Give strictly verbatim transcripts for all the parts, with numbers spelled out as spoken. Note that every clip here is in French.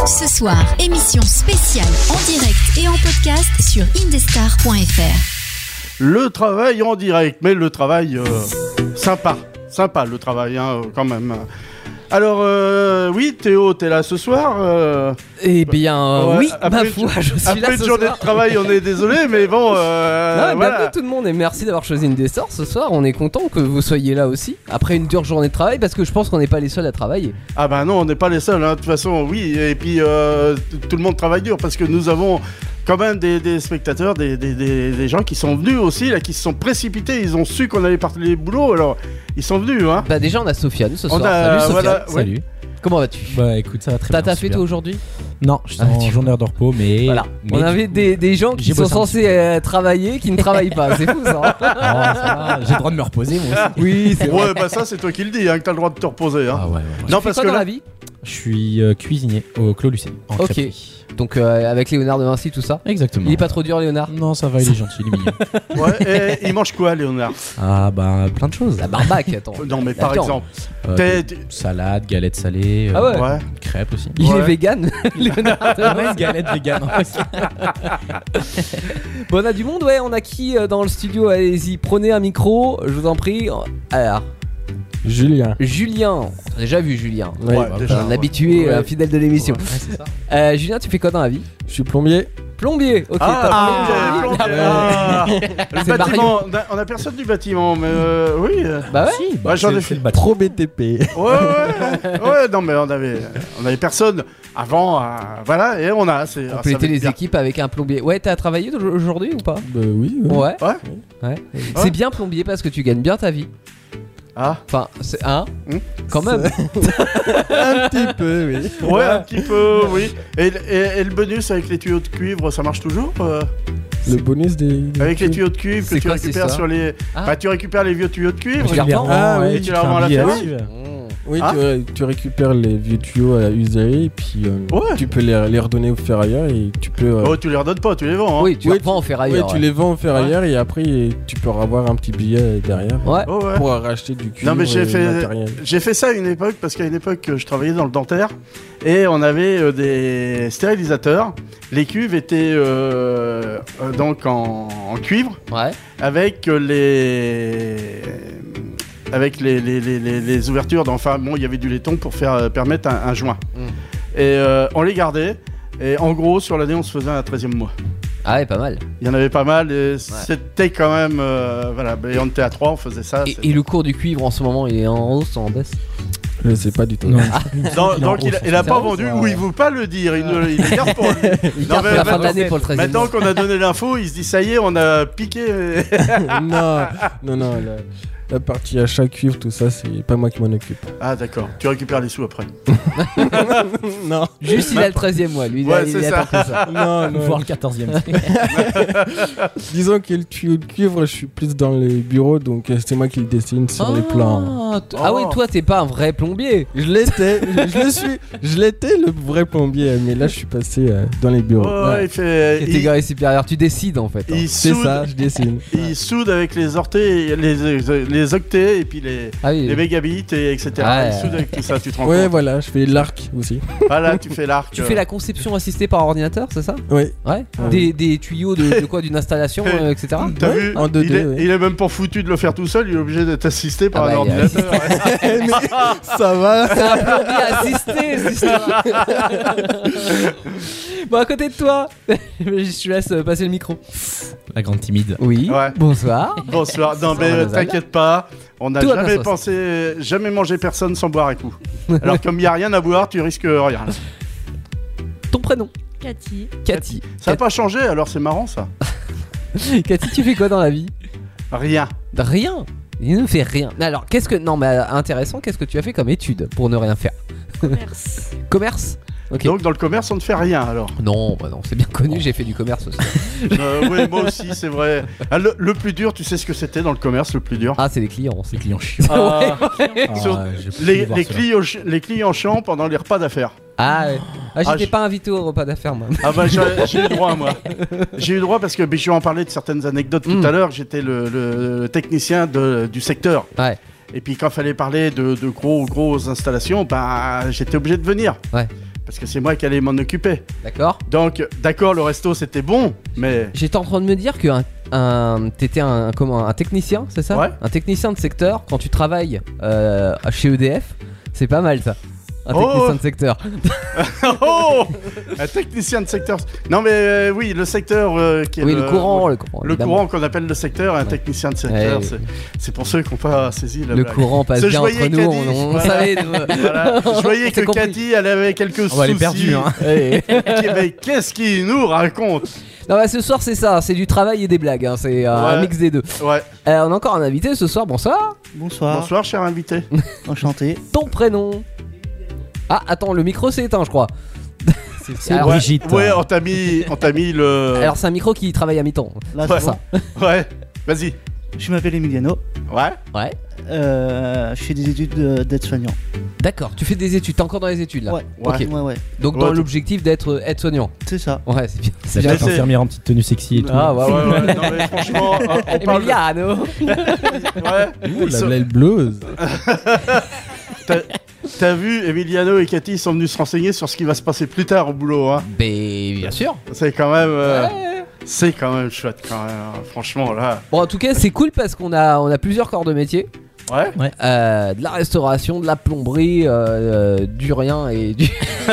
Ce soir, émission spéciale en direct et en podcast sur indestar point f r. Le travail en direct, mais le travail euh, sympa, sympa le travail hein, quand même. Alors euh, oui, Théo, t'es là ce soir euh... Eh bien, euh, ouais, oui, après ma foi, je suis après là une ce journée soir. de travail, on est désolé, mais bon, euh, non, voilà. bienvenue tout le monde et merci d'avoir choisi Indestar ce soir. On est content que vous soyez là aussi après une dure journée de travail parce que je pense qu'on n'est pas les seuls à travailler. Ah bah non, on n'est pas les seuls, hein. De toute façon, oui, et puis euh, t- tout le monde travaille dur parce que nous avons quand même des, des spectateurs, des, des, des, des gens qui sont venus aussi, là, qui se sont précipités, ils ont su qu'on allait partir les boulots, alors ils sont venus, hein. Bah déjà on a Sofiane ce On soir. a- Salut Sofiane. voilà, ouais. Salut. Comment vas-tu? Bah écoute, ça va très T'as bien. taffé toi aujourd'hui? Non, je suis Ah, en tu- journée de repos, mais. Voilà. mais On du avait coup- des, des gens qui j'ai sont bossé un censés euh, travailler qui ne travaillent pas. C'est fou ça. hein. Oh, ça va, j'ai le droit de me reposer moi aussi. Oui, c'est vrai. Ouais, bah ça c'est toi qui le dis, hein, que t'as le droit de te reposer, hein. Ah ouais, ouais, ouais. Non, Tu fais parce quoi que dans là- la vie? Je suis euh, cuisinier au Clos Lucé. En Ok. crêperie. Donc euh, avec Léonard de Vinci tout ça. Exactement. Il est pas trop dur Léonard? Non, ça va, il est gentil, il est mignon. Ouais, et il mange quoi, Léonard? Ah bah plein de choses. La barbaque, attends. Non, mais par Attends. exemple, Euh, t'es- des- salade, galette salée, Ah ouais. ouais. crêpes aussi. Il Ouais. est vegan, Léonard de Ah Vinci. ouais, galette vegan. Bon, on a du monde, ouais. On a qui euh, dans le studio? Allez-y, prenez un micro, je vous en prie. Alors, Julien. Julien. On a déjà vu Julien. Ouais, Ouais, déjà, Un ouais. habitué, Ouais. un fidèle de l'émission. Ouais, c'est ça. Euh, Julien, tu fais quoi dans la vie? Je suis plombier. Plombier. Ok. Ah, t'as plombier, plombier. plombier. Ah, le C'est bâtiment, on a- on a personne du bâtiment, mais euh, oui. euh, Bah ouais. Si, Bah, j'en ai c'est- fait- c'est le bâtiment. Pro B T P. Ouais, ouais, ouais, non, mais on avait, on avait personne avant, euh, voilà, et on a. C'est, ah, ça Compléter va les être bien. équipes avec un plombier. Ouais, t'as travaillé aujourd'hui ou pas? Bah oui. ouais. Ouais. Ouais. Ouais. C'est bien plombier parce que tu gagnes bien ta vie. Ah, Enfin, c'est un. Hmm. Quand même. Un petit peu, oui. ouais, un petit peu, oui. Et, et- et le bonus avec les tuyaux de cuivre, ça marche toujours euh, Le bonus des. avec les tuyaux de cuivre que C'est tu quoi, c'est récupères ça sur les. Ah. Bah, tu récupères les vieux tuyaux de cuivre. Tu les revends. Ah oui, et tu tu te la fais revends à un la billet ferme. là-dessus. Mmh. Oui, Ah. tu, ré- tu récupères les vieux tuyaux à user et puis euh, Ouais. tu peux les, les redonner au ferrailleur et tu peux. euh, Oh, tu les redonnes pas, tu les vends. Hein. Oui, tu Oui, revends au ouais, ferrailleur. tu ouais. les vends au ferrailleur et après tu peux avoir un petit billet derrière Ouais. Oh, ouais. pour racheter du cuivre Non, mais j'ai et fait- matériel. J'ai fait ça à une époque parce qu'à une époque je travaillais dans le dentaire et on avait euh, des stérilisateurs. Les cuves étaient euh, euh, donc en, en cuivre Ouais. avec euh, les avec les, les, les, les- les ouvertures. dans- Enfin bon, il y avait du laiton pour faire euh, permettre un, un joint. Mm. Et euh, on les gardait. Et en gros, sur l'année, on se faisait un treizième mois. Ah ouais, pas mal. Il y en avait pas mal et c'était quand même euh, voilà. Et on était à trois, on faisait ça. Et, c'est- et le cours du cuivre en ce moment, il est en hausse ou en baisse? Je sais pas du tout. Non, Donc, il est en donc il, a, hausse, il a c'est pas en vendu hausse, ou il veut pas le dire, il, ne, il le garde pour lui. Il Non, garde mais pour la fin de maintenant- l'année pour le treizième Maintenant mois. qu'on a donné l'info, il se dit ça y est, on a piqué. non, non, non. La, la partie achat cuivre, tout ça, c'est pas moi qui m'en occupe. Ah d'accord, tu récupères les sous après. non. Juste il a le treizième mois, lui. il a- Ouais, il c'est attend ça. que ça. Non, non. voire le quatorzième. Disons que le tuyau de cuivre, je suis plus dans les bureaux, donc euh, c'est moi qui le dessine sur les plans. Ah, t- ah Oh. oui, toi t'es pas un vrai plombier. Je l'étais, je, je le suis, je l'étais le vrai plombier, mais là je suis passé euh, dans les bureaux. Ouais, Ouais. il fait. Catégorie supérieure, tu décides en fait. hein. il C'est soude, ça, je dessine. il soude avec les orteils, les, les octets et puis les, Ah oui. les mégabits et etc. Ouais. Il soude avec tout ça, tu te rends Ouais, compte. voilà, je fais l'arc aussi. Voilà, tu fais l'arc. Tu fais la conception assistée par ordinateur, c'est ça? Ouais. Ouais. Ouais. Des, des tuyaux de, de quoi? D'une installation, euh, et cetera. T'as Ouais, vu en deux D, il, est, ouais. il est même pas foutu de le faire tout seul, il est obligé d'être assisté par Ah un bah, il y a- ordinateur. ouais. mais ça va. C'est un plombier assisté, cette histoire. Bon, à côté de toi, je te laisse passer le micro. La grande timide. Oui. Ouais. Bonsoir. Bonsoir. Non Ça mais va, euh, Nazal. t'inquiète pas, on n'a Tout va bien jamais se pensé, jamais mangé personne sans boire un coup. Alors comme il y a rien à boire, tu risques rien. là. Ton prénom? Cathy. Cathy. Ça n'a pas changé, alors c'est marrant ça. Cathy, tu fais quoi dans la vie? Rien. Rien. Il ne fait rien. Alors, qu'est-ce que. Non, mais euh, intéressant, qu'est-ce que tu as fait comme étude pour ne rien faire? Commerce. Commerce? Ok. Donc dans le commerce, on ne fait rien alors. Non, bah non, c'est bien connu, j'ai fait du commerce aussi. Euh, oui, moi aussi, c'est vrai. Ah, le, le plus dur, tu sais ce que c'était dans le commerce, le plus dur Ah, c'est les clients. C'est client chiant. Ah, Ah, sur- j'ai pu les, voir les, cela. clients, ch- les clients chiants pendant les repas d'affaires. Ah, ouais. Ah, j'étais Ah, je- pas invité au repas d'affaires, moi. Ah bah j'ai j'ai eu droit moi. J'ai eu droit parce que mais je vais en parler de certaines anecdotes tout Mm. à l'heure. J'étais le, le technicien de, du secteur. Ouais. Et puis quand il fallait parler de, de gros grosses installations, bah j'étais obligé de venir. Ouais. parce que c'est moi qui allais m'en occuper. D'accord. Donc, d'accord, le resto c'était bon, mais J'étais en train de me dire que un, un- t'étais un, comment, un technicien, c'est ça? Ouais. Un technicien de secteur, quand tu travailles euh, chez E D F, c'est pas mal ça. Un Oh. technicien de secteur. oh, un technicien de secteur. Non, mais euh, oui, le secteur euh, qui est Oui, le courant, le courant. le évidemment. courant qu'on appelle le secteur, un Ouais. technicien de secteur. Ouais, c'est, c'est pour ceux qui n'ont pas saisi la Le blague. courant passe Parce que bien je entre voyais nous, Caddy, on, on voilà. savait. nous. Voilà. Je voyais T'as que compris. Cathy, elle avait quelques On soucis. va les perdus, hein. Ouais. Qui- mais qu'est-ce qu'il nous raconte? Non, bah ce soir c'est ça, c'est du travail et des blagues, hein, c'est euh, un Ouais. mix des deux. Ouais. Euh, on a encore un invité ce soir, bonsoir. Bonsoir, Bonsoir, cher invité. enchanté. Ton prénom? Ah, attends, le micro s'est éteint, je crois. C'est Alors, Brigitte. Ouais, on t'a mis, on t'a mis le. Alors, c'est un micro qui travaille à mi-temps. Là, Ouais. c'est bon. Ouais. Vas-y. Je m'appelle Emiliano. Ouais. Ouais. Euh, je fais des études de- d'aide-soignant. D'accord, tu fais des études, t'es encore dans les études là. Ouais. Ok. Ouais, ouais. Donc, Ouais, dans tu- l'objectif d'être euh, aide-soignant. C'est ça. Ouais, c'est bien. C'est bien. bien c'est- infirmière en petite tenue sexy et tout. Ah, ouais, Ouais, ouais. ouais. Non, mais franchement, on on parle. de- Emiliano. Ouais. Ouh, Ils la sont- belle bleuse. T'as, t'as vu, Emiliano et Cathy sont venus se renseigner sur ce qui va se passer plus tard au boulot, hein. Ben, bien sûr. C'est quand même. euh, Ouais. C'est quand même chouette, quand même. hein. Franchement, là. Bon, en tout cas, c'est cool parce qu'on a, on a plusieurs corps de métier. Ouais. Euh, de la restauration, de la plomberie, euh, euh, du rien et du,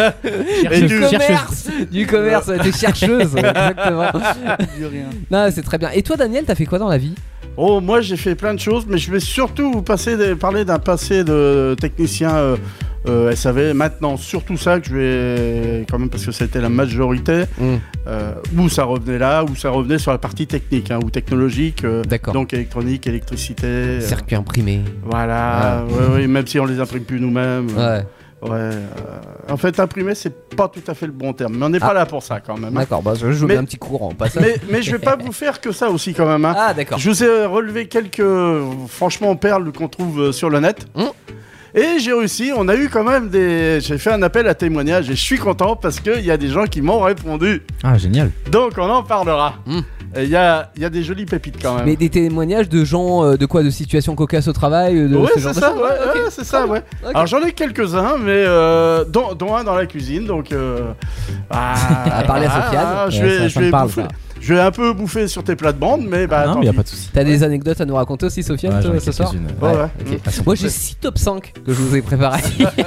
Et du du- commerce. Du commerce, ouais, des chercheuses. Exactement. Du rien. Non, c'est très bien. Et toi, Daniel, t'as fait quoi dans la vie? Oh, moi j'ai fait plein de choses, mais je vais surtout vous passer des- parler d'un passé de technicien euh, euh, S A V. Maintenant, surtout ça que je vais, quand même, parce que c'était la majorité, Mm. euh, où ça revenait là, où ça revenait sur la partie technique, hein, ou technologique, euh, D'accord. donc électronique, électricité. euh, Circuit imprimé. voilà, ouais, ouais, même si on les imprime plus nous-mêmes. euh, Ouais. Ouais. euh, en fait, imprimer, c'est pas tout à fait le bon terme, mais on n'est Ah. pas là pour ça quand même. hein. D'accord, bah, je joue Mais- bien un petit courant au passage. Mais, mais je vais pas vous faire que ça aussi quand même. hein. Ah, d'accord. Je vous ai relevé quelques, franchement, perles qu'on trouve euh, sur le net. Hum. Et j'ai réussi, on a eu quand même des... J'ai fait un appel à témoignage et je suis content parce qu'il y a des gens qui m'ont répondu. Ah, génial. Donc on en parlera. Hum. Et Il y, a, il y a des jolies pépites quand même. Mais des témoignages de gens, euh, de quoi? De situations cocasses au travail, de Ouais, ce c'est genre de ça, choses? ouais, Ok. ouais, c'est ça, ouais. Ok. Alors j'en ai quelques-uns, mais euh, dont, dont un dans la cuisine, donc... Euh, ah, À parler à Sofiane. ah, je Ouais, vais, ça, je ça me vais parle, bouffer- ça. je vais un peu bouffer sur tes plates-bandes, mais bah non, tant mais y a pis. pas de souci. T'as des anecdotes à nous raconter aussi, Sofiane, Ouais, toi, j'en ai ce soir? quelques-unes. Ouais, Ouais, ouais. ok. Ah, c'est Moi parfait. j'ai six top cinq que je vous ai préparés.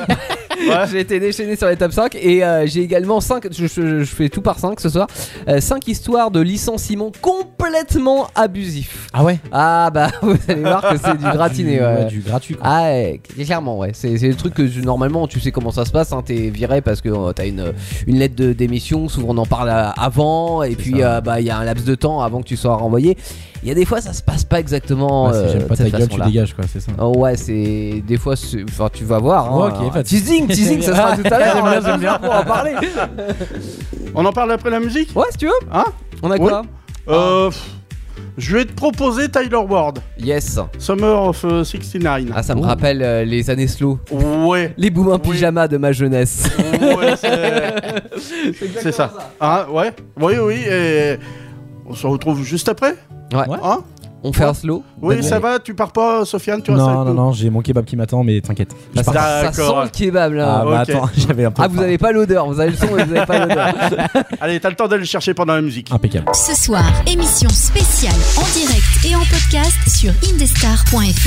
Ouais. J'ai été déchaîné sur les top cinq et euh, j'ai également cinq, je, je- je fais tout par cinq ce soir, cinq histoires de licenciements complètement abusifs. Ah ouais. Ah bah vous allez voir que c'est du gratiné. Du- Ouais. ouais, du gratuit, quoi. Ah ouais, clairement ouais, c'est c'est le truc que je- normalement tu sais comment ça se passe, hein, t'es viré parce que euh, t'as une, une lettre de démission, souvent on en parle euh, avant et puis ça. euh, bah il y a un laps de temps avant que tu sois renvoyé. Il y a des fois ça se passe pas exactement Ouais, si euh, j'aime pas de cette ta gueule, tu façon-là. dégages, quoi, c'est ça. Oh ouais, c'est des fois, c'est- enfin tu vas voir. Hein, Ok, pas de teasing, teasing, ça sera tout à l'heure. J'aime bien, hein, j'aime bien. pour en parler. On en parle après la musique Ouais, si tu veux. Hein On a Oui. quoi? Euh, pff, Je vais te proposer Tyler Ward, Yes. Summer of euh, soixante-dix-neuf. Ah, ça me Ouh. rappelle euh, les années slow. Ouais, Les boums en Oui. pyjama de ma jeunesse. ouais, c'est... c'est ça. Hein, ouais, oui, oui, et on se retrouve juste après. Ouais. Ouais. Hein On fait un slow. Oui, Bonne ça nuit. va, tu pars pas, Sofiane, tu restes Non, avec non, nous. non, j'ai mon kebab qui m'attend, mais t'inquiète. Je Ah, ça, pars. ça sent D'accord. le kebab là. Ah, bah Ok. attends, j'avais un peu. Ah, vous avez pas l'odeur, vous avez le son mais vous avez pas l'odeur. Allez, t'as le temps d'aller le chercher pendant la musique. Impeccable. Ce soir, émission spéciale en direct et en podcast sur indestar point f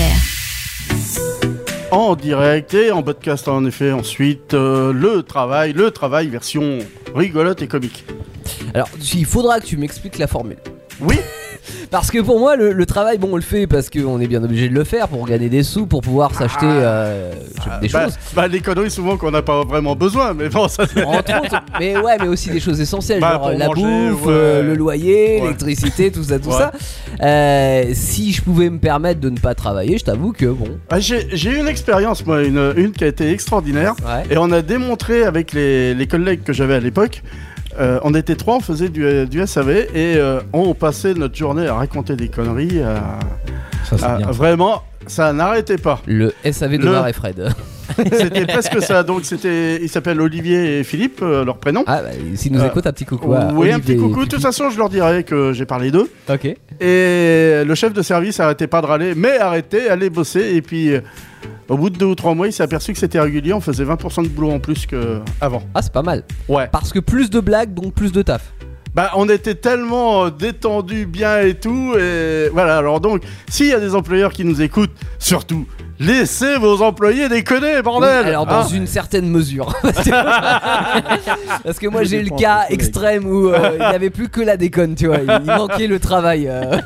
r. En direct et en podcast, en effet, ensuite, euh, le travail, le travail version rigolote et comique. Alors, il faudra que tu m'expliques la formule. Oui, Parce que pour moi, le, le travail, bon, on le fait parce qu'on est bien obligé de le faire pour gagner des sous, pour pouvoir s'acheter euh, des bah, choses. bah, les conneries souvent qu'on n'a pas vraiment besoin, mais bon, ça c'est... Entre autres, mais ouais, mais aussi des choses essentielles, Bah, genre pour la manger, bouffe, ouais. euh, le loyer, Ouais. l'électricité, tout ça, tout Ouais. ça. Euh, si je pouvais me permettre de ne pas travailler, je t'avoue que bon. Ah, j'ai, j'ai eu une expérience, moi, une, une qui a été extraordinaire. Ouais. Et on a démontré avec les, les collègues que j'avais à l'époque, euh, on était trois, on faisait du, du S A V et euh, on passait notre journée à raconter des conneries. à- Ça, c'est à- bien. vraiment, ça n'arrêtait pas. Le S A V de Le- Mar et Fred. C'était presque ça. Donc, c'était, ils s'appellent Olivier et Philippe, euh, leur prénom. Ah, bah, s'ils nous Euh, écoutent, un petit coucou. à oui, un Olivier petit coucou. et De toute Fifi. façon, je leur dirai que j'ai parlé d'eux. Ok. Et le chef de service arrêtait pas de râler, mais arrêtez, allez bosser. Et puis, euh, Au bout de deux ou trois mois, il s'est aperçu que c'était régulier, on faisait vingt pour cent de boulot en plus qu'avant. Ah, c'est pas mal. Ouais. Parce que plus de blagues, donc plus de taf. Bah, on était tellement euh, détendus, bien et tout, et voilà. Alors donc, s'il y a des employeurs qui nous écoutent, surtout, laissez vos employés déconner, bordel. Oui, alors dans Hein une certaine mesure. Parce que, Parce que moi j'ai le cas extrême où euh, il n'y avait plus que la déconne, tu vois. Il manquait le travail. euh.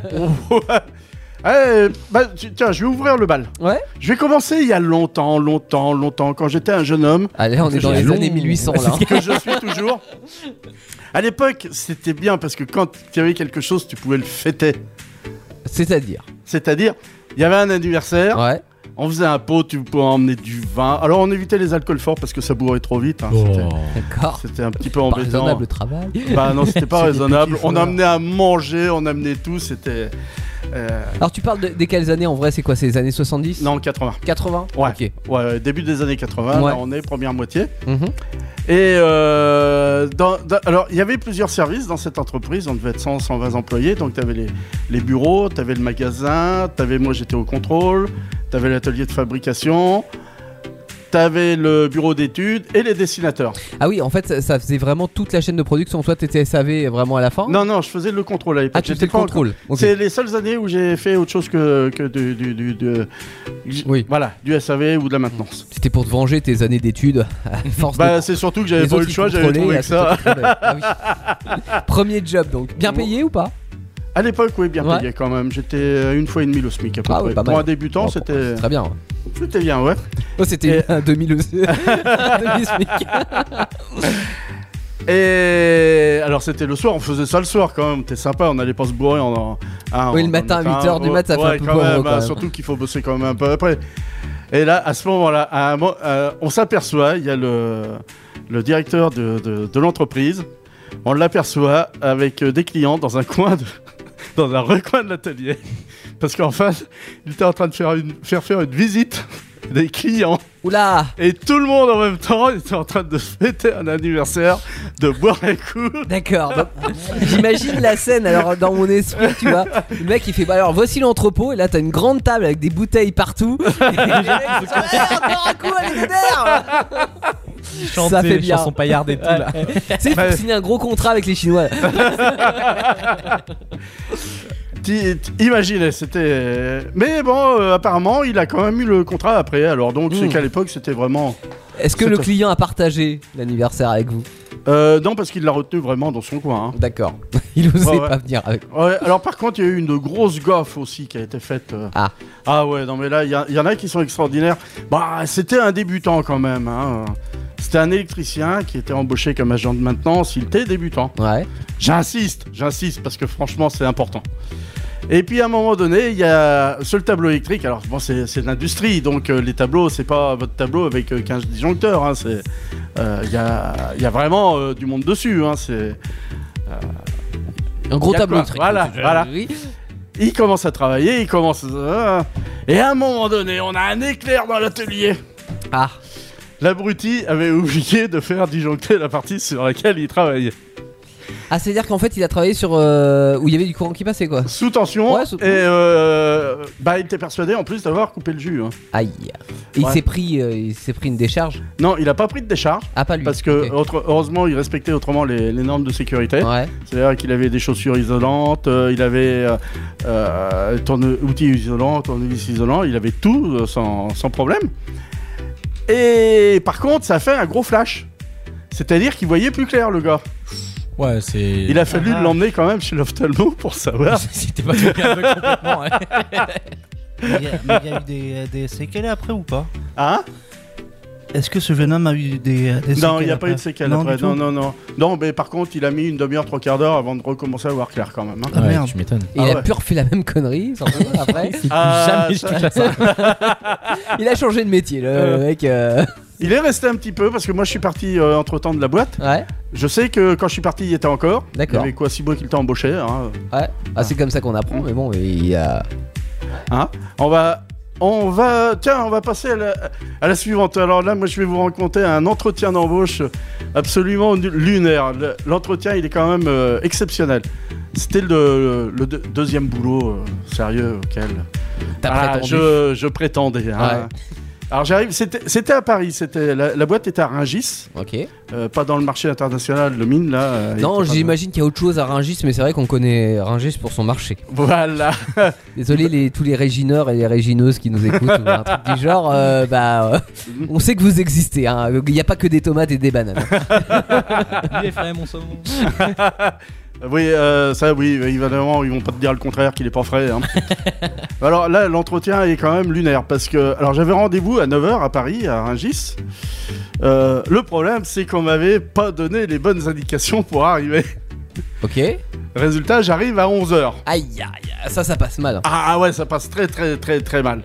Eh, bah, tu- tiens, je vais ouvrir le bal. Ouais. Je vais commencer il y a longtemps, longtemps, longtemps, quand j'étais un jeune homme, Allez, on est dans J'ai les long- années mille huit cents là. que je suis toujours. À l'époque, c'était bien parce que quand il y avait quelque chose, tu pouvais le fêter. C'est-à-dire. C'est-à-dire, il y avait un anniversaire, Ouais. on faisait un pot, tu pouvais emmener du vin. Alors on évitait les alcools forts parce que ça bourrait trop vite. hein, c'était- D'accord. C'était un petit peu Pas embêtant. raisonnable travail. Bah non, c'était pas C'est des raisonnable. petits On fours. amenait à manger, on amenait tout, c'était... euh, Alors tu parles de, des quelles années en vrai? C'est quoi? C'est les années soixante-dix? Non, quatre-vingts. quatre-vingts? Ouais. Ok. Ouais, début des années quatre-vingts, Ouais. là on est première moitié. Mhm. Et euh, dans- dans- alors, il y avait plusieurs services dans cette entreprise. On devait être cent, cent vingt employés. Donc, tu avais les, les bureaux, tu avais le magasin, t'avais, moi j'étais au contrôle, tu avais l'atelier de fabrication, tu avais le bureau d'études et les dessinateurs. Ah oui, en fait ça, ça faisait vraiment toute la chaîne de production. Soit t'étais S A V vraiment à la fin. Non, non, je faisais le contrôle à l'époque. Ah, tu J'étais faisais le pas encore- contrôle. Ok. C'est les seules années où j'ai fait autre chose que, que du, du, du- de- Oui. voilà, du S A V ou de la maintenance. C'était pour te venger tes années d'études. À force Bah, de... c'est surtout que j'avais les pas eu autres, le ils choix, j'avais contrôlaient, trouvé là, que ça. c'était contrôlé. Ah oui. Premier job donc. Bien payé ou pas? À l'époque, oui, bien Ouais. payé quand même. J'étais euh, une fois et demi le SMIC à peu Ah près. oui, pas Pour mal. un débutant, Bon, c'était... c'est très bien. c'était bien, ouais. Oh, c'était Et- un demi le demi-smic. Et alors c'était le soir, on faisait ça le soir quand même, t'es sympa, on allait pas se bourrer en... en- hein, Oui, en- le matin à en- huit heures du mat, ça fait ouais, un peu quand pauvre, même, quand hein, même. surtout qu'il faut bosser quand même un peu après. Et là, à ce moment-là, à un mo- euh, on s'aperçoit, il y a le, le directeur de, de- de l'entreprise, on l'aperçoit avec euh, des clients dans un coin, de, dans un recoin de l'atelier, parce qu'en fait, il était en train de faire, une, faire faire une visite des clients. Oula. Et tout le monde en même temps était en train de fêter un anniversaire, de boire un coup. D'accord. donc, J'imagine la scène alors dans mon esprit, tu vois. Le mec il fait bah alors voici l'entrepôt et là t'as une grande table avec des bouteilles partout. Et les mecs, ils sont, ouais, encore un coup, allez vénère. Ça fait bien. Chanson paillarde et tout là. C'est pour signer un gros contrat avec les Chinois. Ti- ti- Imaginez, c'était. Mais bon, euh, apparemment, il a quand même eu le contrat après. Alors donc, c'est Mm. qu'à l'époque, c'était vraiment. Est-ce que C'est le toi. client a partagé l'anniversaire avec vous? Euh, non, parce qu'il l'a retenu vraiment dans son coin. hein. D'accord. Il osait Ouais, ouais. pas venir avec. Ouais, alors par contre, il y a eu une grosse gaffe aussi qui a été faite. euh. Ah. Ah ouais, non mais là, il y, a- il y en a qui sont extraordinaires. Bah, c'était un débutant quand même. hein. C'était un électricien qui était embauché comme agent de maintenance. Il était débutant. Ouais. J'insiste, j'insiste parce que franchement, c'est important. Et puis à un moment donné, il y a sur le tableau électrique. Alors bon, c'est c'est de l'industrie, donc euh, les tableaux, c'est pas votre tableau avec euh, quinze disjoncteurs. hein, c'est euh, il y, a, il y a vraiment euh, du monde dessus. hein, c'est Un gros Y a tableau quoi électrique. Voilà, voilà. Oui. Il commence à travailler, il commence. euh, et à un moment donné, on a un éclair dans l'atelier. Ah. L'abruti avait oublié de faire disjoncter la partie sur laquelle il travaillait. Ah, c'est-à-dire qu'en fait, il a travaillé sur euh, où il y avait du courant qui passait, quoi. Sous tension. Ouais, sous- Et euh, bah, il était persuadé en plus d'avoir coupé le jus. hein. Aïe. Et il Ouais. s'est pris, euh, il s'est pris une décharge. Non, il a pas pris de décharge. Ah, pas lui. Parce que, Ok. autre- heureusement, il respectait autrement les, les normes de sécurité. Ouais. C'est-à-dire qu'il avait des chaussures isolantes, euh, il avait euh, euh, tourne- outils isolants, tournevis isolants, il avait tout euh, sans, sans problème. Et par contre, ça a fait un gros flash. C'est-à-dire qu'il voyait plus clair, le gars. Ouais, c'est. Il a fallu Ah. l'emmener quand même chez l'ophtalmo pour savoir. C'était pas tombé aveugle complètement. hein. Mais il y a, mais il y a eu des, des séquelles après ou pas? Hein Est-ce que ce jeune homme a eu des, des séquelles? Non, il n'y a pas après eu de séquelles Non, après. du Non, tout. non, non. Non, mais par contre, il a mis une demi-heure, trois quarts d'heure avant de recommencer à voir clair quand même. hein. Ah, ouais, merde. tu m'étonnes. Et Ah il a ouais. pu refait la même connerie sans doute, après. Ah, Jamais je ça- touche à ça. Il a changé de métier, le Euh. mec. euh. Il est resté un petit peu parce que moi je suis parti euh, entre temps de la boîte. Ouais. Je sais que quand je suis parti, il y était encore. Il y D'accord. avait quoi, six mois qu'il t'a embauché. Hein. Ouais. Ah, c'est comme ça qu'on apprend, mais bon, il y a. Hein on va. On va. Tiens, on va passer à la, à la suivante. Alors là, moi je vais vous raconter un entretien d'embauche absolument nu- lunaire. Le- L'entretien, il est quand même euh, exceptionnel. C'était le, le deux- deuxième boulot euh, sérieux auquel T'as Ah, prétendu. je, je prétendais. hein. Ouais. Alors j'arrive, c'était, c'était à Paris, c'était, la, la boîte était à Rungis, Ok. euh, pas dans le marché international, le mine là. euh, Non, était pas j'imagine qu'il y a autre chose à Rungis, mais c'est vrai qu'on connaît Rungis pour son marché. dans- Voilà. Désolé les, tous les régineurs et les régineuses qui nous écoutent ou un truc du genre, euh, bah, euh, on sait que vous existez, hein. Il n'y a pas que des tomates et des bananes. Il est frais, mon saumon. Oui, euh, ça oui, évidemment, ils vont pas te dire le contraire qu'il est pas frais. hein. Alors là, l'entretien est quand même lunaire parce que, alors j'avais rendez-vous à neuf heures à Paris, à Rungis. Euh, le problème, c'est qu'on m'avait pas donné les bonnes indications pour arriver. Ok. Résultat, j'arrive à onze heures. Aïe aïe, ça ça passe mal. Ah, ah ouais, ça passe très très très très mal.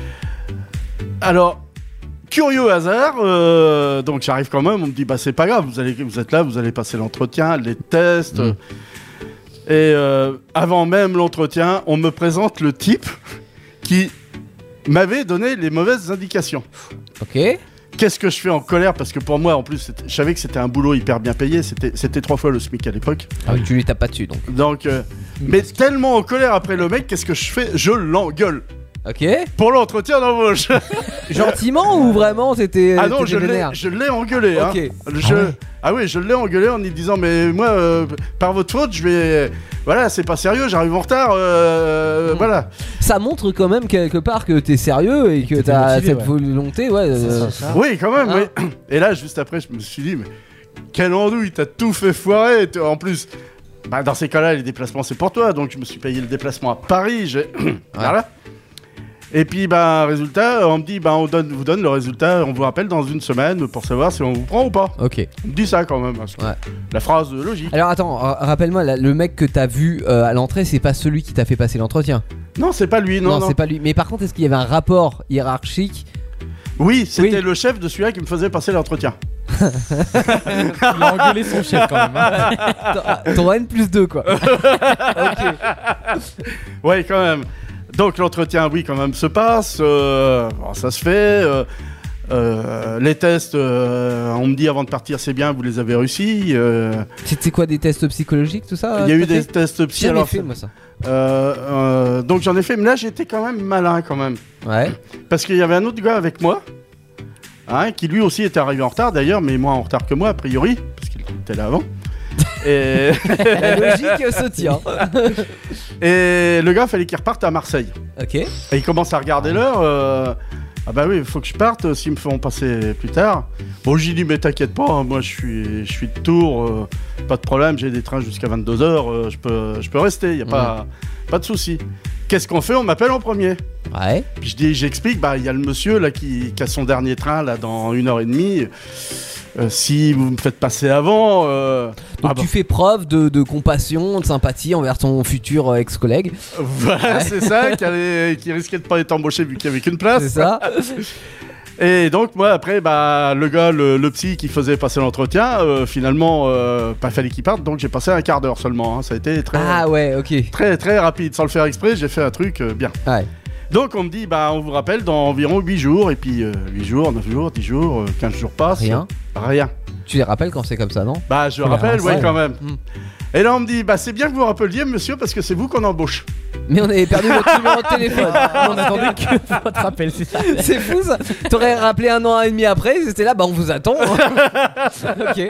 Alors, curieux hasard, euh, donc j'arrive quand même, on me dit bah c'est pas grave, vous, allez, vous êtes là, vous allez passer l'entretien, les tests. Mm. Et euh, avant même l'entretien, on me présente le type qui m'avait donné les mauvaises indications. Ok. Qu'est-ce que je fais en colère? Parce que pour moi, en plus, c'était- je savais que c'était un boulot hyper bien payé, c'était, c'était trois fois le SMIC à l'époque. Ah oui, tu lui tapes pas dessus donc. Donc, euh, mais tellement en colère après le mec, qu'est-ce que je fais? Je l'engueule. Ok. Pour l'entretien d'embauche. Gentiment ou vraiment c'était. Ah non, t'étais je l'ai, vénère je l'ai engueulé. Hein. Ok. Je- Ah ouais. ah oui, je l'ai engueulé en lui disant mais moi, euh, par votre faute, je vais... Voilà, c'est pas sérieux, j'arrive en retard. euh, Mm. Voilà. Ça montre quand même quelque part que t'es sérieux et que t'es t'as motivé, cette ouais. volonté, ouais. euh, C'est ça. Oui, quand même, Hein oui. Et là, juste après, je me suis dit, mais quelle andouille, t'as tout fait foirer. t- En plus, bah, dans ces cas-là, les déplacements, c'est pour toi. Donc, je me suis payé le déplacement à Paris. J'ai... Voilà. Et puis, bah, résultat, on me dit, bah, on donne, vous donne le résultat, on vous rappelle dans une semaine pour savoir si on vous prend ou pas. Ok. On me dit ça quand même. parce que Ouais. La phrase logique. Alors attends, ra- rappelle-moi, là, le mec que t'as vu euh, à l'entrée, c'est pas celui qui t'a fait passer l'entretien. Non, c'est pas lui, non, Non, non. c'est pas lui. Mais par contre, est-ce qu'il y avait un rapport hiérarchique? Oui, c'était Oui. le chef de celui-là qui me faisait passer l'entretien. Il a engueulé son chef quand même. hein. T'en- T'en as N plus deux quoi. Ok. Ouais, quand même. Donc l'entretien, oui, quand même, se passe. euh, bon, ça se fait. euh, euh, les tests, euh, on me dit avant de partir, c'est bien, vous les avez réussis. euh, C'était quoi, des tests psychologiques, tout ça? Il y a eu t'as des fait tests psy. J'ai jamais alors, fait moi ça. euh, euh, donc j'en ai fait, mais là j'étais quand même malin quand même. Ouais. Parce qu'il y avait un autre gars avec moi, hein, qui lui aussi était arrivé en retard d'ailleurs, mais moins en retard que moi a priori, parce qu'il était là avant. Et, La logique se tient. et le gars, fallait qu'il reparte à Marseille. Ok. Et il commence à regarder l'heure. euh, Ah bah oui, il faut que je parte, euh, s'ils me font passer plus tard. Bon, j'ai dit, mais t'inquiète pas, hein, moi je suis, je suis de Tours, euh, pas de problème, j'ai des trains jusqu'à vingt-deux heures, euh, je peux, je peux rester, il y a pas, pas de souci. Qu'est-ce qu'on fait? On m'appelle en premier. Ouais. Puis je dis, j'explique, bah il y a le monsieur là qui, qui a son dernier train là dans une heure et demie. Euh, si vous me faites passer avant, euh, Donc ah tu bah, fais preuve de, de compassion, de sympathie envers ton futur euh, ex-collègue. voilà, c'est ça, qui, allait- qui risquait de pas être embauché vu qu'il y avait qu'une place. C'est ça. Et donc moi après bah le gars le, le psy qui faisait passer l'entretien euh, finalement euh, pas fallait qu'il parte, donc j'ai passé un quart d'heure seulement, hein. Ça a été très Ah ouais, ok. très très rapide sans le faire exprès, j'ai fait un truc euh, bien. Ouais. Donc on me dit bah on vous rappelle dans environ huit jours, et puis euh, huit jours, neuf jours, dix jours, euh, quinze jours passent. Rien. Rien. Tu les rappelles quand c'est comme ça, non? Bah je Ouais, rappelle, ouais. ouais quand même. Mm. Et là on me dit bah c'est bien que vous rappeliez monsieur parce que c'est vous qu'on embauche. Mais on avait perdu votre numéro de téléphone. On attendait que votre appel, c'est ça. C'est fou ça. T'aurais rappelé un an et demi après, ils étaient là, bah on vous attend. Ok.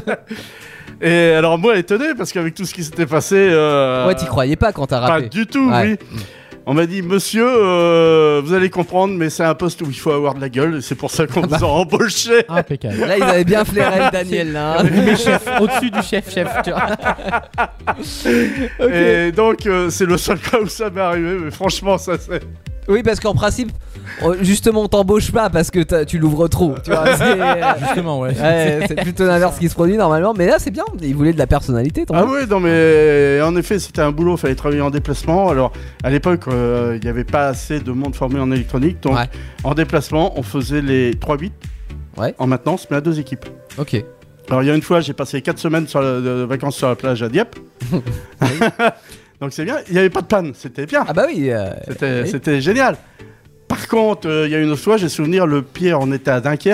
Et alors moi étonné parce qu'avec tout ce qui s'était passé... euh, Ouais, t'y croyais pas quand t'as Pas rappelé. du tout, Ouais. oui. On m'a dit, monsieur, euh, vous allez comprendre, mais c'est un poste où il faut avoir de la gueule, et c'est pour ça qu'on bah. vous a embauché. Impeccable. Là, ils avaient bien flairé le Daniel là. hein. Mais chef, au-dessus du chef, chef, tu vois. Et donc, euh, c'est le seul cas où ça m'est arrivé, mais franchement, ça c'est... Oui, parce qu'en principe, euh, justement, on t'embauche pas parce que t'as- tu l'ouvres trop. Tu vois, c'est euh, Justement, ouais. ouais, c'est plutôt l'inverse qui se produit normalement. Mais là, c'est bien. Ils voulaient de la personnalité. tant Ah mieux. oui, non, mais en effet, c'était un boulot, il fallait travailler en déplacement. Alors, à l'époque, euh, il n'y avait pas assez de monde formé en électronique, donc Ouais. en déplacement, on faisait les trois huit Ouais. en maintenance, mais à deux équipes. Ok. Alors, il y a une fois, j'ai passé quatre semaines sur la- de vacances sur la plage à Dieppe. Donc, c'est bien, il n'y avait pas de panne, c'était bien. Ah bah oui. euh, C'était, oui. c'était génial. Par contre, euh, il y a une autre fois, j'ai souvenir, le pire, on était à Dunkerque,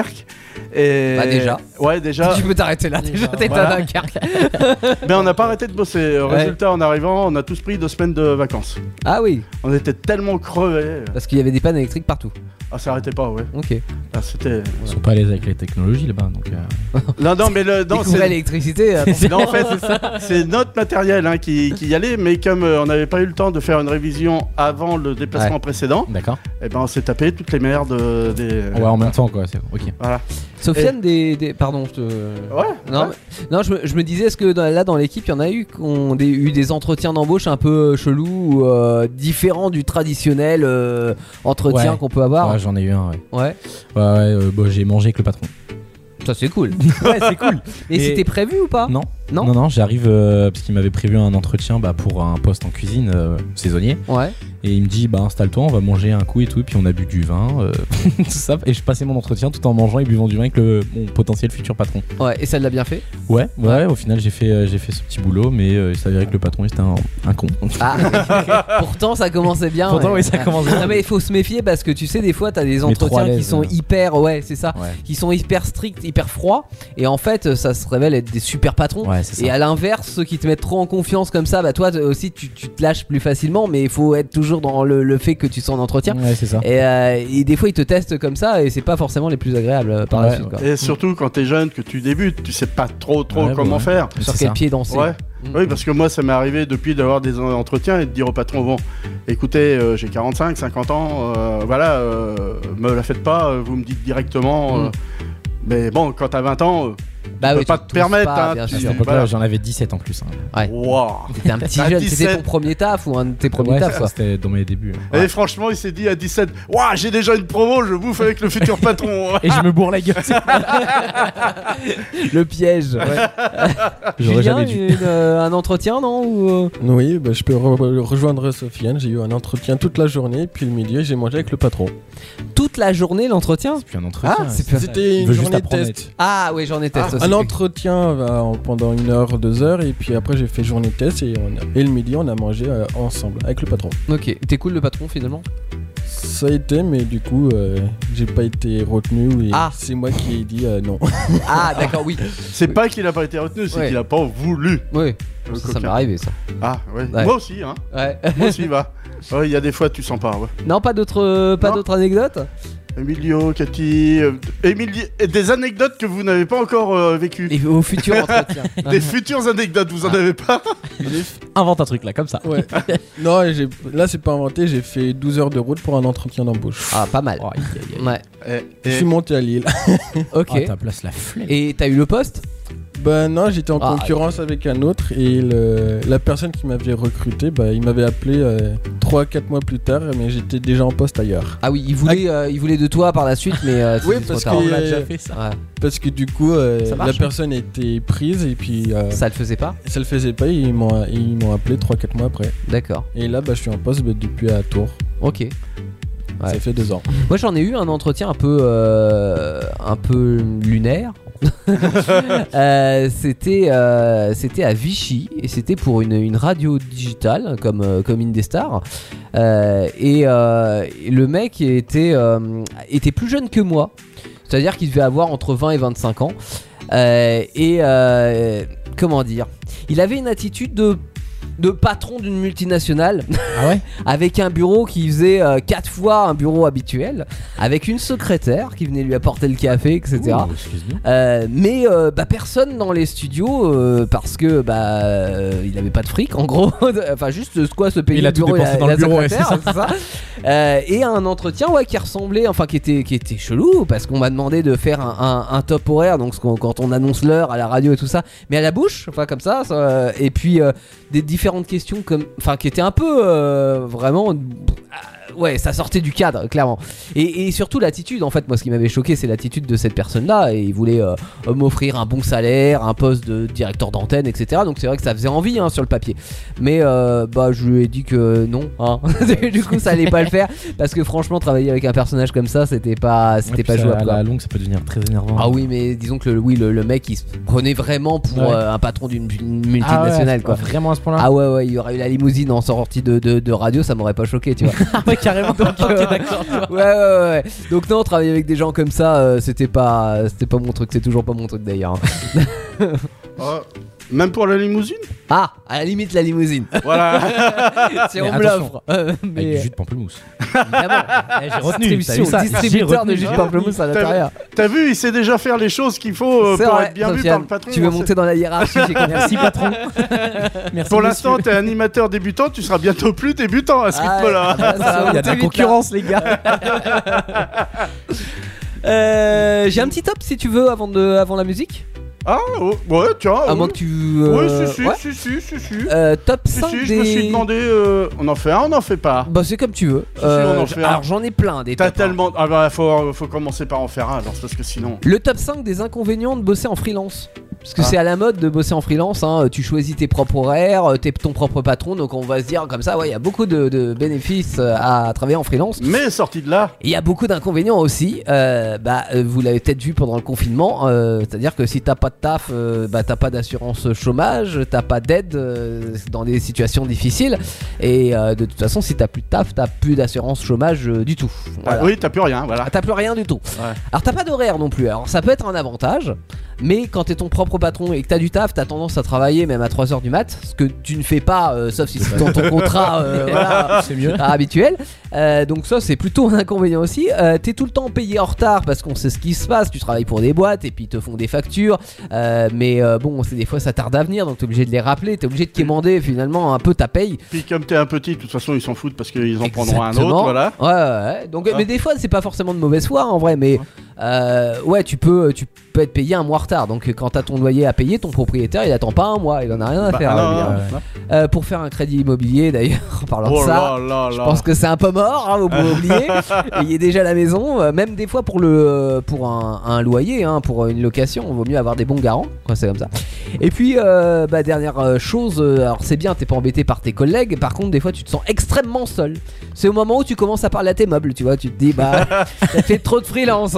Et... Bah, déjà. Ouais, déjà. Tu peux t'arrêter là, déjà, t'es Voilà. à Dunkerque. Mais on n'a pas arrêté de bosser. Ouais. Résultat, en arrivant, on a tous pris deux semaines de vacances. Ah oui, On était tellement crevés. parce qu'il y avait des pannes électriques partout. Ah, ça arrêtait pas, ouais. Ok. Ah, c'était. Ils sont pas à l'aise avec les technologies là-bas, donc. euh, Non, non, mais le. Non, Découvrir c'est... l'électricité. attention. non, en fait, c'est notre matériel hein, qui, qui y allait, mais comme euh, on n'avait pas eu le temps de faire une révision avant le déplacement Ouais. précédent, D'accord. eh ben on s'est tapé toutes les merdes euh, des. Ouais, en même temps, quoi. C'est... Ok. Voilà. Sofiane, des, des. Pardon, je te. Ouais. Non, ouais. mais- non je, me, je me disais, est-ce que dans- là dans l'équipe, il y en a eu qui ont des- eu des entretiens d'embauche un peu chelous ou euh, différents du traditionnel euh, entretien Ouais. qu'on peut avoir? Ouais, j'en ai eu un, ouais. Ouais, Ouais, ouais, euh, bah, j'ai mangé avec le patron. ça c'est cool. Ouais, c'est cool. Et, Et- c'était prévu ou pas? Non. Non Non, non, j'arrive euh, parce qu'il m'avait prévu un entretien bah, pour un poste en cuisine euh, saisonnier. Ouais. Et il me dit, bah installe-toi, on va manger un coup et tout. Et puis on a bu du vin, euh, tout ça. Et je passais mon entretien tout en mangeant et buvant du vin avec le, mon potentiel futur patron. Ouais, et ça l'a bien fait? Ouais, ouais, Ouais. au final j'ai fait, euh, j'ai fait ce petit boulot, mais euh, il s'avérait que le patron il était un, un con. Ah, pourtant ça commençait bien. Pourtant, ouais. oui, ça commence bien. Non, mais il faut se méfier parce que tu sais, des fois, t'as des Mais trop à entretiens qui l'aise, sont euh. hyper. Ouais, c'est ça. Ouais, Qui sont hyper stricts, hyper froids. Et en fait, ça se révèle être des super patrons. ouais, c'est Et ça. à l'inverse, ceux qui te mettent trop en confiance comme ça, bah toi t- aussi tu, tu te lâches plus facilement, mais il faut être toujours dans le, le fait que tu sois en entretien. Ouais, c'est ça. Et, euh, et des fois ils te testent comme ça et c'est pas forcément les plus agréables euh, par la Ouais, suite. Quoi. Et surtout quand t'es jeune, que tu débutes, tu sais pas trop trop Ouais, bah comment ouais. faire. Sur C'est quel ça. pied danser. Ouais. Mm. Oui, parce que moi, ça m'est arrivé depuis d'avoir des en- entretiens et de dire au patron, bon, écoutez, euh, j'ai quarante-cinq, cinquante ans, euh, voilà, euh, me la faites pas, euh, vous me dites directement. euh, Mm. mais bon, quand t'as vingt ans, euh, Bah peux oui, pas tu te tousses permettre, pas, hein, bien tu- À sûr. cette époque-là, Voilà. j'en avais dix-sept en plus. Hein. Ouais. waouh. T'étais un petit À jeune, c'était dix-sept. ton premier taf ou un de tes premiers Ouais, tafs ça, quoi. c'était dans mes débuts. Et franchement, il s'est dit à dix-sept, waouh, j'ai déjà une promo, je bouffe avec le futur patron. Et je me bourre la gueule. Le piège. J'aurais Julien, jamais dû. une, euh, un entretien non ou, euh, Oui, bah, je peux re- rejoindre Sofiane. J'ai eu un entretien toute la journée, puis le midi, j'ai mangé avec le patron. toute la journée l'entretien? C'est plus un entretien. Ah, c'est plus- C'était Il une veut juste journée de apprendre à test. être- Ah oui, j'en ai testé aussi. Un entretien bah, en- pendant une heure, deux heures, et puis après j'ai fait journée de test et, on a- et le midi on a mangé euh, ensemble avec le patron. Ok, t'es cool le patron finalement? Ça a été, mais du coup euh, j'ai pas été retenu et Ah. c'est moi qui ai dit euh, non. Ah d'accord, oui. C'est pas qu'il a pas été retenu, c'est Ouais. qu'il a pas voulu. Oui, le ça, ça coquin. m'est arrivé ça. Ah, ouais. Ouais. Moi aussi, hein. Ouais. Moi aussi, va. Ouais, il y a des fois, tu sens pas, ouais. Non, pas d'autres, euh, pas Non. d'autres anecdotes? Emilio, Cathy, euh, Émilie- et des anecdotes que vous n'avez pas encore euh, vécues. Et au futur entretien. Des futures anecdotes, vous en avez pas? Invente un truc là, comme ça. Ouais. non, et j'ai- là c'est pas inventé, j'ai fait douze heures de route pour un entretien d'embauche. Ah, pas mal. Oh, aïe, aïe, aïe. Ouais. Et, Je suis monté à Lille. Ok. Ah, ta place la flemme. Et t'as eu le poste? Bah non, j'étais en Ah, concurrence avec un autre et le- la personne qui m'avait recruté, bah, il m'avait appelé trois à quatre mois plus tard, mais j'étais déjà en poste ailleurs. Ah oui, il voulait, euh, il voulait de toi par la suite, mais euh, Oui, c'était parce trop tard. que- On l'a déjà fait ça. Ouais. Parce que du coup, euh, Ça la marche, personne était prise et puis euh, Ça le faisait pas? ça le faisait pas et ils m'ont, ils m'ont appelé trois à quatre mois après. D'accord. Et là, bah, je suis en poste bah, depuis à Tours. Ok. Ouais. Ça fait deux ans. Moi j'en ai eu un entretien un peu, euh, un peu lunaire. Euh, c'était, euh, c'était à Vichy et c'était pour une, une radio digitale comme, euh, comme Indestar. Euh, et, euh, et le mec était, euh, était plus jeune que moi, c'est-à-dire qu'il devait avoir entre vingt et vingt-cinq ans. Euh, et euh, comment dire, il avait une attitude de de patron d'une multinationale. Ah ouais? Avec un bureau qui faisait euh, quatre fois un bureau habituel, avec une secrétaire qui venait lui apporter le café, et cetera. Ouh, excuse-moi. Euh, mais euh, bah, personne dans les studios euh, parce que bah euh, il avait pas de fric en gros. Enfin juste quoi se payer Il a le tout bureau et dépensé la, dans la le bureau, ouais, secrétaire, c'est ça. Euh, et un entretien ouais qui ressemblait, enfin qui était qui était chelou parce qu'on m'a demandé de faire un, un, un top horaire, donc ce qu'on- quand on annonce l'heure à la radio et tout ça, mais à la bouche, enfin comme ça, ça, euh, et puis euh, des différentes questions comme, enfin qui étaient un peu euh, vraiment. Ouais, ça sortait du cadre, clairement. Et, et surtout l'attitude, en fait, moi ce qui m'avait choqué, c'est l'attitude de cette personne-là. Et il voulait euh, m'offrir un bon salaire, un poste de directeur d'antenne, et cetera. Donc c'est vrai que ça faisait envie hein, sur le papier. Mais euh, bah je lui ai dit que non. Hein. Du coup, ça allait pas le faire parce que franchement, travailler avec un personnage comme ça, c'était pas, c'était Ouais, pas puis ça, jouable. À quoi. la longue, ça peut devenir très énervant. Ah oui, mais disons que le, oui, le, le mec, il se prenait vraiment pour Ouais. euh, un patron d'une d'une Ah ouais, multinationale, quoi. Vraiment à ce point-là. Ah ouais, ouais, il y aurait eu la limousine en sortie de, de, de radio, ça m'aurait pas choqué, tu vois. carrément. Donc, euh, ouais, ouais, ouais, ouais. Donc non, travailler avec des gens comme ça, euh, c'était pas, c'était pas mon truc. C'est toujours pas mon truc d'ailleurs. Oh, même pour la limousine. Ah, à la limite la limousine. Voilà. Si Mais on me attention. l'offre. Euh, Avec mais du jus de pamplemousse. évidemment. Eh, j'ai retenu. Distribution, t'as vu ça distributeur de J'ai jus de retenu. pamplemousse à T'as l'intérieur. T'as vu, il sait déjà faire les choses qu'il faut euh, C'est pour vrai, être bien vu Sofiane, par le patron. tu veux On sait- monter dans la hiérarchie, j'ai compris. Merci patron. Merci. Pour monsieur. l'instant, t'es animateur débutant, tu seras bientôt plus débutant à ce Ah, rythme-là. ouais, ça va il y a de monter la vite, là. concurrence, les gars. Euh, j'ai un petit top si tu veux avant, de, avant la musique. Ah, oh, ouais, tiens. À oui. moins que tu. Oui, euh, si, si, ouais. si, si, si, si. Euh, top Si, cinq si, des. je me suis demandé, euh, on en fait un, on en fait pas. Bah c'est comme tu veux. Si, si, on en j- fait un. alors j'en ai plein des T'as tops, hein. tellement. Ah bah, faut, faut commencer par en faire un, alors, parce que sinon. Le top cinq des inconvénients de bosser en freelance. Parce que Ah. c'est à la mode de bosser en freelance, hein. Tu choisis tes propres horaires, t'es ton propre patron, donc on va se dire comme ça, ouais, il y a beaucoup de, de bénéfices euh, à travailler en freelance. Mais sorti de là. Et il y a beaucoup d'inconvénients aussi. Euh, bah, euh, vous l'avez peut-être vu pendant le confinement, euh, c'est-à-dire que si t'as pas de taf, euh, bah t'as pas d'assurance chômage, t'as pas d'aide euh, dans des situations difficiles. Et euh, de toute façon, si t'as plus de taf, t'as plus d'assurance chômage euh, du tout. Voilà. Oui, t'as plus rien, voilà. Ah, t'as plus rien du tout. Ouais. Alors t'as pas d'horaire non plus. Alors ça peut être un avantage, mais quand t'es ton propre patron et que t'as du taf, t'as tendance à travailler même à trois heures du mat, ce que tu ne fais pas, euh, sauf si c'est dans ton contrat euh, voilà, C'est mieux. habituel. Euh, donc ça c'est plutôt un inconvénient aussi. Euh, t'es tout le temps payé en retard parce qu'on sait ce qui se passe. Tu travailles pour des boîtes et puis ils te font des factures. Euh, mais euh, bon, c'est des fois ça tarde à venir, donc t'es obligé de les rappeler. T'es obligé de quémander finalement un peu ta paye. Puis comme t'es un petit, de toute façon, ils s'en foutent parce qu'ils en prendront un Exactement. autre, voilà. Ouais, ouais, ouais. Donc, Ah. mais des fois, c'est pas forcément de mauvaise foi en vrai, mais euh, ouais, tu peux, tu peux être payé un mois en retard. Donc, quand t'as ton loyer à payer, ton propriétaire, il attend pas un mois, il en a rien à Bah, faire. non, lui, hein. non. Euh, pour faire un crédit immobilier, d'ailleurs, en parlant Oh de ça. là là Je là. pense que c'est un peu mort, hein, vous pouvez oublier. Il est déjà à la maison, euh, même des fois pour le pour un, un loyer, hein, pour une location, il vaut mieux avoir des bons garants, quoi, c'est comme ça. Et puis, euh, bah, dernière euh, chose, euh, alors c'est bien, t'es pas embêté par tes collègues, par contre, des fois, tu te sens extrêmement seul. C'est au moment où tu commences à parler à tes meubles, tu vois, tu te dis, bah, t'as fait trop de freelance.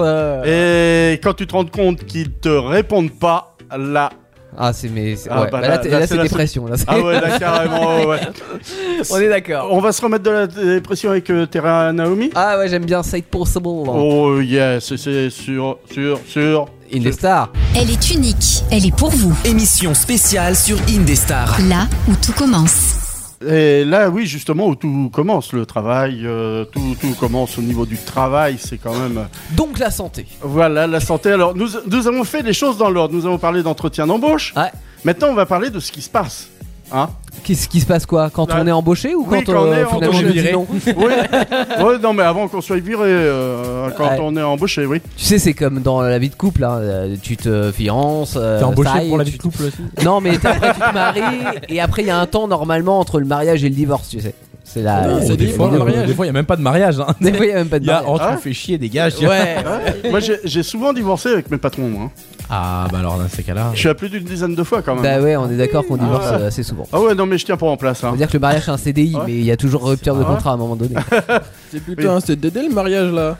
euh. Et quand tu te rends compte qu'ils te répondent pas, là. Ah, c'est mais c'est- Ah, ouais, bah, bah, là, là, t'es- là, là, c'est c'est la- dépression. Là, c'est- Ah ouais, là, carrément, ouais. On est d'accord. On va se remettre de la dépression avec euh, Terra Naomi. Ah ouais, j'aime bien Side Possible. Oh yes, c'est sûr, sûr, sûr. Indestar. Elle est unique, elle est pour vous. Émission spéciale sur Indestar. Là où tout commence. Et là, oui, justement, où tout commence, le travail, euh, tout, tout commence au niveau du travail, c'est quand même... euh, Donc la santé. Voilà, la santé. Alors, nous, nous avons fait les choses dans l'ordre. Nous avons parlé d'entretien d'embauche. Ouais. Maintenant, on va parler de ce qui se passe. Hein Qu'est-ce qui se passe quoi quand Bah, on est embauché ou quand, oui, quand on est finalement, embauché. on nous dit Viré. non? Oui. Ouais, non, mais avant qu'on soit viré, euh, quand Ouais. on est embauché, oui. Tu sais, c'est comme dans la vie de couple, hein, euh, tu te fiances. euh, T'es embauché ça y est, pour la tu vie de couple aussi. te- Non, mais après tu te maries et après il y a un temps normalement entre le mariage et le divorce, tu sais. C'est la. Non, euh, c'est des, des fois, fois, le mariage. des fois, il y a même pas de mariage. Hein. Des fois, il y a même pas de Il y a, mariage. oh, tu Ah. me fais chier, dégage. Ouais. Ouais. Moi, j'ai j'ai souvent divorcé avec mes patrons, moi. hein. Ah, bah alors, dans ces cas-là. Je suis à plus d'une dizaine de fois, quand même. Bah ouais, on est d'accord qu'on divorce Ah ouais. euh, assez souvent. Ah ouais, non, mais je tiens pas en place. Ça Hein. veut dire que le mariage c'est un C D I, Ouais. mais il y a toujours rupture de Ah ouais. contrat à un moment donné. C'est plutôt un C D D le mariage là.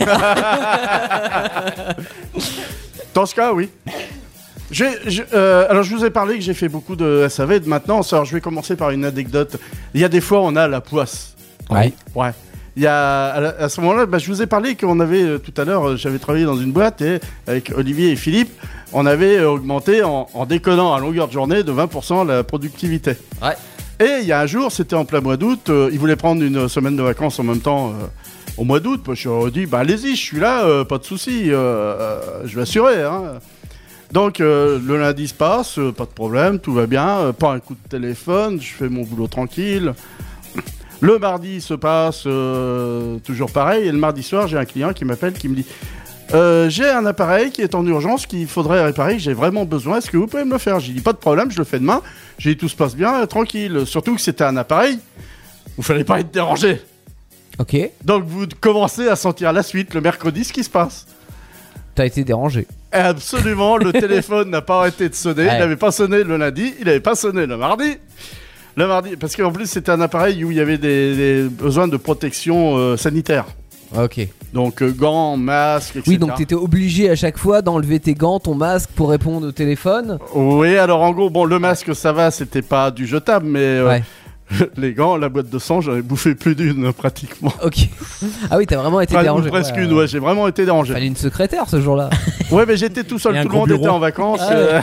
Dans ce cas, oui. J'ai- je- euh, alors, je vous ai parlé que j'ai fait beaucoup de S A V de maintenance. Alors, je vais commencer par une anecdote. Il y a des fois, on a la poisse. Ouais. Ouais. Il y a, à, la- à ce moment-là, bah, je vous ai parlé qu'on avait, euh, tout à l'heure, euh, j'avais travaillé dans une boîte et avec Olivier et Philippe, on avait euh, augmenté en, en déconnant à longueur de journée de vingt pour cent la productivité. Ouais. Et il y a un jour, c'était en plein mois d'août, euh, ils voulaient prendre une semaine de vacances en même temps euh, au mois d'août. Moi, je leur ai dit, bah, allez-y, je suis là, euh, pas de souci, euh, euh, je vais assurer. Hein. Donc, euh, le lundi se passe, euh, pas de problème, tout va bien, euh, pas un coup de téléphone, je fais mon boulot tranquille. Le mardi se passe euh, toujours pareil, et le mardi soir, j'ai un client qui m'appelle, qui me dit euh, j'ai un appareil qui est en urgence, qu'il faudrait réparer, que j'ai vraiment besoin, est-ce que vous pouvez me le faire? J'ai dit pas de problème, je le fais demain. J'ai dit tout se passe bien, euh, tranquille. Surtout que c'était un appareil, vous fallait pas être dérangé. Ok. Donc vous commencez à sentir la suite le mercredi ce qui se passe. T'as été dérangé. Et absolument, le téléphone n'a pas arrêté de sonner, Ouais. il n'avait pas sonné le lundi, il n'avait pas sonné le mardi. Le mardi, parce qu'en plus c'était un appareil où il y avait des, des besoins de protection euh, sanitaire. Ok. Donc euh, gants, masques, et cetera. Oui, donc t'étais obligé à chaque fois d'enlever tes gants, ton masque pour répondre au téléphone. Oui, alors en gros, bon, le masque ça va, c'était pas du jetable, mais euh, Ouais. Les gants, la boîte de sang, j'en ai bouffé plus d'une pratiquement. Ok. Ah oui, t'as vraiment été Enfin, dérangé. ou presque Ouais, une, ouais, j'ai vraiment été dérangé. Fallait une secrétaire ce jour-là. Ouais, mais j'étais tout seul, Et un tout le gros monde bureau. était en vacances. Ah euh,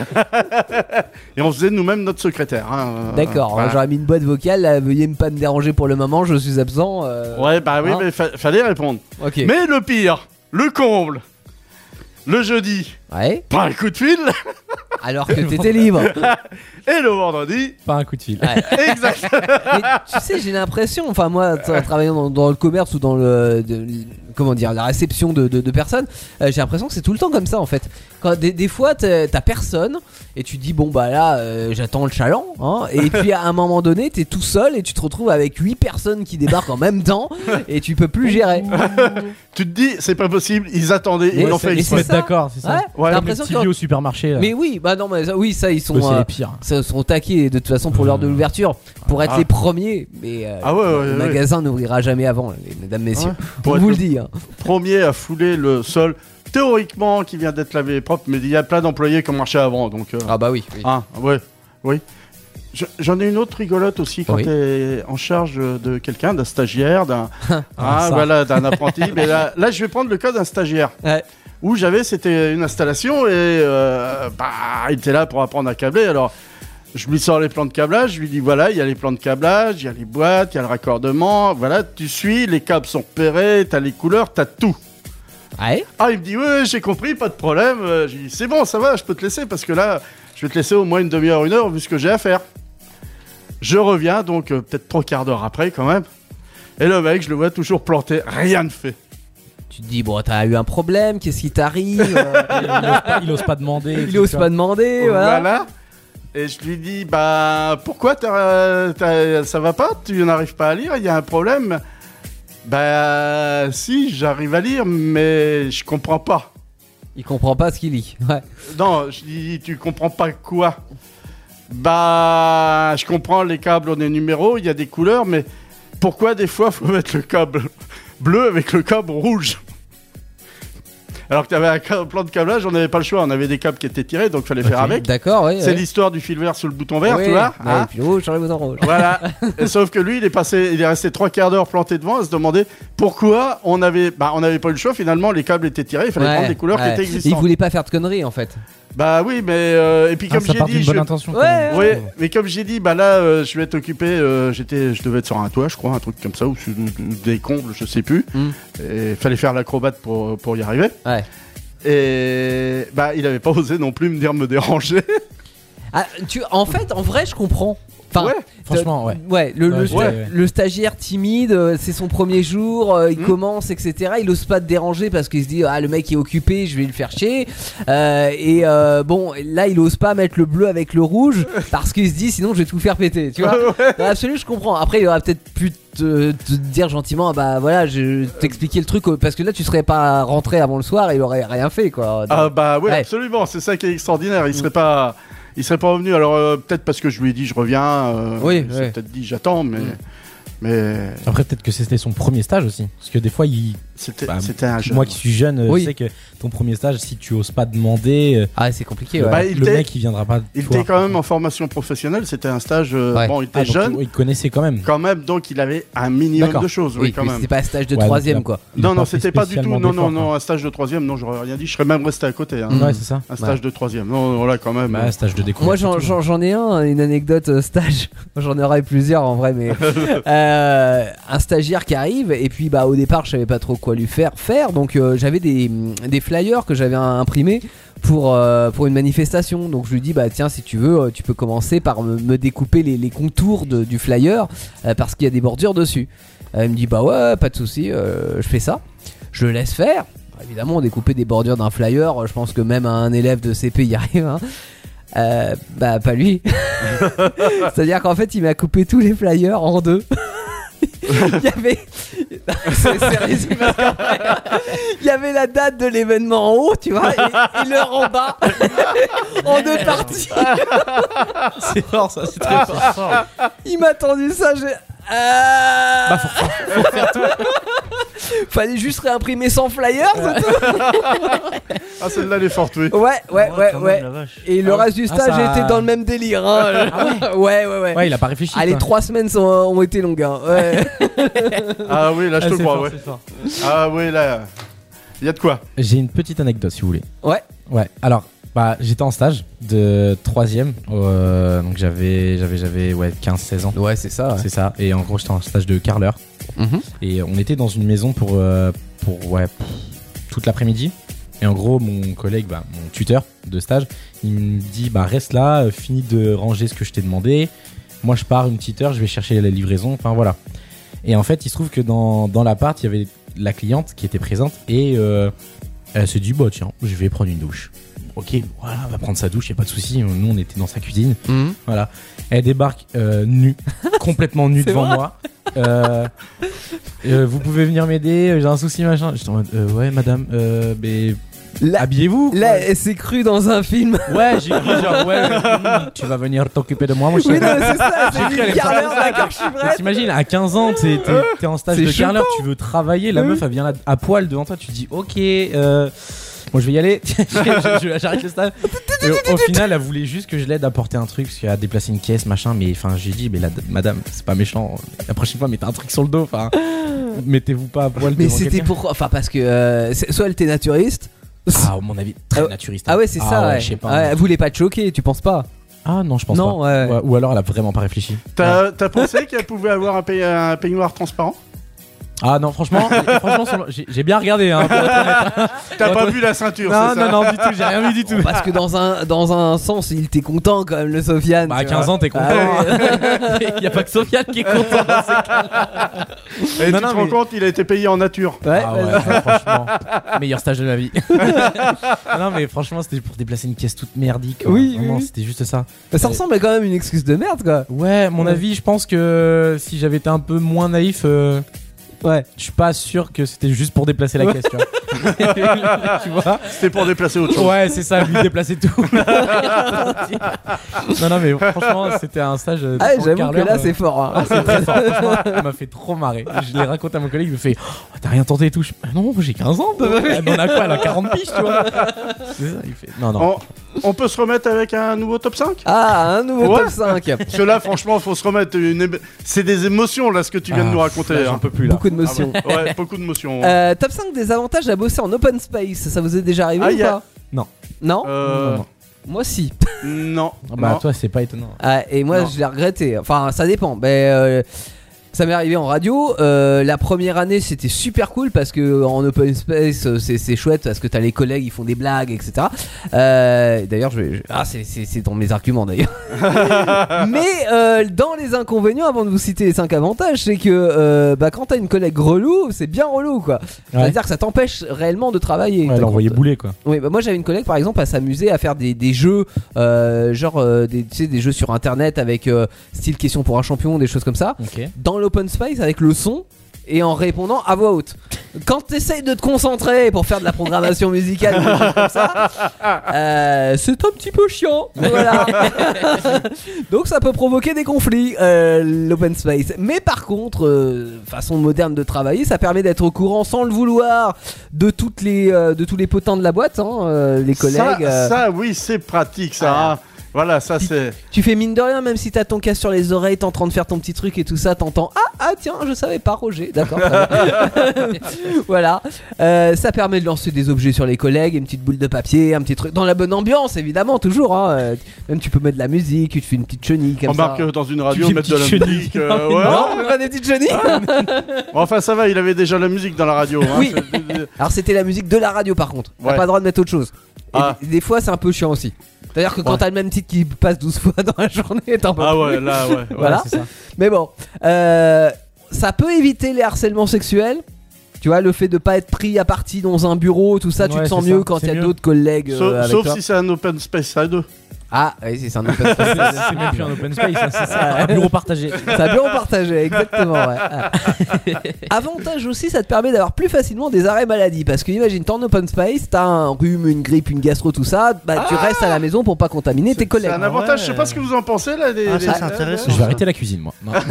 et on faisait nous-mêmes notre secrétaire. hein. D'accord, Voilà. j'aurais mis une boîte vocale, là, veuillez pas me déranger pour le moment, je suis absent. euh, Ouais, bah oui, Hein mais fa- fallait répondre. Ok. Mais le pire, le comble, le jeudi, Ouais, pas un coup de fil, alors que t'étais libre. et le vendredi, Pas un coup de fil. Ouais. exact. Mais tu sais, j'ai l'impression, enfin moi, tra- travaillant dans, dans le commerce ou dans le, de- comment dire, la réception de, de- de personnes, euh, j'ai l'impression que c'est tout le temps comme ça en fait. Quand des, des fois, t'es- t'as personne et tu dis bon bah là, euh, j'attends le chaland, hein, et puis à un moment donné, t'es tout seul et tu te retrouves avec huit personnes qui débarquent en même temps et tu peux plus gérer. Tu te dis, c'est pas possible, ils attendaient, ils Ouais, l'ont c'est- fait et Ils se c'est exprès. mettent ça. d'accord, c'est ça. Ouais, Ouais, t'as mais Les l'impression petits que- vieux au supermarché. Là. Mais oui, bah non, mais ça- oui, ça ils sont, Eux, c'est euh, les pires. ça seront taqués de toute façon pour l'heure de l'ouverture pour être Ah. les premiers. Mais euh, Ah ouais, ouais, le ouais. magasin n'ouvrira jamais avant, les mesdames, messieurs. Ouais. Pour Pour vous être le dire. Premier à fouler le sol, théoriquement, qui vient d'être lavé et propre, mais il y a plein d'employés qui ont marché avant, donc... euh, Ah bah oui. oui. Ah, ouais, oui. Je- J'en ai une autre rigolote aussi quand Oui. tu es en charge de quelqu'un, d'un stagiaire, d'un ah, ça. voilà, d'un apprenti. Mais là, là, je vais prendre le cas d'un stagiaire. Ouais. Où j'avais, c'était une installation et euh, bah, il était là pour apprendre à câbler. Alors, je lui sors les plans de câblage, je lui dis voilà, il y a les plans de câblage, il y a les boîtes, il y a le raccordement. Voilà, tu suis, les câbles sont repérés, t'as les couleurs, t'as tout. Ouais. Ah, il me dit, ouais, j'ai compris, pas de problème. Euh, J'ai dit, c'est bon, ça va, je peux te laisser parce que là, je vais te laisser au moins une demi-heure, une heure, vu ce que j'ai à faire. Je reviens, donc euh, peut-être trois quarts d'heure après quand même. Et le mec, je le vois toujours planté, rien ne fait. Tu te dis, bon, t'as eu un problème, qu'est-ce qui t'arrive euh, il, ose pas, il ose pas demander. Il ose pas demander, voilà. Voilà. Et je lui dis, bah, pourquoi t'as- t'as- ça va pas? Tu n'arrives pas à lire? Il y a un problème? Bah, si, j'arrive à lire, mais je comprends pas. Il comprend pas ce qu'il lit. Ouais. Non, je dis, tu comprends pas quoi? Bah, je comprends, les câbles ont des numéros, il y a des couleurs, mais pourquoi des fois faut mettre le câble bleu avec le câble rouge? Alors que tu avais un ca- plan de câblage, on n'avait pas le choix, on avait des câbles qui étaient tirés, donc fallait faire Ok. avec. D'accord, ouais. C'est ouais. l'histoire du fil vert sur le bouton vert, Ouais, tu vois ouais, hein et puis rouge sur le bouton rouge. Voilà. Et sauf que lui, il est passé, il est resté trois quarts d'heure planté devant à se demander pourquoi on avait, bah, on n'avait pas eu le choix. Finalement, les câbles étaient tirés, il fallait Ouais, prendre des couleurs ouais. qui étaient Il existantes. voulait pas faire de conneries en fait. Bah oui, mais euh, et puis Ah, comme ça j'ai part dit, d'une je bonne vais- intention. quand Ouais, même. Oui, mais comme j'ai dit, bah là, euh, je vais être occupé. euh, j'étais, je devais être sur un toit, je crois, un truc comme ça, ou sur des combles, je sais plus. Mm. Et fallait faire l'acrobate pour pour y arriver. Ouais. Et bah, il avait pas osé non plus me dire me déranger. Ah, tu, en fait, en vrai, je comprends. Enfin, Ouais. Franchement, ouais. Ouais, le, Ouais, le, je sta- dirais, ouais. le stagiaire timide, euh, c'est son premier jour, euh, il Mm. commence, et cetera. Il ose pas te déranger parce qu'il se dit ah le mec est occupé, je vais le faire chier. Euh, et euh, bon, là il ose pas mettre le bleu avec le rouge parce qu'il se dit sinon je vais tout faire péter. Tu vois Dans l'absolu, je comprends. Après, il aurait peut-être pu te, te dire gentiment ah bah voilà, je t'expliquer le truc euh, parce que là tu serais pas rentré avant le soir et il aurait rien fait quoi. Ah bah ouais, Ouais. absolument. C'est ça qui est extraordinaire. Il serait pas, il serait pas revenu. Alors euh, peut-être parce que je lui ai dit je reviens. euh, Oui, il s'est ouais. peut-être dit j'attends, mais Mm. mais Après, peut-être que c'était son premier stage aussi. Parce que des fois, il... c'était bah, c'était un jeune. moi qui suis jeune, euh, Oui. je sais que ton premier stage, si tu oses pas demander, euh, Ah c'est compliqué. le, Ouais. Bah, il le était- mec il viendra pas. Il te voir. était quand même en formation professionnelle. C'était un stage. euh, Ouais. Bon, il était Ah, donc, jeune. il connaissait quand même. Quand même, donc il avait un minimum D'accord. de choses, oui, oui, quand mais même. c'était pas un stage de Ouais, donc troisième il a- quoi. il a Non, non, fait c'était pas du tout. spécialement Non, non, d'efforts, non, quoi. un stage de troisième, non, j'aurais rien dit. Je serais même resté à côté. Hein. Mm. Ouais, c'est ça. Un stage de troisième. Non, voilà, quand même. Bah, stage de découverte. Moi j'en, surtout. j'en, j'en ai un, une anecdote euh, stage. J'en aurais plusieurs en vrai, mais euh, un stagiaire qui arrive et puis bah au départ je savais pas trop quoi lui faire faire, donc euh, j'avais des, des flyers que j'avais imprimés pour euh, pour une manifestation. Donc je lui dis bah tiens si tu veux euh, tu peux commencer par me, me découper les, les contours de- du flyer euh, parce qu'il y a des bordures dessus. Euh, il me dit bah ouais pas de souci, euh, je fais ça. Je le laisse faire. Évidemment, découper des bordures d'un flyer, je pense que même un élève de C P y arrive. Hein. Euh, bah pas lui. C'est-à-dire qu'en fait, il m'a coupé tous les flyers en deux. Il y avait, c'est, c'est résumé parce qu'après, il y avait la date de l'événement en haut, tu vois, et, et l'heure en bas, en deux parties. C'est fort, ça, c'est très fort. Il m'a tendu ça, j'ai. Euh... Bah, faut, faut faire tout. Fallait juste réimprimer cent flyers. c'est tout. Ah, celle-là, elle est forte, oui. Ouais, ouais, Ah ouais, quand même, ouais. la vache. Et le Ah reste du Ah, stage ça- était dans le même délire. Hein. ouais, ouais, ouais. Ouais, il a pas réfléchi. Ah, les quoi. trois semaines sont- ont été longues. Hein. Ouais. Ah oui, là, je Ah, te c'est crois, fort, ouais. c'est fort. Ah oui, là, il y a de quoi. J'ai une petite anecdote si vous voulez. Ouais. Ouais. Alors, bah, j'étais en stage de troisième. Euh, donc j'avais, j'avais, j'avais ouais, quinze seize ans. Ouais, c'est ça. C'est ça. Et en gros, j'étais en stage de carreleur. Mhm. Et on était dans une maison pour, euh, pour ouais, pff, toute l'après-midi. Et en gros, mon collègue, bah, mon tuteur de stage, il me dit bah, reste là, euh, finis de ranger ce que je t'ai demandé. Moi, je pars une petite heure, je vais chercher la livraison. Enfin, voilà. Et en fait, il se trouve que dans, dans l'appart, il y avait la cliente qui était présente. Et euh, elle se dit bah, tiens, je vais prendre une douche. Ok, voilà, on va prendre sa douche, y a pas de souci. Nous, on était dans sa cuisine. Mhm. Voilà. Elle débarque euh, nue, complètement nue C'est devant vrai moi. Euh, euh, vous pouvez venir m'aider, j'ai un souci machin. J'étais en mode euh, ouais madame, euh, mais Là, habillez-vous. quoi. là, elle s'est crue dans un film. Ouais, j'ai cru genre ouais, hum, tu vas venir t'occuper de moi. Moi je Oui, sais non, c'est ça. J'ai C'est cru une aller me carleur, sortir ça, d'accord, je suis prête. T'imagines, à quinze ans, t'es, t'es, t'es en stage C'est de carleur, tu veux travailler, la Oui. meuf elle vient là à poil devant toi, tu te dis ok, euh, moi je vais y aller, Je- je- j'arrête le stage. Et au, au final, elle voulait juste que je l'aide à porter un truc, parce qu'elle a déplacé une caisse, machin, mais enfin j'ai dit, mais la, madame, c'est pas méchant, la prochaine fois mettez un truc sur le dos, enfin, mettez-vous pas à poil Mais devant c'était quelqu'un. pourquoi Enfin, parce que euh, c'est- soit elle était naturiste. Ah, à mon avis, très Ah, naturiste. Ah ouais, c'est ça. ouais, Ouais. je sais pas. Ouais, elle voulait pas te choquer, tu penses pas? Ah non, je pense Non, pas. ouais. Ouais, ou alors elle a vraiment pas réfléchi. T'as t'as pensé qu'elle pouvait avoir un, pei- un peignoir transparent? Ah non, franchement, franchement sur le- j'ai, j'ai bien regardé. Hein, pour être honnête. T'as Ouais, pas toi- vu la ceinture, Non, c'est ça? non, non, du tout, j'ai rien vu du tout. Parce que dans un, dans un sens, il était content quand même, le Sofiane. Bah, à tu quinze vois. ans, t'es content. Ah ouais. Il y a pas que Sofiane qui est content dans ces cas-là. Et Non, tu non, te rends mais- compte, il a été payé en nature. Ouais, Ah ouais, vas-y. ouais, franchement, meilleur stage de ma vie. Non, mais franchement, c'était pour déplacer une caisse toute merdique. quoi. Oui, Vraiment, oui. c'était juste ça. Mais ça ressemble à quand même une excuse de merde, quoi. Ouais, mon Ouais. avis, je pense que si j'avais été un peu moins naïf, euh, Ouais. je suis pas sûr que c'était juste pour déplacer la caisse, tu vois. Tu vois. C'était pour déplacer autre chose. Ouais, c'est ça, lui déplacer tout. Non, non, mais franchement, c'était un stage. euh, Ah, en j'avoue que carleur, là, euh, c'est fort. Hein. Ah, c'est très fort, franchement, ça m'a fait trop marrer. Je l'ai raconté à mon collègue, il me fait oh, t'as rien tenté et tout. Je... Ah non, j'ai quinze ans. Elle en a quoi Elle a quarante piges, tu vois. C'est ça, il fait non, non. On, on peut se remettre avec un nouveau top cinq? Ah, un nouveau Ouais. top cinq. Parce que là, franchement, faut se remettre. Une... éme- C'est des émotions, là, ce que tu viens de Ah, nous raconter. là, j'en hein. peux plus là. Beaucoup de notions. Ah ouais, ouais, beaucoup d'émotions. Euh, top cinq des avantages à bosser en open space. Ça vous est déjà arrivé Ah, ou y a- pas? Non. Non Euh, Non, non. Moi, si. non. Bah, non. toi, c'est pas étonnant. Ah, et moi, Non. je l'ai regretté. Enfin, ça dépend. Mais euh, ça m'est arrivé en radio. Euh, la première année, c'était super cool parce que en open space, euh, c'est, c'est chouette parce que t'as les collègues, ils font des blagues, et cetera. Euh, d'ailleurs, je vais. je- Ah, c'est, c'est, c'est dans mes arguments d'ailleurs. Mais euh, dans les inconvénients, avant de vous citer les cinq avantages, c'est que euh, bah, quand t'as une collègue relou, c'est bien relou quoi. Ouais. C'est-à-dire que ça t'empêche réellement de travailler. Ouais, T'as l'envoyer compte- bouler, quoi. Oui, bah moi j'avais une collègue par exemple à s'amuser à faire des, des jeux, euh, genre euh, des, tu sais, des jeux sur internet avec euh, style question pour un champion, des choses comme ça, Ok. dans l'open space avec le son et en répondant à voix haute. Quand t'essayes de te concentrer pour faire de la programmation musicale, ou des choses comme ça, euh, c'est un petit peu chiant. Voilà. Donc ça peut provoquer des conflits, euh, l'open space. Mais par contre, euh, façon moderne de travailler, ça permet d'être au courant sans le vouloir de toutes les, euh, de tous les potins de la boîte, hein, euh, les collègues. Ça, euh, ça, oui, c'est pratique, ça. Ah. hein. Voilà, ça, c'est. Tu fais mine de rien, même si t'as ton casque sur les oreilles, t'es en train de faire ton petit truc et tout ça, t'entends ah ah tiens, je savais pas Roger, d'accord. très bien. Voilà, Euh, ça permet de lancer des objets sur les collègues, une petite boule de papier, un petit truc dans la bonne ambiance évidemment toujours. Hein. Euh, Même tu peux mettre de la musique, tu te fais une petite chenille comme Embarque ça. euh, dans une radio, fais mettre une de la petite musique. chenille. euh, Non, ouais. Non, on peut pas des petites chenilles. Enfin, ça va, il avait déjà la musique dans la radio. hein. Oui. C'est- Alors c'était la musique de la radio par contre. T'as Ouais. pas le droit de mettre autre chose. Et Ah. des, des fois c'est un peu chiant aussi. C'est-à-dire que quand Ouais. t'as le même titre qui passe douze fois dans la journée, t'en peux Ah plus. ouais, là, ouais. ouais. Voilà. Ouais, c'est ça. Mais bon, euh, ça peut éviter les harcèlements sexuels. Tu vois, le fait de pas être pris à partie dans un bureau, tout ça, tu Ouais, te sens c'est mieux ça, quand c'est il y a mieux. d'autres collègues euh, Sauf, avec sauf toi. si c'est un open space à deux. Ah, oui, c'est un open space. C'est même plus un open space, hein, c'est ça, un bureau partagé. C'est un bureau partagé, exactement. Ouais. Ah. Avantage aussi, ça te permet d'avoir plus facilement des arrêts maladie. Parce que imagine, t'es en open space, t'as un rhume, une grippe, une gastro, tout ça. Bah, tu Ah restes à la maison pour pas contaminer tes collègues. C'est un avantage, ouais. je sais pas ce que vous en pensez là. Des, Ah, des- ça, c'est intéressant. Je vais arrêter la cuisine, moi. Non.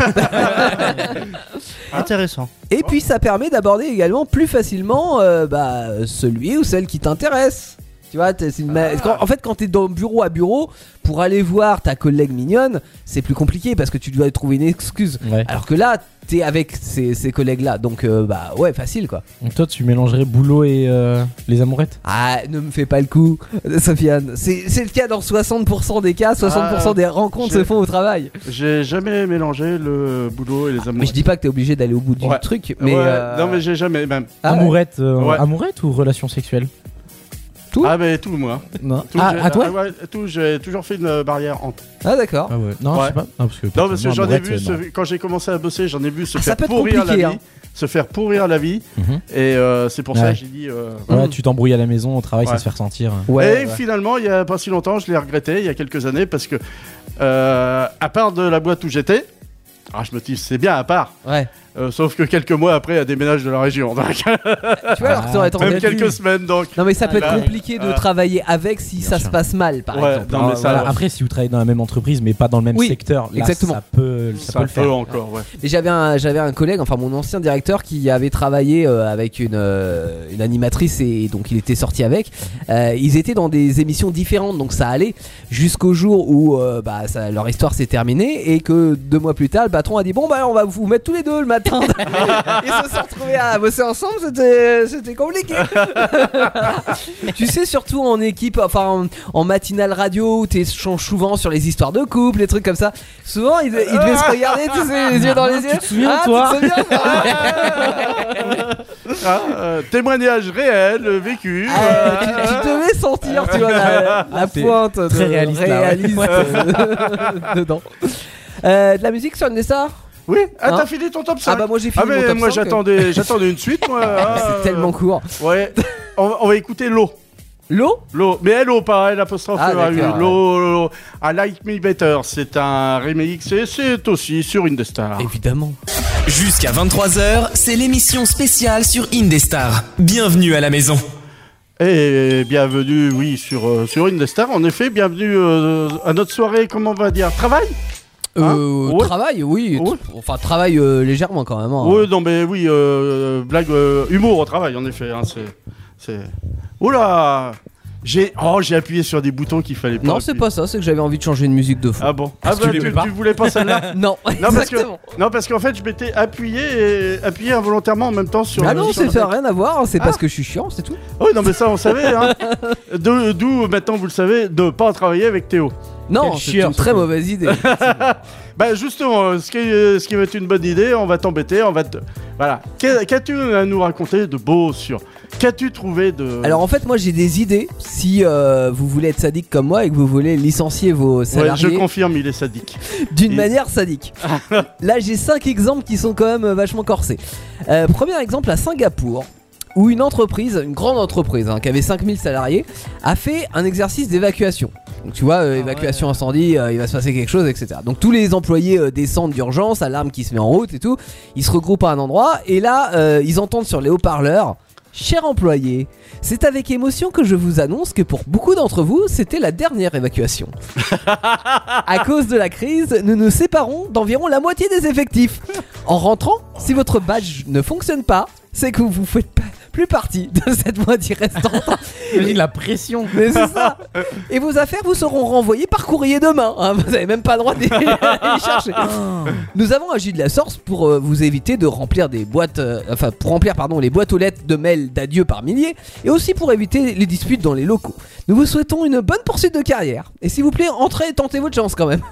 Intéressant. Et puis ça permet d'aborder également plus facilement euh, bah, celui ou celle qui t'intéresse. Tu vois, t'es- c'est une ma- quand- en fait, quand t'es dans bureau à bureau, pour aller voir ta collègue mignonne, c'est plus compliqué parce que tu dois trouver une excuse. Ouais. Alors que là, t'es avec ces, ces collègues-là, donc euh, bah ouais, facile quoi. Donc toi, tu mélangerais boulot et euh, les amourettes? Ah, ne me fais pas le coup, Sofiane. C'est, c'est le cas dans soixante pour cent des cas, soixante pour cent Ah, des rencontres j'ai- se font au travail. J'ai jamais mélangé le boulot et les amours. Mais je dis pas que t'es obligé d'aller au bout du Ouais. truc, mais. Ouais, euh, Non, mais j'ai jamais même. ah ouais. Amourette, euh, Ouais. amourette ou relation sexuelle? Tout Ah, mais tout, moi. Non. Tout, Ah, j'ai- à toi? ah ouais, tout, j'ai toujours fait une euh, barrière entre. Ah d'accord. Ah ouais. Non, Ouais. je sais pas. Non, parce que, Non, parce que j'en ai amourette, vu, euh, se- non. quand j'ai commencé à bosser, j'en ai vu se Ah, ça faire peut être pourrir la compliqué, vie. hein. Se faire pourrir la vie. Mhm. Et euh, c'est pour ça Ouais. que j'ai dit. euh, Ouais, tu t'embrouilles à la maison, au travail, Ouais. ça se fait ressentir. Ouais. et finalement, il y a pas si longtemps, je l'ai regretté, il y a quelques années, parce que, euh, à part de la boîte où j'étais, ah, je me dis, c'est bien à part. Ouais. Euh, sauf que quelques mois après, elle déménage de la région. Donc, Tu vois, alors que t'aurais même tenté- quelques semaines, donc. Non mais ça peut Ah, être là, compliqué de euh, travailler avec si bien ça sûr. se passe mal par Ouais, exemple. non, mais Alors, ça, voilà, ouais. Après, si vous travaillez dans la même entreprise, mais pas dans le même Oui, secteur, là, exactement. ça peut, ça Ça peut le faire. encore, ouais. Et j'avais un, j'avais un collègue, enfin mon ancien directeur qui avait travaillé euh, avec une, euh, une animatrice et donc il était sorti avec. Euh, ils étaient dans des émissions différentes donc ça allait jusqu'au jour où euh, bah, ça- leur histoire s'est terminée et que deux mois plus tard le patron a dit bon bah on va vous mettre tous les deux le matin. Ils se sont retrouvés à bosser ensemble, c'était, c'était compliqué. Tu sais, surtout en équipe, enfin en, en matinale radio où tu échanges souvent sur les histoires de couple, les trucs comme ça. Souvent ils, ils devaient se regarder, tu sais, les yeux dans les yeux. Tu te souviens, Ah, toi tu te souviens, toi Ah, euh, témoignage réel, euh, vécu. Ah, euh, tu, tu devais sentir, tu vois, la, la C'est pointe de très réaliste, là, ouais. réaliste, euh, dedans. Euh, de la musique sur Indestar. Oui, ah, Hein t'as fini ton top cinq. Ah bah moi j'ai fini Ah, mais mon top moi cinq. j'attendais, j'attendais une suite, moi. Ah, C'est tellement court. Ouais, on, va- on va écouter l'eau. L'eau. L'eau, mais elle eau, pas elle apostrophe Ah, A U. d'accord, L'eau, l'eau. I Like Me Better, c'est un remix et c'est aussi sur Indestar. Évidemment. Jusqu'à vingt-trois heures, c'est l'émission spéciale sur Indestar. Bienvenue à la maison. Et bienvenue, oui, sur, euh, sur Indestar. En effet, bienvenue euh, à notre soirée, comment on va dire, travail. Hein Euh, Ouais. Travail, oui. Ouais. T- Enfin, travail euh, légèrement quand même. hein. Oui, non, mais oui, euh, blague, euh, humour au travail, en effet. Hein, c'est, c'est. Oula, j'ai, oh, j'ai appuyé sur des boutons qu'il fallait pas. Non, c'est appuyer. pas ça, c'est que j'avais envie de changer de musique de fond. Ah bon. Ah Parce que bah, tu tu, l'aimais pas. tu voulais pas celle-là. Non, Non parce, que, exactement. non, parce qu'en fait, je m'étais appuyé et appuyé involontairement en même temps sur. Ah le- non, sur c'est le ça, mec. rien à voir, c'est Ah. parce que je suis chiant, c'est tout. Oui, non, mais ça, on savait. Hein. De- D'où maintenant, vous le savez, de pas travailler avec Théo. Non, Quel c'est chieur, une ce très truc. mauvaise idée. Bah justement, euh, ce qui, euh, ce qui va être une bonne idée, on va t'embêter, on va te... Voilà. Qu'as- Qu'as-tu à nous raconter de beau sur... Qu'as-tu trouvé de... Alors en fait, moi j'ai des idées. Si euh, vous voulez être sadique comme moi et que vous voulez licencier vos Ouais, salariés je confirme, il est sadique. d'une Et- manière sadique. Là, j'ai cinq exemples qui sont quand même euh, vachement corsés. Euh, premier exemple à Singapour, où une entreprise, une grande entreprise hein, qui avait cinq mille salariés, a fait un exercice d'évacuation. Donc tu vois, euh, évacuation incendie, euh, il va se passer quelque chose, et cetera. Donc tous les employés euh, descendent d'urgence, alarme qui se met en route et tout. Ils se regroupent à un endroit et là, euh, ils entendent sur les haut-parleurs: chers employés, c'est avec émotion que je vous annonce que pour beaucoup d'entre vous, c'était la dernière évacuation. À cause de la crise, nous nous séparons d'environ la moitié des effectifs. En rentrant, si votre badge ne fonctionne pas, c'est que vous ne faites pas plus partie de cette moitié restante. Imagine la pression. Mais c'est ça. Et vos affaires vous seront renvoyées par courrier demain. hein. Vous n'avez même pas le droit de les les chercher. Nous avons agi de la sorte pour euh, vous éviter de remplir des boîtes, euh, enfin pour remplir pardon les boîtes aux lettres de mails d'adieu par milliers, et aussi pour éviter les disputes dans les locaux. Nous vous souhaitons une bonne poursuite de carrière. Et s'il vous plaît, entrez et tentez votre chance quand même.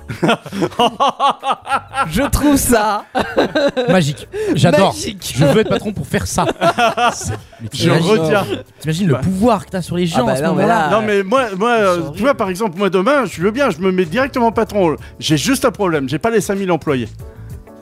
Je trouve ça Magique. J'adore. magique. Je veux être patron pour faire ça. C'est- mais Je t'imagines- retiens. T'imagines le Bah. pouvoir que t'as sur les gens Ah bah à ce non, mais moment-là. là- Non mais moi, moi euh, horrible. tu vois par exemple, moi demain, je veux bien, je me mets directement patron. J'ai juste un problème, j'ai pas les cinq mille employés.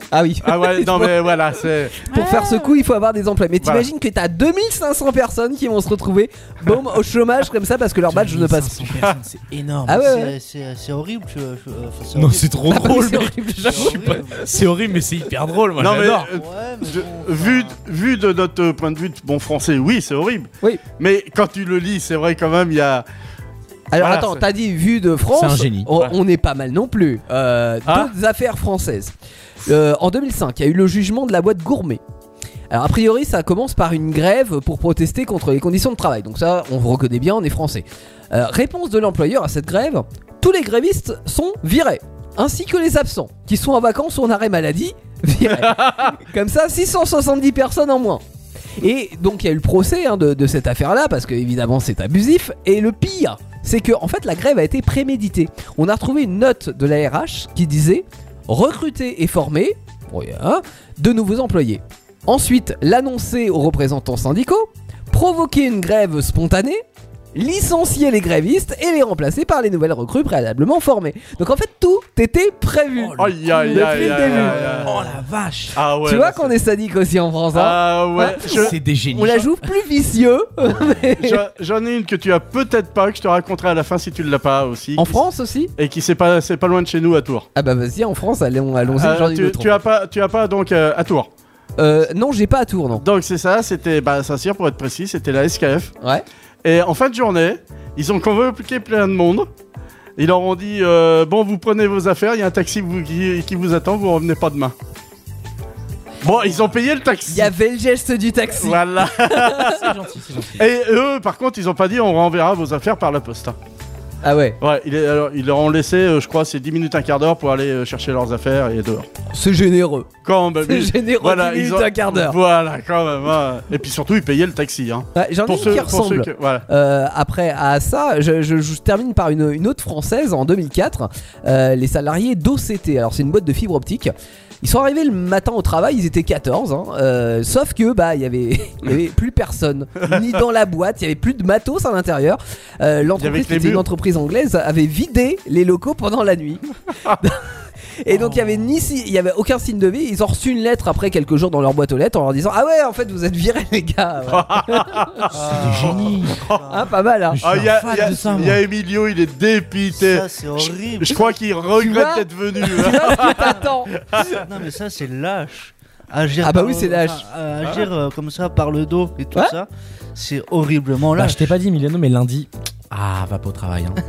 Ah oui. Ah ouais, non mais voilà, c'est. Pour faire ce coup, il faut avoir des emplois. Mais Voilà. t'imagines que t'as deux mille cinq cents personnes qui vont se retrouver boum, au chômage comme ça parce que leur badge ne passe plus. personnes, c'est énorme. Ah ouais, C'est- ouais. C'est c'est horrible. je- je- enfin, c'est Non, horrible. c'est trop Ah bah oui, drôle, c'est mec. horrible, C'est j'avoue. horrible. C'est horrible, mais c'est hyper drôle, moi Non mais j'adore. euh, Ouais, mais je- bon, vu, enfin, vu de notre point de vue de bon français, oui, c'est horrible. Oui. Mais quand tu le lis, c'est vrai quand même, il y a. Alors Voilà, attends, c'est- t'as dit vu de France, C'est un génie. on, Ouais. on est pas mal non plus. Euh, Ah. D'autres affaires françaises. Euh, en deux mille cinq, il y a eu le jugement de la boîte Gourmet. Alors a priori, ça commence par une grève pour protester contre les conditions de travail. Donc ça, on vous reconnaît bien, on est français. Euh, réponse de l'employeur à cette grève, tous les grévistes sont virés, ainsi que les absents, qui sont en vacances ou en arrêt maladie, virés. Comme ça, six cent soixante-dix personnes en moins. Et donc il y a eu le procès hein, de, de cette affaire-là, parce que évidemment c'est abusif. Et le pire, c'est que en fait la grève a été préméditée. On a retrouvé une note de la R H qui disait recruter et former oui, hein, de nouveaux employés. Ensuite, l'annoncer aux représentants syndicaux, provoquer une grève spontanée, licencier les grévistes et les remplacer par les nouvelles recrues préalablement formées. Donc en fait tout était prévu. Aïe aïe Depuis aïe le aïe début. aïe, aïe. oh la vache. Ah ouais. tu vois là, qu'on est sadique aussi en France. Hein. Ah ouais. Hein je- C'est des génies. On la joue plus vicieux. j'en- J'en ai une que tu as peut-être pas, que je te raconterai à la fin si tu ne l'as pas aussi. En qui- France aussi. Et qui c'est pas, c'est pas loin de chez nous à Tours. Ah bah vas-y en France, allons, allons-y. Euh, j'en ai une tu, autre. tu as pas, tu as pas donc euh, à Tours. Euh, non, j'ai pas à Tours, non. Donc c'est ça, c'était bah Saint-Cyr pour être précis, c'était la S K F. Ouais. Et en fin de journée, ils ont convoqué plein de monde. Ils leur ont dit euh, bon, vous prenez vos affaires, il y a un taxi vous- qui, qui vous attend, vous revenez pas demain. Bon, ils ont payé le taxi. Il y avait le geste du taxi. Voilà. C'est gentil, c'est gentil. Et eux, par contre, ils ont pas dit on renverra vos affaires par la poste. hein. Ah ouais. Ouais, il est- alors, ils leur ont laissé, euh, je crois, c'est dix minutes, un quart d'heure pour aller euh, chercher leurs affaires et dehors. C'est généreux. Quand même. C'est ils- généreux. Voilà, dix ils minutes, ont- un quart d'heure. Voilà, quand même. hein. Et puis surtout, ils payaient le taxi. Hein. Ouais, J'en ai Pour une ceux, qui pour ceux ressemble. que- voilà. Euh, après à ça, je, je- je termine par une, une autre française en deux mille quatre. Euh, les salariés d'O C T. Alors c'est une boîte de fibre optique. Ils sont arrivés le matin au travail, ils étaient quatorze, hein, euh, sauf que bah il y avait, il y avait plus personne, ni dans la boîte, il y avait plus de matos à l'intérieur. Euh, L'entreprise, que qui les était une murs. entreprise anglaise, avait vidé les locaux pendant la nuit. Et donc il y avait ni si- il y avait aucun signe de vie. Ils ont reçu une lettre après quelques jours dans leur boîte aux lettres en leur disant ah ouais en fait vous êtes virés les gars. Ouais. C'est des génies. Ah pas mal hein. Ah, il y a, fan il y a- de ça, il y a Emilio, il est dépité. Ça, c'est horrible. Je crois qu'il vois regrette d'être venu. Tu hein. vois ce qui t'attend. Non, mais ça, c'est lâche. Agir Ah bah par- oui, c'est lâche. enfin, euh, agir euh, comme ça par le dos et tout Ouais. ça, c'est horriblement Bah, lâche. je t'ai pas dit, Milano, mais lundi. Ah, va pas au travail. Hein.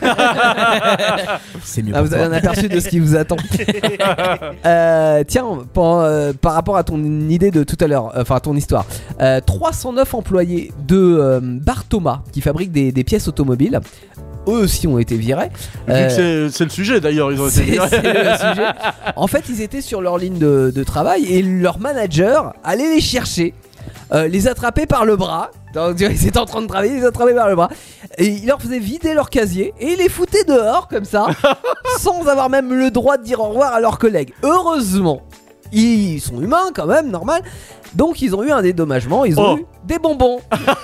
c'est mieux Ah, pour vous avez toi. un aperçu de ce qui vous attend. Euh, tiens, par, euh, par rapport à ton idée de tout à l'heure, enfin ton histoire, euh, trois cent neuf employés de euh, Bar Thomas qui fabrique des, des pièces automobiles, eux aussi ont été virés. Vu Euh, que c'est- c'est le sujet d'ailleurs, ils ont été C'est virés. c'est le sujet. En fait, ils étaient sur leur ligne de, de travail et leur manager allait les chercher, euh, les attraper par le bras. Donc, ils étaient en train de travailler, ils les attrapaient par le bras. Et il leur faisait vider leur casier et ils les foutaient dehors comme ça, sans avoir même le droit de dire au revoir à leurs collègues. Heureusement, ils sont humains quand même, normal. Donc ils ont eu un dédommagement, ils ont Oh. eu des bonbons.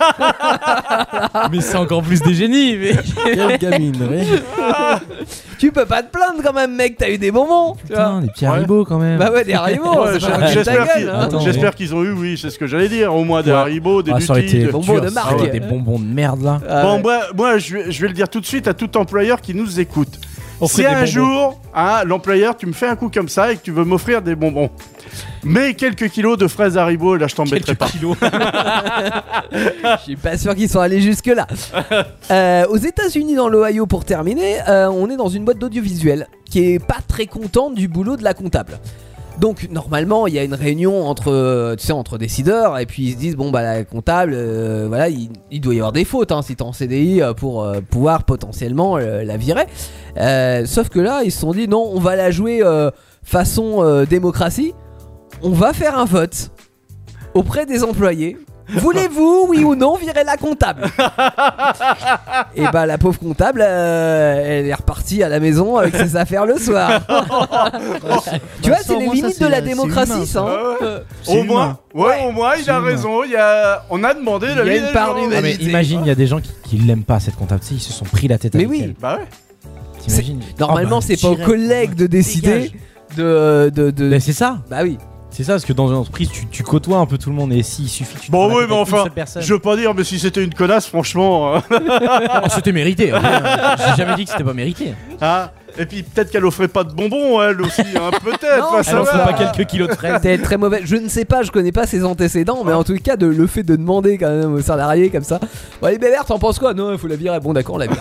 Mais c'est encore plus des génies. Mais... Quelle gaminerie. Tu peux pas te plaindre quand même, mec, t'as eu des bonbons. tu vois. Putain, des petits Ouais. Haribo quand même. Bah ouais, des Haribo, Ouais, c'est pas un j'espère ta gueule, qu'ils hein. Attends, j'espère mais- qu'ils ont eu, oui, c'est ce que j'allais dire, au moins des Ouais. Haribo, des Ah, ça aurait Lutti, été de- bonbons dur, de ça marque. aurait été des bonbons de merde là. Ah Bon, ouais. moi, moi je, vais, je vais le dire tout de suite à tout employeur qui nous écoute. Offrez Si des un bonbons. jour, hein, l'employeur, tu me fais un coup comme ça et que tu veux m'offrir des bonbons, mets quelques kilos de fraises Haribo et là je t'embêterai pas. Je suis pas sûr qu'ils soient allés jusque là. Euh, aux États-Unis, dans l'Ohio, pour terminer, euh, on est dans une boîte d'audiovisuel qui est pas très contente du boulot de la comptable. Donc normalement il y a une réunion entre, euh, tu sais, entre décideurs et puis ils se disent bon bah la comptable, euh, voilà, il, il doit y avoir des fautes hein, si t'es en C D I euh, pour euh, pouvoir potentiellement euh, la virer. Euh, sauf que là ils se sont dit non, on va la jouer euh, façon euh, démocratie. On va faire un vote auprès des employés. Voulez-vous, oui ou non, virer la comptable? Et bah la pauvre comptable, euh, elle est repartie à la maison avec ses affaires le soir. Tu vois, ça, c'est au les moins, ça, limites c'est- de la c'est démocratie, humain, ça. Ouais, hein. ouais. Euh, C'est Au moins, humain. ouais, au moins, il C'est a humain. raison. Il y a, on a demandé Il y la a vie une des part gens. d'humanité. Ah, mais imagine, il y a des gens qui, qui l'aiment pas cette comptable. Tu sais, ils se sont pris la tête Mais avec oui. elle. Bah ouais. T'imagines Normalement, Ah bah, c'est pas aux direct, collègues de décider dégage. de, de, de... Mais c'est ça. Bah oui. C'est ça, parce que dans une entreprise, tu, tu côtoies un peu tout le monde et s'il suffit que tu te Bon, prends la oui, tête mais avec une enfin, seule personne. je veux pas dire, mais si c'était une connasse, franchement. euh, Oh, c'était mérité. hein. J'ai jamais dit que c'était pas mérité. hein. Et puis peut-être qu'elle offrait pas de bonbons, elle aussi, hein, peut-être. Non, pas ça Elle en va. faut savoir. pas quelques kilos de fraises. C'est très mauvais. Je ne sais pas, je connais pas ses antécédents, mais en tout cas, de, le fait de demander quand même aux salariés comme ça. Bon, allez, Bébert, t'en penses quoi? Non, il faut la virer. Bon, d'accord, on la vire.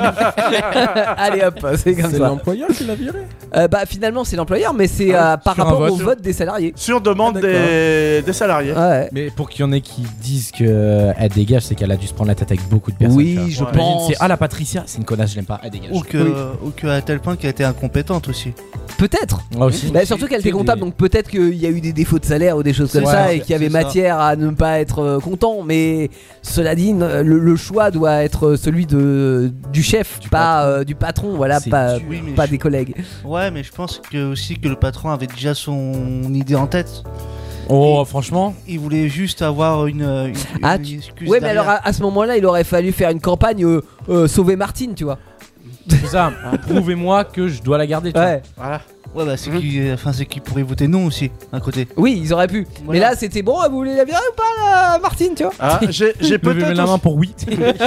Allez hop, c'est comme C'est ça. l'employeur qui l'a viré. Euh, bah, finalement, c'est l'employeur, mais c'est Ah, euh, par sur un rapport vote. au vote des salariés. Sur demande Ah, d'accord. des... des salariés. Ouais. Mais pour qu'il y en ait qui disent qu'elle dégage, c'est qu'elle a dû se prendre la tête avec beaucoup de personnes. Oui, tu je vois. Imagine, pense. c'est ah la Patricia, c'est une connasse, je l'aime pas, elle dégage. Ou que, Oui. ou que à tel point qu'elle était incompétente aussi. Peut-être. Moi aussi. Bah, surtout qu'elle était Que comptable, des- donc peut-être qu'il y a eu des défauts de salaire ou des choses comme C'est ça ça, et qu'il y avait c'est ça. matière à ne pas être euh, content. Mais cela dit, le, le choix doit être celui de, du chef, Du pas patron. euh, du patron, voilà, C'est pas, dur. Oui, mais pas je- des collègues. Ouais, mais je pense que aussi que le patron avait déjà son idée en tête. Oh, franchement. Il voulait juste avoir une, une, Ah, une tu- excuse. Ouais, mais derrière. alors à, à ce moment-là, il aurait fallu faire une campagne euh, euh, sauver Martine, tu vois. C'est ça. Prouvez-moi que je dois la garder. tu vois. Ouais. Voilà. Ouais, bah c'est Mhm. qui, enfin c'est qui pourrait voter non aussi, à côté. Oui, ils auraient pu. Voilà. Mais là, c'était bon. Vous voulez la virer ou pas, la Martine, tu vois? Ah, j'ai j'ai Levez peut-être la main aussi, pour oui.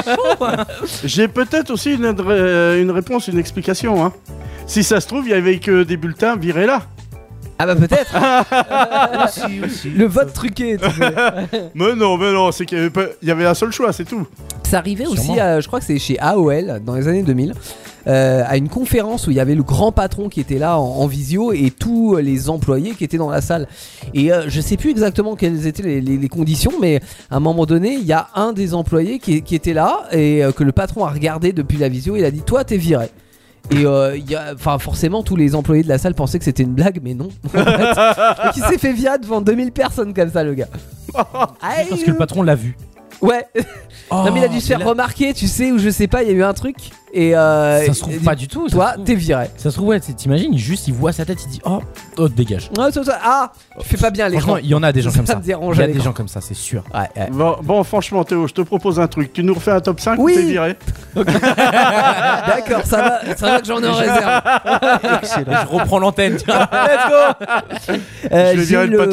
j'ai peut-être aussi une, adre- une réponse, une explication. Hein. Si ça se trouve, il y avait que des bulletins, virez-là. Ah bah peut-être. aussi, aussi. Le vote truqué. Tu sais. Mais non, mais non, c'est qu'il y avait, pas- il y avait un seul choix, c'est tout. Ça arrivait aussi, Sûrement. à, je crois que c'est chez A O L dans les années deux mille, euh, à une conférence où il y avait le grand patron qui était là en, en visio et tous les employés qui étaient dans la salle. Et euh, je sais plus exactement quelles étaient les, les- les conditions, mais à un moment donné, il y a un des employés qui, qui était là et euh, que le patron a regardé depuis la visio. Il a dit: toi, t'es viré. Et euh, il y a, enfin forcément tous les employés de la salle pensaient que c'était une blague, mais non. En fait. Donc il s'est fait virer devant deux mille personnes comme ça, le gars. Aïe, Parce que le patron l'a vu. Ouais. Non mais il a dû se faire Oh, mais là- remarquer, tu sais, ou je sais pas, il y a eu un truc et euh, Ça se trouve il- pas du tout. ça Toi, se trouve- t'es viré. Ça se trouve, ouais, c'est- t'imagines, il- juste il voit sa tête, il dit oh, oh dégage. Ouais, ça, ça- ah, tu fais pas bien l'écran. Franchement, il y en a des gens Ça comme ça. me dérange Il y à a des l'écran. gens comme ça, c'est sûr. Ouais, ouais. Bon, bon, franchement, Théo, je te propose un truc. Tu nous refais un top cinq Oui. ou t'es viré? D'accord, ça va, ça va que j'en ai en réserve. Et je reprends l'antenne. tu vois. Let's go. Euh, Je vais j'ai virer le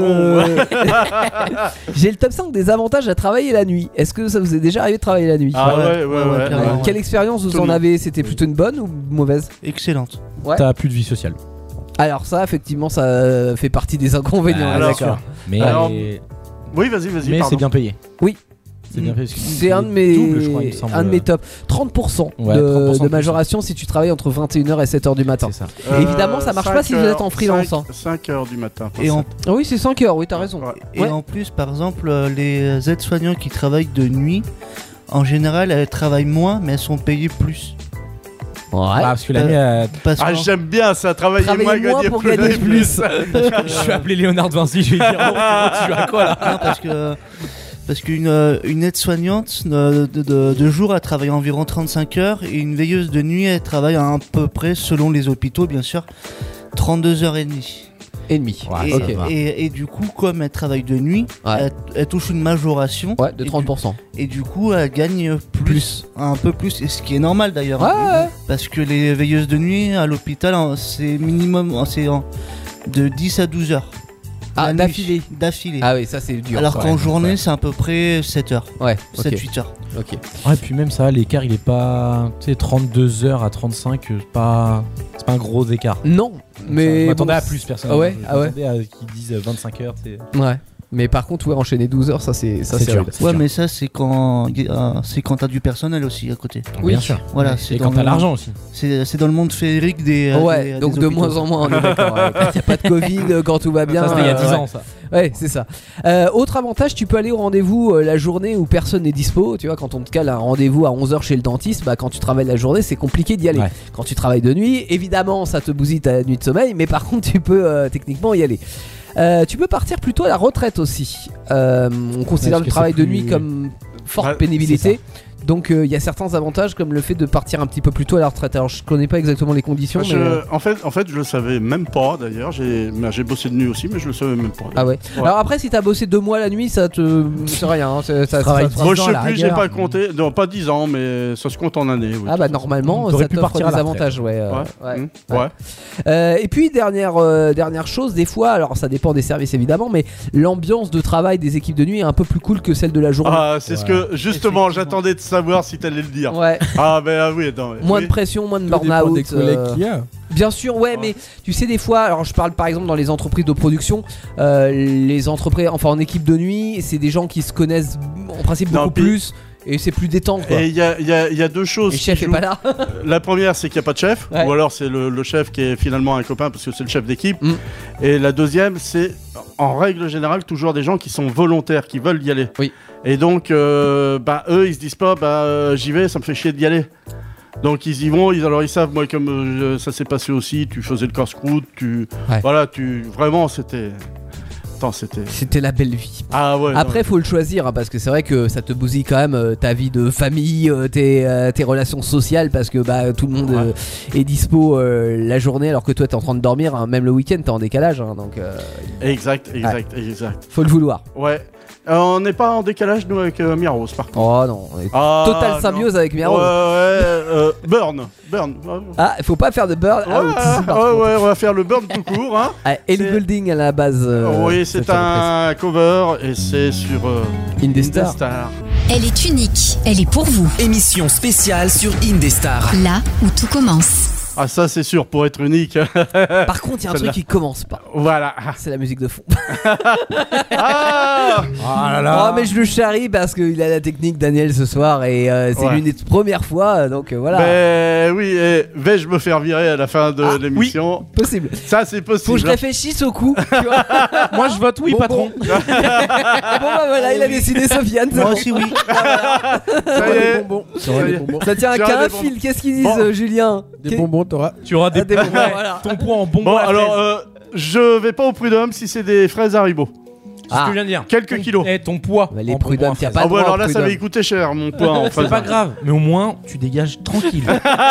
patron. J'ai le top cinq des avantages à travailler la nuit. Est-ce que ça vous est déjà arrivé de travailler la nuit? Ah ouais, ouais, ouais, ouais. ouais, Euh, clairement. Quelle expérience vous Tout le en monde. avez? C'était plutôt une bonne ou mauvaise? Excellente. Ouais. T'as plus de vie sociale. Alors ça, effectivement, ça fait partie des inconvénients. Ah, ouais, alors, d'accord. Mais, Alors, Oui, vas-y, vas-y. mais pardon. c'est bien payé. Oui. C'est bien payé. parce que C'est un de mes, double, je crois, il me semble. un de mes tops. trente pour cent Ouais, de, trente pour cent de de majoration si tu travailles entre vingt et une heures et sept heures du matin. C'est ça. Euh, Évidemment, ça marche pas cinq si vous êtes en heures- freelance, cinq hein. cinq heures du matin. pour Et, ça. en, Ah oui, c'est cinq heures, oui, t'as raison. Ouais. et Ouais. en plus, par exemple, euh, les aides-soignants qui travaillent de nuit, en général, elles travaillent moins, mais elles sont payées plus. Ouais. Ah, parce que la Euh, nuit, euh, Parce Ah, qu'en- j'aime bien ça, travailler, Travailler moins, moins gagner pour plus. gagner plus. je vais appeler Léonard de Vinci, je vais lui dire oh, frérot, tu vas à quoi là? Non, parce que parce qu'une euh, une aide-soignante euh, de, de, de jour elle travaille environ trente-cinq heures et une veilleuse de nuit elle travaille à, à peu près, selon les hôpitaux bien sûr, trente-deux heures et demie. Et demi. Ouais, et, ça ok. va. et, et du coup, comme elle travaille de nuit, Ouais. elle, elle touche une majoration. Ouais, de Et trente pour cent. du, et du coup, elle gagne plus, Plus. un peu plus, et ce qui est normal d'ailleurs. Ouais, hein. ouais. Parce que les veilleuses de nuit à l'hôpital, hein, c'est minimum hein, c'est en- de dix à douze heures. Ah, La nuit. d'affilée. D'affilée. Ah oui, ça c'est dur. Alors ouais. qu'en journée, ouais. c'est à peu près sept heures. Ouais, ok. sept huit heures. ok. Ouais, puis même ça, l'écart il est pas. Tu sais, trente-deux heures à trente-cinq, euh, pas. C'est pas un gros écart. Non, mais. je m'attendais bon, à plus, personnellement. Ah ouais, Je ah ouais. m'attendais à qu'ils disent vingt-cinq heures, c'est. Ouais. Mais par contre, ouais, enchaîner douze heures, ça c'est ça C'est c'est dur. rude. C'est Ouais, sûr. mais ça, c'est quand y a- c'est quand t'as du personnel aussi à côté. Oui. Bien sûr. Voilà, c'est Et dans quand t'as le- l'argent aussi. C'est c'est dans le monde féerique des. euh, Ouais, des- donc des de hôpitaux. moins en moins, on est d'accord. ouais. Quand il n'y a pas de Covid, euh, quand tout va bien. Ça, c'était il y a euh, dix ouais. ans, ça. Ouais, c'est ça. Euh, autre avantage, tu peux aller au rendez-vous euh, la journée où personne n'est dispo. Tu vois, quand on te cale un rendez-vous à onze heures chez le dentiste, bah quand tu travailles la journée, c'est compliqué d'y aller. Ouais. Quand tu travailles de nuit, évidemment, ça te bousille ta nuit de sommeil, mais par contre, tu peux euh, techniquement y aller. Euh, tu peux partir plutôt à la retraite aussi. Euh, on considère parce le que travail c'est de plus- nuit comme forte Ouais, pénibilité. Donc il euh, y a certains avantages comme le fait de partir un petit peu plus tôt à la retraite. Alors je connais pas exactement les conditions. Je- mais... euh, en, fait, en fait, je le savais même pas d'ailleurs. J'ai ben, j'ai bossé de nuit aussi, mais je le savais même pas. Ah ouais. Ouais. Alors après si t'as bossé deux mois la nuit, ça te c'est rien. Hein. C'est- Ça, ça, Travaille ça- Moi, dix je ans, sais la plus, j'ai rigueur. pas compté. Non, pas dix ans, mais ça se compte en années. oui. Ah bah normalement T'aurais ça pu t'offre partir à des la avantages, ouais. euh, Ouais. ouais. Mmh. Ouais. Ouais. Euh, et puis dernière euh, dernière chose, des fois, alors ça dépend des services évidemment, mais l'ambiance de travail des équipes de nuit est un peu plus cool que celle de la journée. Ah, c'est ce Ouais. que justement, Effectivement. j'attendais de savoir si t'allais le dire. Ouais. Ah, ben ah, oui, non, mais- Moins oui. de pression, moins de Tout dépend burn-out. des collègues euh, qu'il y a. Bien sûr, ouais, Ouais. mais tu sais, des fois, alors je parle par exemple dans les entreprises de production, euh, les entreprises, enfin en équipe de nuit, c'est des gens qui se connaissent en principe Non, beaucoup puis- plus et c'est plus détente quoi. Et il y a, il y a- il y a deux choses. Et le qui chef est jouent. pas là. La première, c'est qu'il n'y a pas de chef, Ouais. ou alors c'est le, le chef qui est finalement un copain parce que c'est le chef d'équipe. Mm. Et la deuxième, c'est en règle générale toujours des gens qui sont volontaires, qui veulent y aller. Oui. Et donc, euh, bah, eux, ils se disent pas, bah, euh, j'y vais, ça me fait chier d'y aller. Donc ils y vont, ils, alors ils savent, moi comme euh, ça s'est passé aussi, tu faisais le casse-croûte, tu... Ouais. Voilà, tu... Vraiment, c'était... Attends, c'était... C'était la belle vie. Ah ouais. Après, faut le choisir hein, parce que c'est vrai que ça te bousille quand même euh, ta vie de famille, euh, tes, euh, tes relations sociales parce que bah, tout le monde Ouais. euh, est dispo euh, la journée alors que toi t'es en train de dormir, hein, même le week-end t'es en décalage hein, donc euh, non. Exact, exact, exact. faut le vouloir. Ouais. Euh, on n'est pas en décalage, nous, avec euh, Miaros, par contre. Oh non, on est Ah, totale non. symbiose avec Miaro. Ouais, ouais, euh, burn, burn. Ouais, Ah, faut pas faire de burn ouais, out. par ouais, contre. ouais, on va faire le burn tout court. Hein. Ah, Ellie C'est- Goulding à la base. euh, oui, c'est sur le un cover et c'est sur euh, press. Indestar. Indestar. Elle est unique, elle est pour vous. Émission spéciale sur Indestar. Là où tout commence. Ah, ça, c'est sûr, pour être unique. Par contre, il y a un Celle-là. truc qui commence pas. Voilà. C'est la musique de fond. Ah Ah là là. Oh, mais je le charrie parce qu'il a la technique Daniel ce soir et euh, c'est Ouais. l'une des premières fois, donc euh, voilà. Ben oui, et vais-je me faire virer à la fin de Ah, l'émission? Possible. Ça, c'est possible. Faut que je réfléchisse au coup. Tu vois. Moi je vote oui, Bon, patron. bon. bon bah voilà, il a décidé Sofiane. c'est Moi bon. aussi, oui. Ça y est. bonbons. Ça T'auras y des est. bonbons. Ça tient à J'aurai qu'un des bonbons. fil. Qu'est-ce qu'ils disent, Bon. euh, Julien? Des Qu'est- bonbons, t'auras. Tu auras des, Ah, des bonbons, ouais, voilà. ton poids en bonbons. Bon, à la alors, fraise. euh, je vais pas au prud'homme si c'est des fraises Haribo. C'est ce que je viens de dire. Quelques kilos. Et ton poids. Bah, les en prud'hommes, bonbons à t'y a fraise. pas Ah ouais, droit, alors là, ça prud'homme. va y coûter cher, mon poids en C'est fraises. pas grave, mais au moins tu dégages tranquille.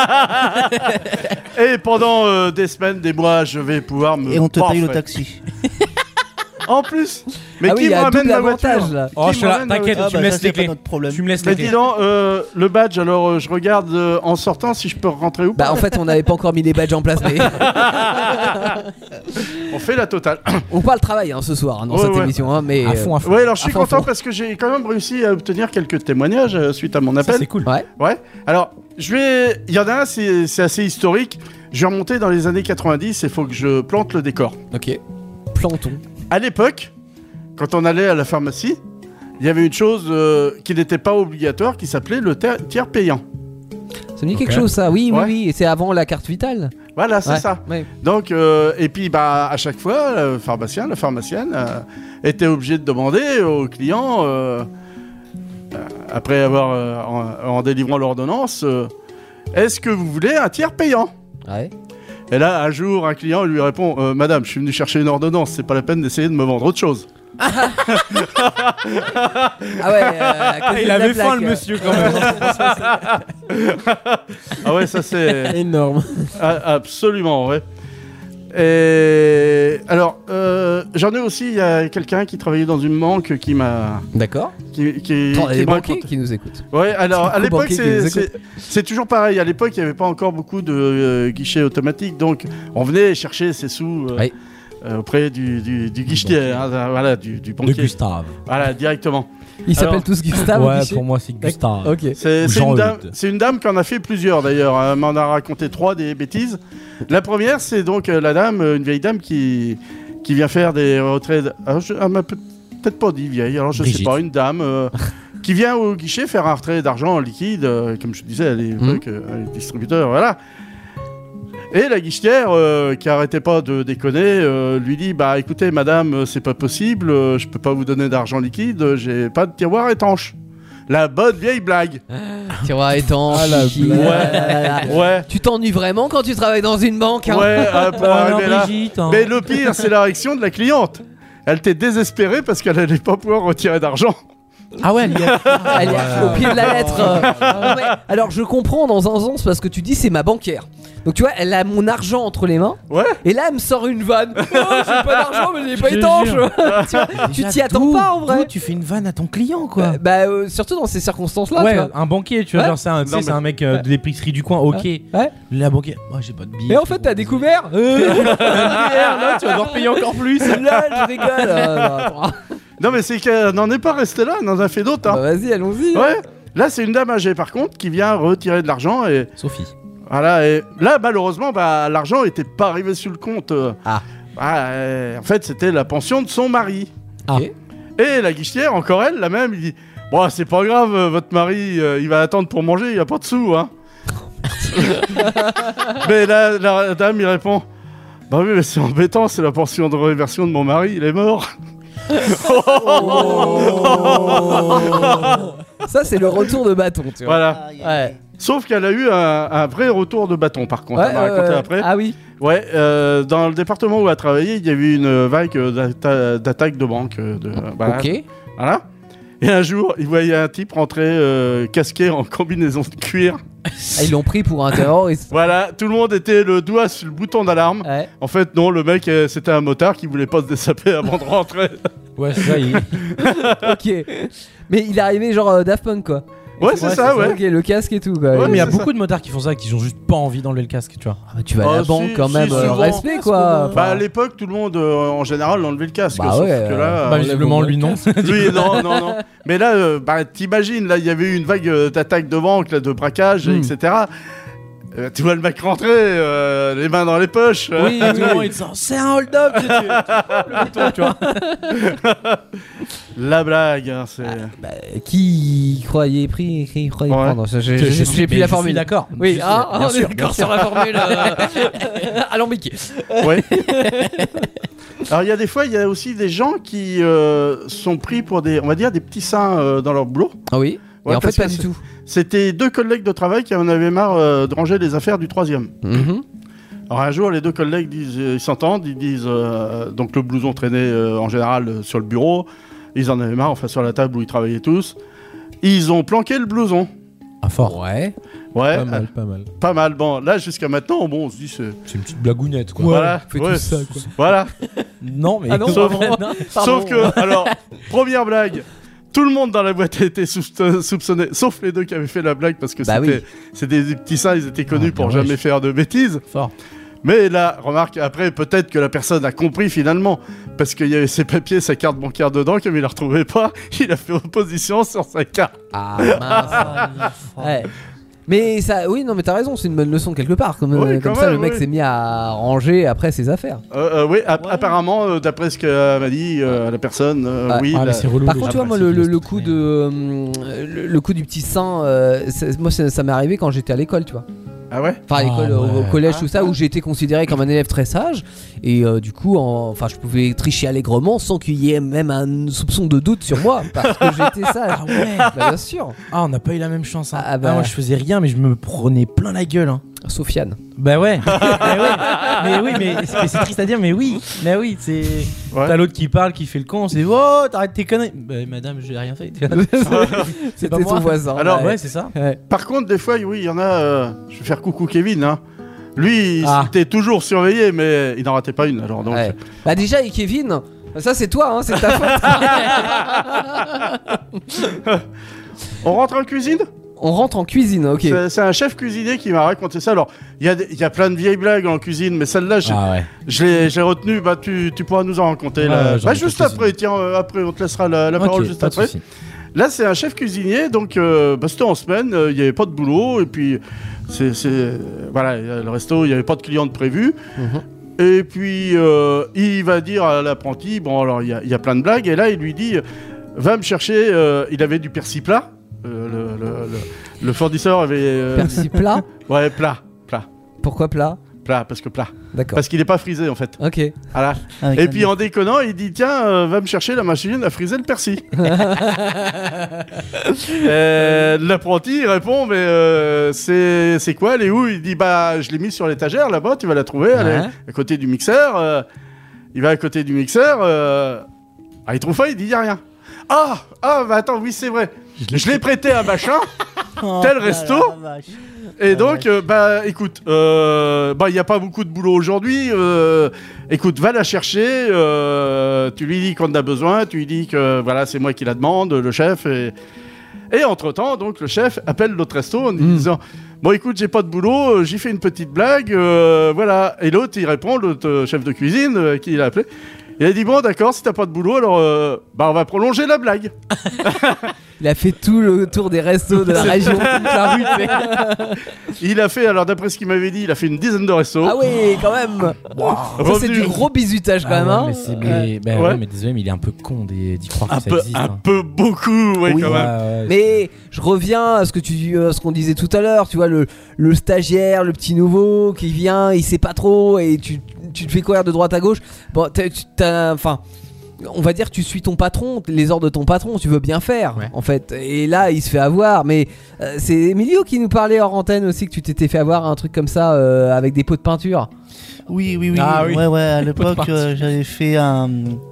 Et pendant euh, des semaines, des mois, je vais pouvoir me. Et on te paye le parfait. taxi. En plus. Mais Ah qui oui, il y me a ramène double ma avantage voiture? là. Oh, Qui je suis là, m'emmène, t'inquiète, Ah tu bah, me ça, laisses c'est les pas clés. notre problème. Tu me laisses Mais les dis clés. donc, euh, le badge, alors euh, je regarde euh, en sortant si je peux rentrer ou pas. Bah en fait on n'avait pas encore mis les badges en place mais On fait la totale. on parle travail hein, ce soir hein, dans Ouais, cette ouais. émission hein, mais À fond, à fond. Ouais, alors je suis À fond, à content fond. parce que j'ai quand même réussi à obtenir quelques témoignages euh, suite à mon Ça, appel. c'est cool. ouais. Ouais. Alors, je vais. Il y en a un, c'est c'est assez historique. Je vais remonter dans les années quatre-vingt-dix et il faut que je plante le décor. Ok. Planton. À l'époque, quand on allait à la pharmacie, il y avait une chose euh, qui n'était pas obligatoire qui s'appelait le ter- tiers payant. Ça me dit Ok. quelque chose ça. Oui oui Ouais. oui. Et c'est avant la carte vitale. Voilà, c'est Ouais, ça. ouais. Donc, euh, et puis, bah, à chaque fois, le pharmacien, la pharmacienne euh, était obligé de demander aux clients, euh, euh, après avoir, euh, en, en délivrant l'ordonnance, euh, est-ce que vous voulez un tiers payant? Ouais. Et là, un jour, un client lui répond, euh, Madame, je suis venu chercher une ordonnance, c'est pas la peine d'essayer de me vendre autre chose. Ah ouais. euh, à côté Il de la avait faim plaque, le euh. monsieur quand même. Ah ouais, ça c'est Énorme. ah, absolument, ouais. Et alors, euh, j'en ai aussi, il y a quelqu'un qui travaillait dans une banque qui m'a... D'accord. Qui, qui, Attends, il y a qui des m'a banquiers raconté- qui nous écoutent. Ouais, alors à beaucoup l'époque, banquiers qui c'est- nous c'est c'est toujours pareil. À l'époque, il n'y avait pas encore beaucoup de euh, guichets automatiques, donc on venait chercher ses sous euh, Oui. euh, auprès du, du, du guichetier, hein, voilà, du, du De banquier. Gustave. Voilà, directement. Ils Alors- s'appellent tous Gustave. Ouais, Guichet pour moi c'est Gustave. Ok. C'est Ou c'est une, Jean-Eudes. dame- c'est une dame qui en a fait plusieurs d'ailleurs. Elle m'en a raconté trois des bêtises. La première, c'est donc euh, la dame, euh, une vieille dame qui, qui vient faire des retraits. Alors, je- elle m'a peut- peut-être pas dit vieille, alors je sais Brigitte. pas, une dame euh, qui vient au guichet faire un retrait d'argent en liquide, euh, comme je disais à l'époque, euh, avec le distributeur, voilà. Et la guichetière, euh, qui arrêtait pas de déconner, euh, lui dit bah écoutez madame, euh, c'est pas possible, euh, je peux pas vous donner d'argent liquide, euh, j'ai pas de tiroir étanche. La bonne vieille blague. Tiroir étanche. Ah, la Kiki, blague. ah là là là. Ouais. Tu t'ennuies vraiment quand tu travailles dans une banque hein Ouais, euh, pour Ah, non, arriver là. Brigitte, hein. Mais le pire, c'est la réaction de la cliente. Elle était désespérée parce qu'elle allait pas pouvoir retirer d'argent. Ah ouais, elle y est. Elle est au pied de la lettre. euh. Ouais. Alors je comprends dans un sens parce que tu dis c'est ma banquière. Donc tu vois, elle a mon argent entre les mains. Ouais. Et là, elle me sort une vanne. Oh, j'ai pas d'argent, mais j'ai pas te étanche. jure. tu vois, tu t'y attends pas en vrai. D'où tu fais une vanne à ton client, quoi. Euh, bah euh, surtout dans ces circonstances-là. ouais, tu vois. un banquier, tu vois, Ouais. genre c'est un, tu sais, Non, c'est mais- un mec euh, de l'épicerie du coin, ok. Ouais. La banquière, moi j'ai pas de billes. Et en fait, t'as découvert. Euh, là, tu vas devoir payer encore plus. là, je rigole. Euh, non, attends. Non, mais c'est qu'elle n'en est pas restée là, elle en a fait d'autres. Bah, Hein. vas-y, allons-y. Ouais. Là, c'est une dame âgée, par contre, qui vient retirer de l'argent et. Sophie. Voilà, et là, malheureusement, bah, l'argent était pas arrivé sur le compte. euh. Ah. Bah, euh, en fait, c'était la pension de son mari. Ah. Et la guichetière, encore elle, la même, il dit bon, c'est pas grave, euh, votre mari, euh, il va attendre pour manger, il y a pas de sous, hein. Mais là, la dame, il répond bah oui, mais c'est embêtant, c'est la pension de réversion de mon mari, il est mort. Ça, c'est le retour de bâton, tu vois. Voilà. Aïe, aïe, Ouais. aïe. Sauf qu'elle a eu un, un vrai retour de bâton, par contre, elle m'a Ouais, raconté euh, après. Ah oui. Ouais, euh, dans le département où elle a travaillé, il y avait une vague euh, d'atta- d'attaques de banque. euh, De, voilà. Ok. Voilà. Et un jour, il voyait un type rentrer euh, casqué en combinaison de cuir. Ah, ils l'ont pris pour un terroriste. Voilà, tout le monde était le doigt sur le bouton d'alarme. Ouais. En fait, non, le mec, euh, c'était un motard qui voulait pas se dessaper avant de rentrer. Ouais, c'est ça, il... Ok. Mais il est arrivé genre euh, Daft Punk quoi. Ouais, c'est ça, ouais. Ok, le casque et tout quoi. Ouais, Ouais, mais il y a c'est ça. beaucoup de motards qui font ça, qui ont juste pas envie d'enlever le casque, tu vois. Ah, bah, tu vas à Oh, la banque si, quand si, même, euh, souvent. respect quoi. Bah, à l'époque, tout le monde, euh, en général, enlevait le casque. Bah sauf ouais, que euh, là, bah, euh, visiblement, lui, non. lui, non, non, non. Mais là, euh, bah, t'imagines, là, il y avait eu une vague euh, d'attaques de banque, là, de braquage, Hmm. et cetera. Euh, tu vois le mec rentrer, euh, les mains dans les poches. euh. Oui, tout le monde il te sort, c'est un hold-up, tu, tu, tu frappes le bouton, tu vois. La blague, hein, c'est. Bah, qui croyait pris, qui croyait Ouais. prendre. Je, je, Je- je, je sais suis- plus mais la je formule. suis d'accord. Oui, Je ah, suis- bien on est sûr, d'accord bien sur la formule euh, alambiquée. Ouais. Alors, il y a des fois, il y a aussi des gens qui euh, sont pris pour des, on va dire, des petits seins euh, dans leur boulot. Ah oui. Ouais, Et en fait, parce pas que du c'est- tout. C'était deux collègues de travail qui en avaient marre euh, de ranger les affaires du troisième. Mhm. Alors un jour, les deux collègues disent, euh, ils s'entendent, ils disent, euh, donc le blouson traînait euh, en général euh, sur le bureau, ils en avaient marre, enfin sur la table où ils travaillaient tous. Ils ont planqué le blouson. Ah, fort. Ouais. Ouais, Pas mal, euh, pas mal. pas mal. Bon, là jusqu'à maintenant, bon, on se dit, c'est... C'est une petite blagounette, quoi. voilà, fait ouais, tout ça, quoi. Voilà. Non, mais. Ah non, Sauf- vraiment. Sauf que, alors, première blague. Tout le monde dans la boîte a été soupçon- soupçonné, sauf les deux qui avaient fait la blague, parce que Bah c'était, oui. c'était des petits seins, ils étaient connus Ah, pour bien jamais wesh. faire de bêtises. Fort. Mais là, remarque, après, peut-être que la personne a compris finalement, parce qu'il y avait ses papiers, sa carte bancaire dedans, comme il la retrouvait pas, il a fait opposition sur sa carte. Ah mince. Ouais. Mais ça, oui, non, mais t'as raison, c'est une bonne leçon quelque part. Comme, Oui, euh, comme quand ça, même, le mec oui. s'est mis à ranger après ses affaires. Euh, euh, oui, ap- apparemment, euh, d'après ce qu'elle m'a dit, euh, la personne, euh, Ouais. oui. Ah, la- mais c'est relou. Par les contre, tu gens, vois, moi, après, le, c'est le, qu'ils le laissent coup traîner. de, euh, le, le coup du petit sein, euh, c'est- moi, ça, ça m'est arrivé quand j'étais à l'école, tu vois. Ah ouais. Enfin, à l'école, Ah, au- au ouais. collège, tout ça, où j'ai été considéré comme un élève très sage. Et euh, du coup, en- enfin, je pouvais tricher allègrement sans qu'il y ait même un soupçon de doute sur moi, parce que j'étais sage. Ah ouais. Bah, bien sûr. Ah, on n'a pas eu la même chance. Hein. Ah, bah. moi, je faisais rien, mais je me prenais plein la gueule. Hein. Sofiane. Bah ouais. mais oui, mais, oui, mais c'est, c'est triste à dire, mais oui. Mais oui, c'est. Ouais. T'as l'autre qui parle, qui fait le con, c'est oh, t'arrêtes tes conneries. Bah, madame, j'ai rien fait. c'est pas C'était moi. ton voisin. Alors, Ouais, c'est ça. Ouais. Par contre, des fois, oui, il y en a. euh, je vais faire coucou Kevin. Hein. Lui, il Ah. était toujours surveillé, mais il n'en ratait pas une. Alors donc. Ouais. Bah déjà, et Kevin, ça c'est toi, hein, c'est ta faute. On rentre en cuisine. On rentre en cuisine, ok. C'est, c'est un chef cuisinier qui m'a raconté ça. Alors, il y, a des- il y a plein de vieilles blagues en cuisine, mais celle-là, je, Ah ouais. je l'ai, je l'ai retenue. Bah, tu, tu pourras nous en raconter. Ouais, là. ouais, j'en Bah, ai juste quelques-unes. après, tiens, euh, après, on te laissera la, la parole Ok, juste pas de après. souci. Là, c'est un chef cuisinier, donc euh, bah, c'était en semaine, euh, il n'y avait pas de boulot, et puis, c'est, c'est, voilà, le resto, il n'y avait pas de clients de prévus. Mhm. Et puis, euh, il va dire à l'apprenti, bon, alors, il y, a- il y a plein de blagues, et là, il lui dit, va me chercher, euh, il avait du persil plat, euh, le, le, le- le fournisseur avait... euh, Persil plat. ouais, plat, plat, Pourquoi plat? plat, parce que plat. D'accord. Parce qu'il n'est pas frisé, en fait. Ok. Voilà. Avec Et un puis, en déconnant, il dit, tiens, euh, va me chercher la machine à friser le persil. Euh, L'apprenti il répond mais euh, c'est c'est quoi, elle est où? Il dit bah je l'ai mis sur l'étagère là-bas, tu vas la trouver, elle Ouais. est à côté du mixeur. euh, il va à côté du mixeur, euh, ah, il trouve pas, il dit y a rien. Ah, ah, bah attends, oui, c'est vrai. Je l'ai prêté à machin, Oh, tel là resto. là, la vache. Et donc, euh, bah écoute, euh, bah il n'y a pas beaucoup de boulot aujourd'hui. Euh, écoute, va la chercher. Euh, tu lui dis qu'on en a besoin. Tu lui dis que voilà, c'est moi qui la demande, le chef. Et, et entre-temps, donc le chef appelle l'autre resto en lui Mm. disant bon, écoute, j'ai pas de boulot, euh, j'ai fait une petite blague. Euh, voilà. Et l'autre, il répond, l'autre euh, chef de cuisine euh, qui l'a appelé. Il a dit bon, d'accord, si t'as pas de boulot, alors euh, bah on va prolonger la blague. Il a fait tout le tour des restos de la région, toute la rue. tu sais. Il a fait, alors d'après ce qu'il m'avait dit, il a fait une dizaine de restos. Ah oui, quand même. Ça, c'est Revenu. du gros bizutage quand Ah même. ouais, hein. mais, c'est, mais, bah Ouais. ouais, mais désolé, mais il est un peu con d'y d'y croire Un que ça peu, existe. un hein. peu beaucoup, ouais, Oui. quand Ouais, même. ouais, Mais je reviens à ce que tu, à ce qu'on disait tout à l'heure. Tu vois le, le stagiaire, le petit nouveau qui vient, il sait pas trop et tu, tu te fais courir de droite à gauche. Bon, t'as, tu- t'as- enfin. On va dire que tu suis ton patron, les ordres de ton patron, tu veux bien faire Ouais. en fait. Et là, il se fait avoir. Mais euh, c'est Emilio qui nous parlait hors antenne aussi que tu t'étais fait avoir un truc comme ça euh, avec des pots de peinture. Oui, oui, oui. Ah oui. Ouais, ouais, à Pot de l'époque, peinture. euh, j'avais fait un,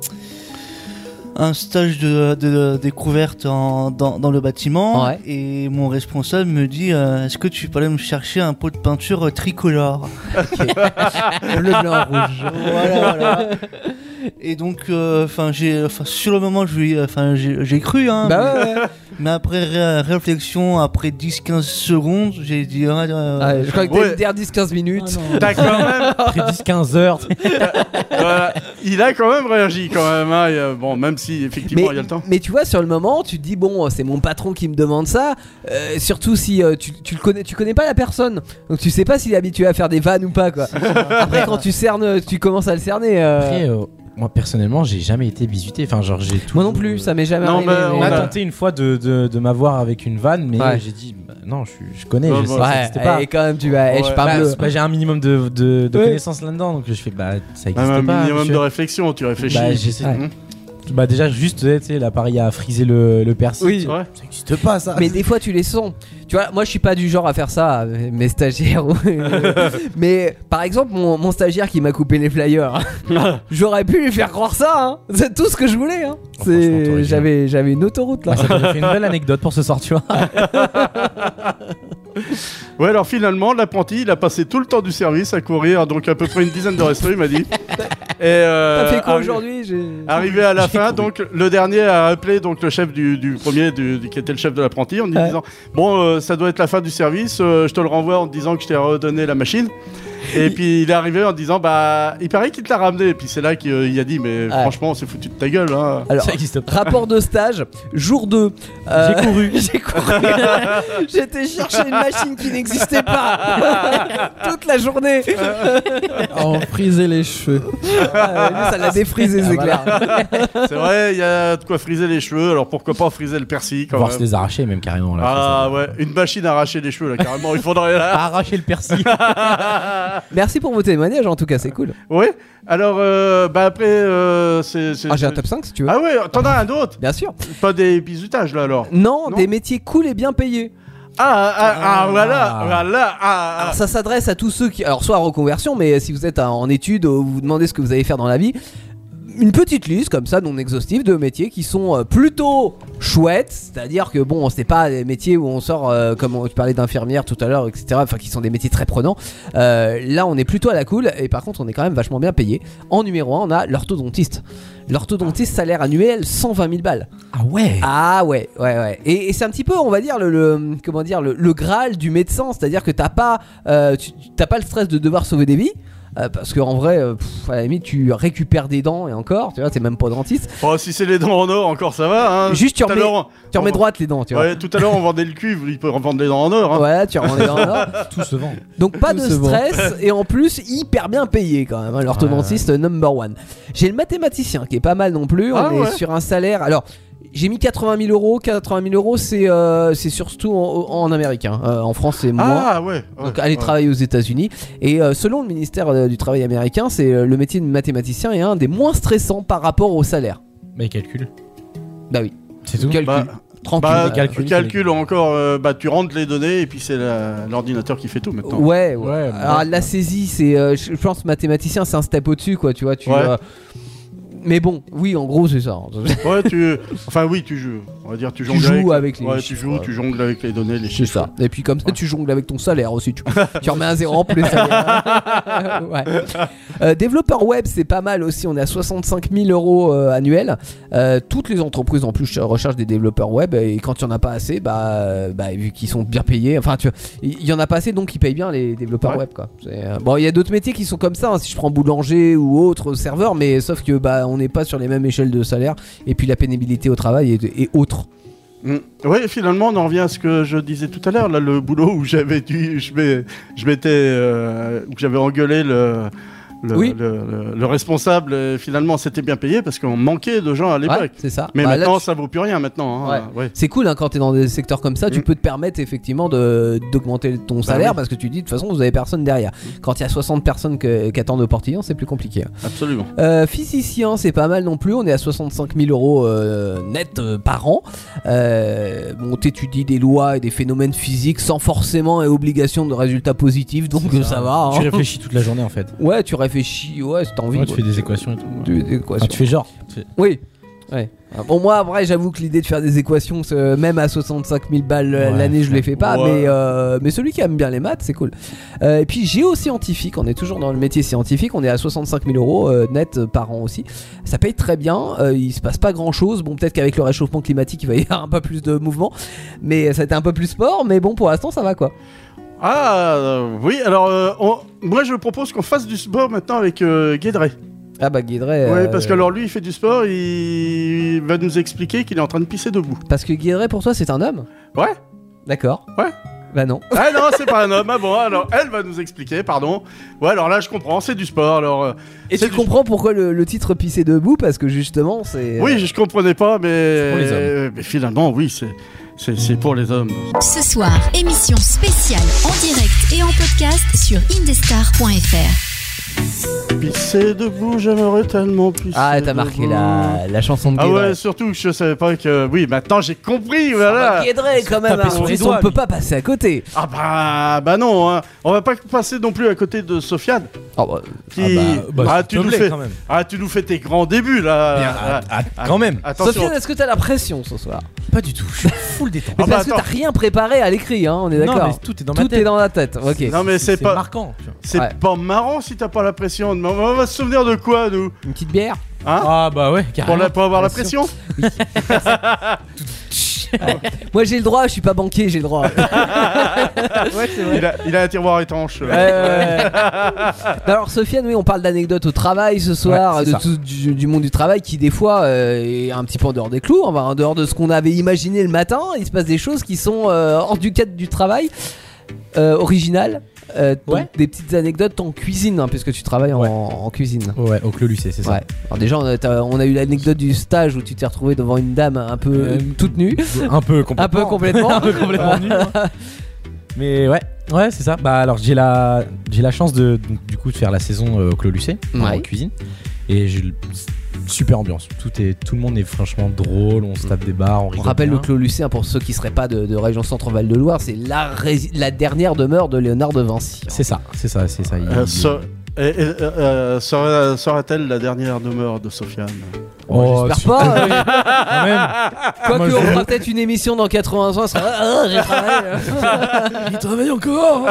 un stage de, de découverte en- dans, dans le bâtiment. Ouais. Et mon responsable me dit euh, est-ce que tu peux aller me chercher un pot de peinture euh, tricolore? Bleu, blanc, rouge. Voilà, voilà. Et donc, enfin, j'ai, enfin, sur le moment, je lui, enfin, j'ai, j'ai cru, hein. Bah ouais, ouais. mais, mais après ré- réflexion, après dix quinze secondes, j'ai dit. ah, euh, Ah, je crois que Ouais. t'as une dire dix quinze minutes. ah, non. T'as quand même, Après dix quinze heures. voilà, il a quand même réagi quand même. Hein, il y a- bon, même si effectivement Mais, il y a le temps. mais tu vois, sur le moment, tu te dis bon, c'est mon patron qui me demande ça. euh, surtout si euh, tu, tu le connais, tu connais pas la personne, donc tu sais pas s'il est habitué à faire des vannes ou pas quoi. Après, quand tu cernes, tu commences à le cerner. euh, Après, euh, moi personnellement, j'ai jamais été bisuté. Enfin, genre, j'ai tout. Moi non plus, ça m'est jamais Non, arrivé. bah, mais- On a a- tenté une fois de, de, de m'avoir avec une vanne, mais Ouais. j'ai dit bah, non, je, suis- je connais, Ouais, je sais ouais. que ça Ouais, n'existe pas. et quand même, tu vas. eh, je Ouais. parle Bah, bleu. c'est- bah, j'ai un minimum de, de, de Ouais. connaissances là-dedans, donc je fais bah ça Même existe un pas. minimum monsieur. de réflexion, tu réfléchis. Bah, j'essaie- Hum. Bah déjà juste tu sais l'appareil à friser le, le persil. Oui. Ouais. Ça n'existe pas ça. Mais des fois tu les sens. Tu vois, moi je suis pas du genre à faire ça, avec mes stagiaires. Mais par exemple, mon, mon stagiaire qui m'a coupé les flyers, j'aurais pu lui faire croire ça. Hein. C'est tout ce que je voulais. Hein. Oh, franchement, C'est... t'aurais dû. J'avais, j'avais une autoroute là. Bah, ça t'aurait fait une belle anecdote pour ce soir, tu vois. Ouais, alors finalement, l'apprenti, il a passé tout le temps du service à courir, donc à peu près une dizaine de restos, il m'a dit. Et euh, T'as fait quoi arri- aujourd'hui J'ai- Arrivé à la J'ai fin, couru. donc le dernier a appelé donc le chef du, du premier, du, du- qui était le chef de l'apprenti, en lui Ouais. disant bon, euh, ça doit être la fin du service, euh, je te le renvoie en te disant que je t'ai redonné la machine. Et puis il est arrivé en disant bah, il paraît qu'il te l'a ramené. Et puis c'est là qu'il euh, il a dit mais Ouais. franchement, on s'est foutu de ta gueule. Hein. Alors, Ça existe pas. rapport de stage, jour deux. euh, J'ai couru. J'ai couru. J'étais chercher une machine qui n'existait pas toute la journée. En friser les cheveux. Ah, lui, ça l'a défrisé, c'est clair. C'est vrai, il y a de quoi friser les cheveux. Alors pourquoi pas friser le persil quand Voir même. se les arracher même carrément là. Ah ouais, une machine à arracher les cheveux là, carrément. Il faudrait là. Arracher le persil. Merci pour vos témoignages, en tout cas, c'est cool. Ouais. Alors euh, bah après euh, c'est. c'est- Ah, j'ai un c'est- top cinq si tu veux. Ah ouais, t'en as un autre. Bien sûr. Pas des bisutages là alors. Non, Non. des métiers cool et bien payés. Ah, ah, ah, Ah. voilà, voilà. Ah, Alors ça s'adresse à tous ceux qui, alors soit en reconversion, mais si vous êtes en études, ou vous vous demandez ce que vous allez faire dans la vie, une petite liste comme ça non exhaustive de métiers qui sont euh, plutôt chouettes, c'est-à-dire que bon, c'est pas des métiers où on sort euh, comme on, tu parlais d'infirmière tout à l'heure, et cetera. Enfin, qui sont des métiers très prenants. Euh, là, on est plutôt à la cool, et par contre, on est quand même vachement bien payé. En numéro un, on a l'orthodontiste. L'orthodontiste, salaire annuel cent vingt mille balles. Ah ouais. Ah ouais, ouais, ouais. Et, et c'est un petit peu, on va dire, le, le- comment dire, le, le Graal du médecin, c'est-à-dire que t'as pas, euh, tu- t'as pas le stress de devoir sauver des vies. euh, parce qu'en vrai, euh, pff, à la limite, tu récupères des dents et encore, tu vois, t'es même pas dentiste. oh, si c'est les dents en or, encore ça va. Hein. Juste, tu Tout à remets, l'heure, tu remets on- droite les dents, tu vois. Ouais, tout à l'heure, on vendait le cuivre, il peut revendre les dents en or. Hein. Voilà, tu remets les dents en or. Tout se vend. Donc pas Tout de se vend. stress et en plus hyper bien payé quand même, hein, l'orthodontiste number one. J'ai le mathématicien qui est pas mal non plus, on Ah est ouais. sur un salaire. Alors j'ai mis quatre-vingt mille euros, quatre-vingt mille euros c'est euh, c'est surtout en, en Amérique, hein. Euh, en France c'est moins. Ah ouais. ouais, Donc allez ouais. travailler aux États-Unis. Et euh, selon le ministère euh, du Travail américain, c'est euh, le métier de mathématicien est un des moins stressants par rapport au salaire. Bah il calcule. Bah oui. C'est tout. Calcul. Bah, Tranquille. Bah, Euh, calcul, calcul encore, euh, bah tu rentres les données et puis c'est la- l'ordinateur qui fait tout maintenant. Ouais, ouais. Ouais, Alors bah, la saisie, c'est, euh, je je pense mathématicien, c'est un step au-dessus, quoi. Tu vois, tu. Ouais. euh, Mais bon, oui, en gros, c'est ça. Ouais, tu. Enfin, oui, tu joues. On va dire, tu jongles joues avec, avec les ouais, tu chiffres, joues, ouais. tu jongles avec les données, les C'est chiffres. ça. Et puis comme ça, tu jongles avec ton salaire aussi. Tu, tu remets un zéro en plus. Ouais. Euh, développeur web, c'est pas mal aussi. On est à soixante-cinq mille euros euh, annuels. Euh, toutes les entreprises en plus recherchent des développeurs web. Et quand il y en a pas assez, bah, bah vu qu'ils sont bien payés. Enfin, tu vois, il y en a pas assez, donc ils payent bien les développeurs Ouais. web, quoi. C'est, euh, bon, il y a d'autres métiers qui sont comme ça. Hein, si je prends boulanger ou autre serveur, mais sauf que bah on n'est pas sur les mêmes échelles de salaire. Et puis la pénibilité au travail est, est autre. Mm. Oui, finalement, on en revient à ce que je disais tout à l'heure, là, le boulot où j'avais dû, je, m'ai- je m'étais, euh, où j'avais engueulé le, le, Oui. le, le- le responsable. Et finalement, c'était bien payé parce qu'on manquait de gens à l'époque. Ouais, c'est ça. Mais Bah, là, maintenant, tu- ça vaut plus rien maintenant. Hein. Ouais. C'est cool hein, quand t'es dans des secteurs comme ça, tu Mm. peux te permettre effectivement de, d'augmenter ton salaire oui. parce que tu dis de toute façon vous avez personne derrière. Quand il y a soixante personnes que- qui attendent au portillon, c'est plus compliqué. Absolument. Euh, physicien, c'est pas mal non plus. On est à soixante-cinq mille euros euh, net euh, par an. Euh, bon, t'étudies des lois et des phénomènes physiques sans forcément et obligation de résultats positifs, donc C'est ça, ça. va. Tu hein. réfléchis toute la journée en fait. Ouais, tu réfléchis, ouais, si t'as envie. Ouais, tu ouais. fais des équations et tout. Tu- des équations. Enfin, tu fais genre. Tu fais- Oui. Ouais. Ah, Bon, moi, après, j'avoue que l'idée de faire des équations, c'est- même à soixante-cinq mille balles euh, Ouais, l'année, je les fais pas. ouais. Mais, euh, mais celui qui aime bien les maths, c'est cool. Euh, et puis, géoscientifique, on est toujours dans le métier scientifique. On est à soixante-cinq mille euros euh, net euh, par an aussi. Ça paye très bien. Euh, il se passe pas grand chose. Bon, peut-être qu'avec le réchauffement climatique, il va y avoir un peu plus de mouvement. Mais ça a été un peu plus sport. Mais bon, pour l'instant, ça va quoi. Ah euh, oui, alors euh, on- moi je propose qu'on fasse du sport maintenant avec euh, Guédré. Ah bah, Guédré. Ouais, euh, parce que alors lui il fait du sport, il va nous expliquer qu'il est en train de pisser debout. Parce que Guédré, pour toi, c'est un homme. Ouais. D'accord. Ouais. Bah non. Ah non, c'est pas un homme. Ah bon, alors elle va nous expliquer, pardon. Ouais, alors là je comprends, c'est du sport. Alors euh, Et c'est tu du- comprends pourquoi le, le titre pisser debout, parce que justement, c'est. Oui, je comprenais pas, mais, pour les hommes. mais finalement, oui, c'est c'est c'est pour les hommes. Ce soir, émission spéciale en direct et en podcast sur indestar point f r. Pisser debout, j'aimerais tellement pisser. Ah, t'as marqué debout. la, la chanson de Ah Guédré. ouais, surtout que je savais pas que. Oui, maintenant j'ai compris, voilà. Ah, Guédré, quand même, taper hein, sur on les dit, doigts, on ne peut lui. pas passer à côté. Ah bah, bah non, hein. On va pas passer non plus à côté de Sofiane. Oh, bah, Qui... Ah bah, bah, ah, s'il tu te nous plaît, fais... quand même. ah, tu nous fais tes grands débuts là. Bien, Ah, ah, ah, quand même. Attention. Sofiane, est-ce que t'as la pression ce soir? Pas du tout. Je suis full détente. Mais Ah bah, parce que attends. t'as rien préparé à l'écrit, hein, on est Non, d'accord. mais tout est dans ma Tout tête. est dans la tête, ok. Non mais c'est pas, marquant. tu vois. c'est Ouais. pas marrant si t'as pas la pression. Mais on va se souvenir de quoi nous, Une petite bière. hein? Ah bah ouais, Pour, carrément. la- pour avoir la bien pression. Moi j'ai le droit, je suis pas banquier, j'ai le droit. Ouais, c'est vrai. Il a, il a un tiroir étanche. Ouais, ouais, ouais. Alors Sofiane, oui, on parle d'anecdotes au travail ce soir, Ouais, c'est de ça. tout, du, du monde du travail qui des fois euh, est un petit peu en dehors des clous, enfin, en dehors de ce qu'on avait imaginé le matin. Il se passe des choses qui sont euh, hors du cadre du travail, euh, originales. Euh, donc Ouais. des petites anecdotes en cuisine, hein, puisque tu travailles en, Ouais. en cuisine. Ouais, au Clos Lucé, c'est ça. Ouais. Alors déjà, on a, t'as- on a eu l'anecdote du stage où tu t'es retrouvé devant une dame un peu Euh, toute nue, Un peu complètement. un peu complètement. un peu complètement nu. hein. Mais ouais, ouais, c'est ça. Bah alors j'ai la j'ai la chance de donc, du coup de faire la saison euh, au Clos Lucé en Ouais. cuisine et j'ai le- super ambiance. Tout est tout le monde est franchement drôle, on se tape des bars, on On rigole. rappelle bien. le Clos Lucé, hein, pour ceux qui seraient pas de, de région Centre-Val de Loire, c'est la, rési- la dernière demeure de Léonard de Vinci. C'est ça, c'est ça, c'est ça. Il- Euh, il- so- et- et, euh, euh, sera- Sera-t-elle la dernière demeure de Sofiane? Oh, J'espère su- pas. euh, quand même. Quoique Moi, je- on fera peut-être une émission dans quatre-vingts ans, on sera ah, j'ai travaillé. Il travaille encore.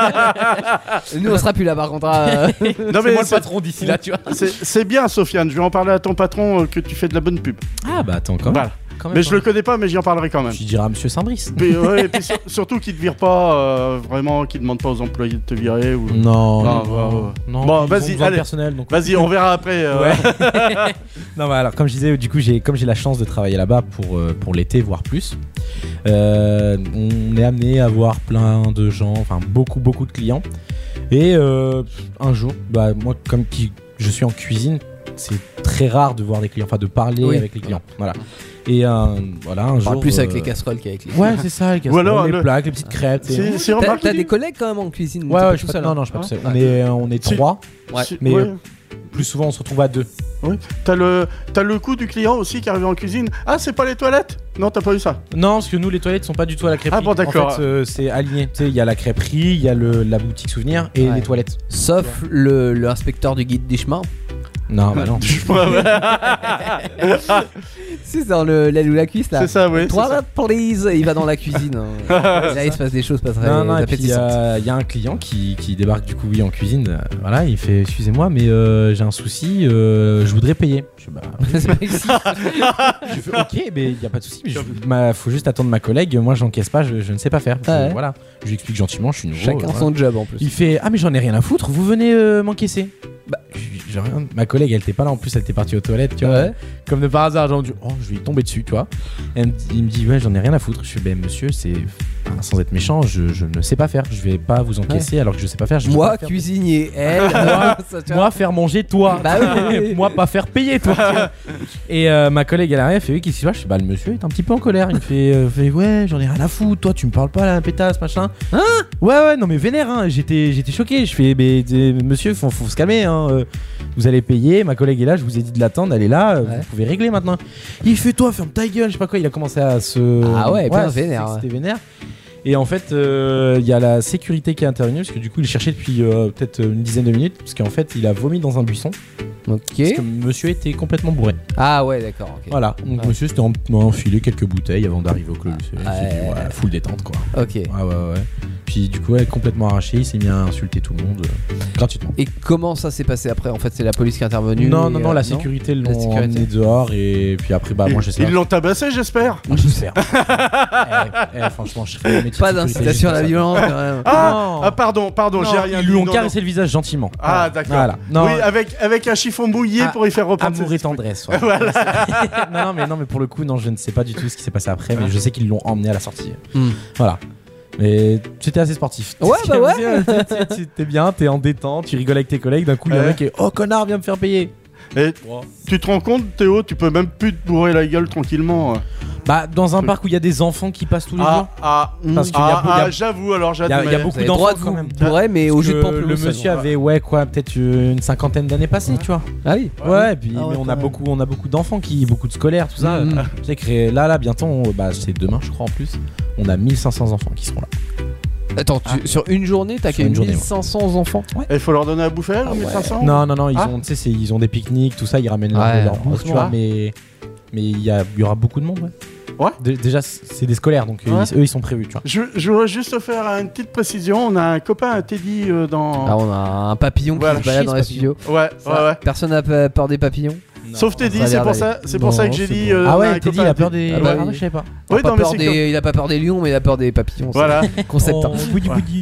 Nous on sera plus là par contre. hein. Non C'est moi le c'est- patron d'ici là, tu vois. c'est c'est bien Sofiane. Je vais en parler à ton patron euh, que tu fais de la bonne pub. Ah bah attends quand même. Voilà. Quand même, Mais je quand le connais pas, mais j'y en parlerai quand même. même. Tu diras à Monsieur Saint-Brice. Puis, ouais, et puis sur- surtout qu'il te vire pas, euh, vraiment, qu'il demande pas aux employés de te virer. Ou... Non, Ah, non, ouais, ouais. non. Bon, ils ont vas-y, besoin de allez. personnel, donc. Vas-y, on verra après. euh, Ouais. Non, mais alors, comme je disais, du coup, j'ai, comme j'ai la chance de travailler là-bas pour, euh, pour l'été, voire plus, euh, on est amené à voir plein de gens, enfin beaucoup, beaucoup de clients. Et euh, un jour, bah, moi, comme qui, je suis en cuisine, c'est très rare de voir des clients, enfin de parler Oui. avec les clients. Voilà. Et un, voilà, un On jour. parle plus avec euh, les casseroles qu'avec les. Ouais, c'est ça, les casseroles, alors, les le- plaques, les petites crêpes. tu sais. C'est c'est T'as, remarqué. t'as des collègues quand même en cuisine. Ouais, t'es ouais, pas je tout suis pas, seul, non, hein. non, je suis pas tout seul. Ah, On est, on est Si. trois. Ouais. Si- Mais, ouais. euh, Plus souvent, on se retrouve à deux. Oui. T'as le, t'as le coup du client aussi qui arrive en cuisine. Ah, c'est pas les toilettes? Non, t'as pas eu ça. Non, parce que nous, les toilettes sont pas du tout à la crêperie. Ah bon, d'accord. En fait, euh, c'est aligné. Tu sais, il y a la crêperie, il y a le, la boutique souvenir et Ouais. les toilettes. Sauf le, le inspecteur du guide des chemins. Non, bah non. C'est dans le l'aile ou la cuisse là. C'est ça, oui. Toilette, please. Il va dans la cuisine. hein. Et là, il se passe des choses pas très Non, non, et puis il y, appétissantes. a- il y a un client qui, qui débarque du coup oui, en cuisine. euh, Voilà, il fait excusez-moi, mais euh, j'ai un souci, euh, je voudrais payer. Je fais, bah, C'est pas ici. je fais, ok, mais il y a pas de souci. mais je- ma- faut juste attendre ma collègue. Moi, j'encaisse pas, je, je ne sais pas faire. Je- Ah ouais. Voilà, je lui explique gentiment, je suis nouveau. Chacun euh, voilà. son job en plus. Il fait ah mais j'en ai rien à foutre. Vous venez euh, m'encaisser. Bah, je- j'ai rien. Ma collègue, elle était pas là en plus, elle était partie aux toilettes, tu vois. Ouais. Comme de par hasard, genre, du- oh, je vais tomber dessus, tu vois. Et elle me dit- il me dit, ouais, j'en ai rien à foutre. Je fais, ben monsieur, c'est. Enfin, sans être méchant, je, je ne sais pas faire. Je vais pas vous encaisser alors que je sais pas faire. Je sais Moi, pas faire. cuisinier, elle. Moi, ça, tu vois. Moi, faire manger, toi. Bah oui, oui, oui. Moi, pas faire payer, toi. tu vois. Et euh, ma collègue, elle arrive, elle fait, oui, qu'est-ce qui se passe? Je fais, bah, le monsieur est un petit peu en colère. Il me fait, euh, fait ouais, j'en ai rien à foutre. Toi, tu me parles pas, la pétasse, machin. Hein? Ouais, ouais, non, mais vénère, hein. J'étais, j'étais choqué. Je fais, mais euh, monsieur, faut, faut se calmer, hein. Euh, Vous allez payer. Ma collègue est là, je vous ai dit de l'attendre. Elle est là, euh, Ouais. vous pouvez régler maintenant. Il fait, toi, ferme ta gueule. Je sais pas quoi. Il a commencé à se. Ah ouais, bien c'est- vénère, C'était vénère. Et en fait, euh, il y a la sécurité qui est intervenue parce que du coup, il cherchait depuis euh, peut-être une dizaine de minutes parce qu'en fait, il a vomi dans un buisson Ok. parce que monsieur était complètement bourré. Ah ouais, d'accord. ok. Voilà, donc Ouais. monsieur s'était en- enfilé quelques bouteilles avant d'arriver au club. C'est Ouais. c'est du- voilà, full détente quoi. Ok. Ouais, ouais, ouais. Puis du coup, ouais, complètement arraché, il s'est mis à insulter tout le monde euh, gratuitement. Et comment ça s'est passé après? En fait, c'est la police qui est intervenue. Non, et, non, non, euh, la sécurité La l'ont sécurité. emmené dehors et puis après, bah moi je sais Ils l'ont tabassé, j'espère. Ah, j'espère. eh, eh, franchement, je ferais le métier Pas de sécurité d'incitation à la juste violence quand même. Ah, Non. ah, pardon, pardon, pour ça. j'ai Non, rien ils dit. lui ont non, caressé non. le visage gentiment. Ah, d'accord. Voilà. Non. Oui, avec, avec un chiffon mouillé Ah, pour y faire repartir. Amour et tendresse. ouais. non, non, mais non, mais pour le coup, non, je ne sais pas du tout ce qui s'est passé après, mais je sais qu'ils l'ont emmené à la sortie. Hmm. Voilà. Mais c'était assez sportif. Ouais, bah ouais. T'es- t'es- T'es bien, t'es en détente, tu rigoles avec tes collègues. D'un coup, il y a un Ouais. mec qui est oh connard, viens me faire payer. Et tu te rends compte, Théo, tu peux même plus te bourrer la gueule tranquillement. Bah, dans un parc où il y a des enfants qui passent tous les Ah, jours. ah, Parce mm, qu'il y a ah, beau- il y a- ah, j'avoue, alors Il y a, j'admets. il y a Vous beaucoup avez le droit de d'enfants quand vous même. bourrer, mais au Parce jus de que pamplemousse. le monsieur avait ouais quoi peut-être une cinquantaine d'années passées, tu vois. Ah oui. Ouais, et puis Ah ouais, mais on quand a même. beaucoup on a beaucoup d'enfants qui beaucoup de scolaires tout ça. Mhm. Je sais que là là bientôt on- bah c'est demain je crois en plus. On a mille cinq cents enfants qui seront là. Attends, tu- sur une journée, t'as Sur une qu'une journée, mille cinq cents enfants. Il faut leur donner à bouffer, Ah ouais. mille cinq cents. Non non non, ils Ah. ont tu sais c'est- ils ont des pique-niques tout ça, ils ramènent leur- Ouais, leur bouffe, tu heureusement. vois, mais mais il y, a- il y aura beaucoup de monde ouais. Ouais. Dé- Déjà c'est des scolaires donc euh, Ouais. ils- eux ils sont prévus, tu vois. Je, je voudrais juste faire une petite précision. On a un copain, un Teddy, euh, dans. Ah, on a un papillon Voilà. qui se balade Chier, dans ce les papillon. studios. Ouais, Ça, ouais, ouais. Personne n'a pe- peur des papillons. Sauf Teddy, ça a c'est l'air pour d'aller. ça, c'est pour ça que j'ai dit. euh, Ah on a ouais, un Teddy copain, il a un peur Teddy. des Ah bah ah, oui. je savais pas. Il a Oui, pas non, mais peur c'est des- comme- Il a pas peur des lions, mais il a peur des papillons. ça. Voilà. Concept. hein. Oh, boudi, boudi.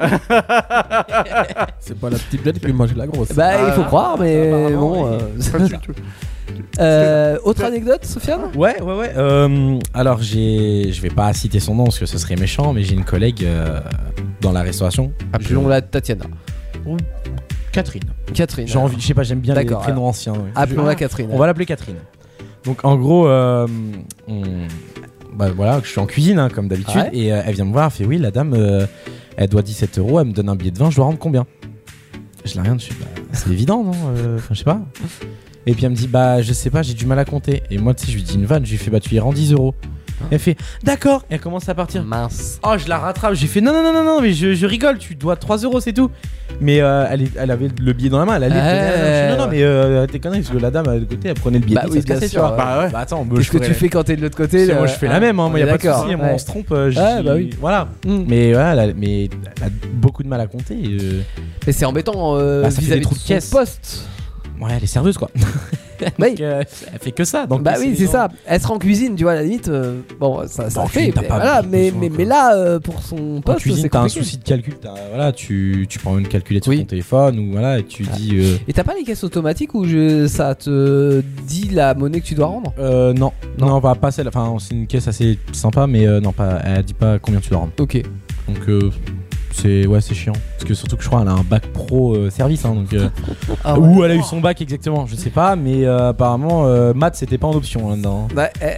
C'est pas la petite blague qui peut manger la grosse. Bah, il faut Ah. croire, mais Apparemment, bon. oui. euh, Pas du tout. euh, Autre anecdote, Sofiane? Ouais, ouais, ouais. Euh, alors, j'ai, je vais pas citer son nom parce que ce serait méchant, mais j'ai une collègue euh, dans la restauration. Appelons-la Tatiana. Je- Catherine. Catherine. J'ai envie, je sais pas, j'aime bien les D'accord, prénoms anciens. ouais. Appelons-la Je- Catherine. On va l'appeler Catherine. Donc, en gros, euh, on- bah, voilà, je suis en cuisine hein, comme d'habitude, Ouais. et euh, elle vient me voir, elle fait oui, la dame, euh, elle doit dix-sept euros, elle me donne un billet de vin, je dois rendre combien? Je la regarde, je suis, bah, c'est évident, non Euh, Enfin, je sais pas. Et puis elle me dit, bah, je sais pas, j'ai du mal à compter. Et moi, tu sais, je lui dis une vanne, je lui fais, bah, tu y rends dix euros. Elle fait, d'accord, et elle commence à partir. Mince. Oh, je la rattrape, j'ai fait, non, non, non, non, non, mais je, je rigole, tu dois trois euros, c'est tout. Mais euh, elle, est- elle avait le billet dans la main, elle allait. Ouais, tenir la main. Je fais, non, non, ouais. mais euh, t'es connerie, parce que la dame à côté, elle prenait le billet, Bah vite, oui, ça se bien cassait, sûr, tu vois. ouais. Bah ouais. Bah attends, moi, Qu'est-ce je que tu ferais- fais quand t'es de l'autre côté C'est- là moi je fais la même, hein, moi on y a est pas de d'accord, souci, moi ouais. on se trompe. euh, je Ouais, dis- bah oui. Voilà. Mm. Mais voilà, elle a- mais elle a beaucoup de mal à compter. euh, Mais c'est embêtant euh, Bah, ça fait vis-à-vis des trous de de son caisse. poste. Ouais, elle est serveuse quoi. Oui. Donc, euh, elle fait que ça. Donc Bah oui, c'est gens- ça. Elle sera en cuisine, tu vois, à la limite. euh, bon, ça, ça Bon, en fait. cuisine, t'as Mais, pas voilà, besoin, mais, quoi. mais, mais là, euh, pour son En poste, cuisine, c'est t'as un compliqué. souci de calcul. t'as- Voilà, tu, tu prends une calculette sur Oui. ton téléphone ou voilà, et tu dis. euh, Et t'as pas les caisses automatiques où je, ça te dit la monnaie que tu dois rendre? euh, non, non, on va pas celle. Enfin, c'est une caisse assez sympa, mais euh, non, pas. Elle dit pas combien tu dois rendre. Ok. Donc euh, c'est ouais, c'est chiant. Parce que surtout que je crois qu'elle a un bac pro euh, service, hein, donc. euh, Ah ouais. Où elle a eu son bac exactement, je sais pas, mais euh, apparemment euh, maths c'était pas en option là-dedans. Bah, eh, eh.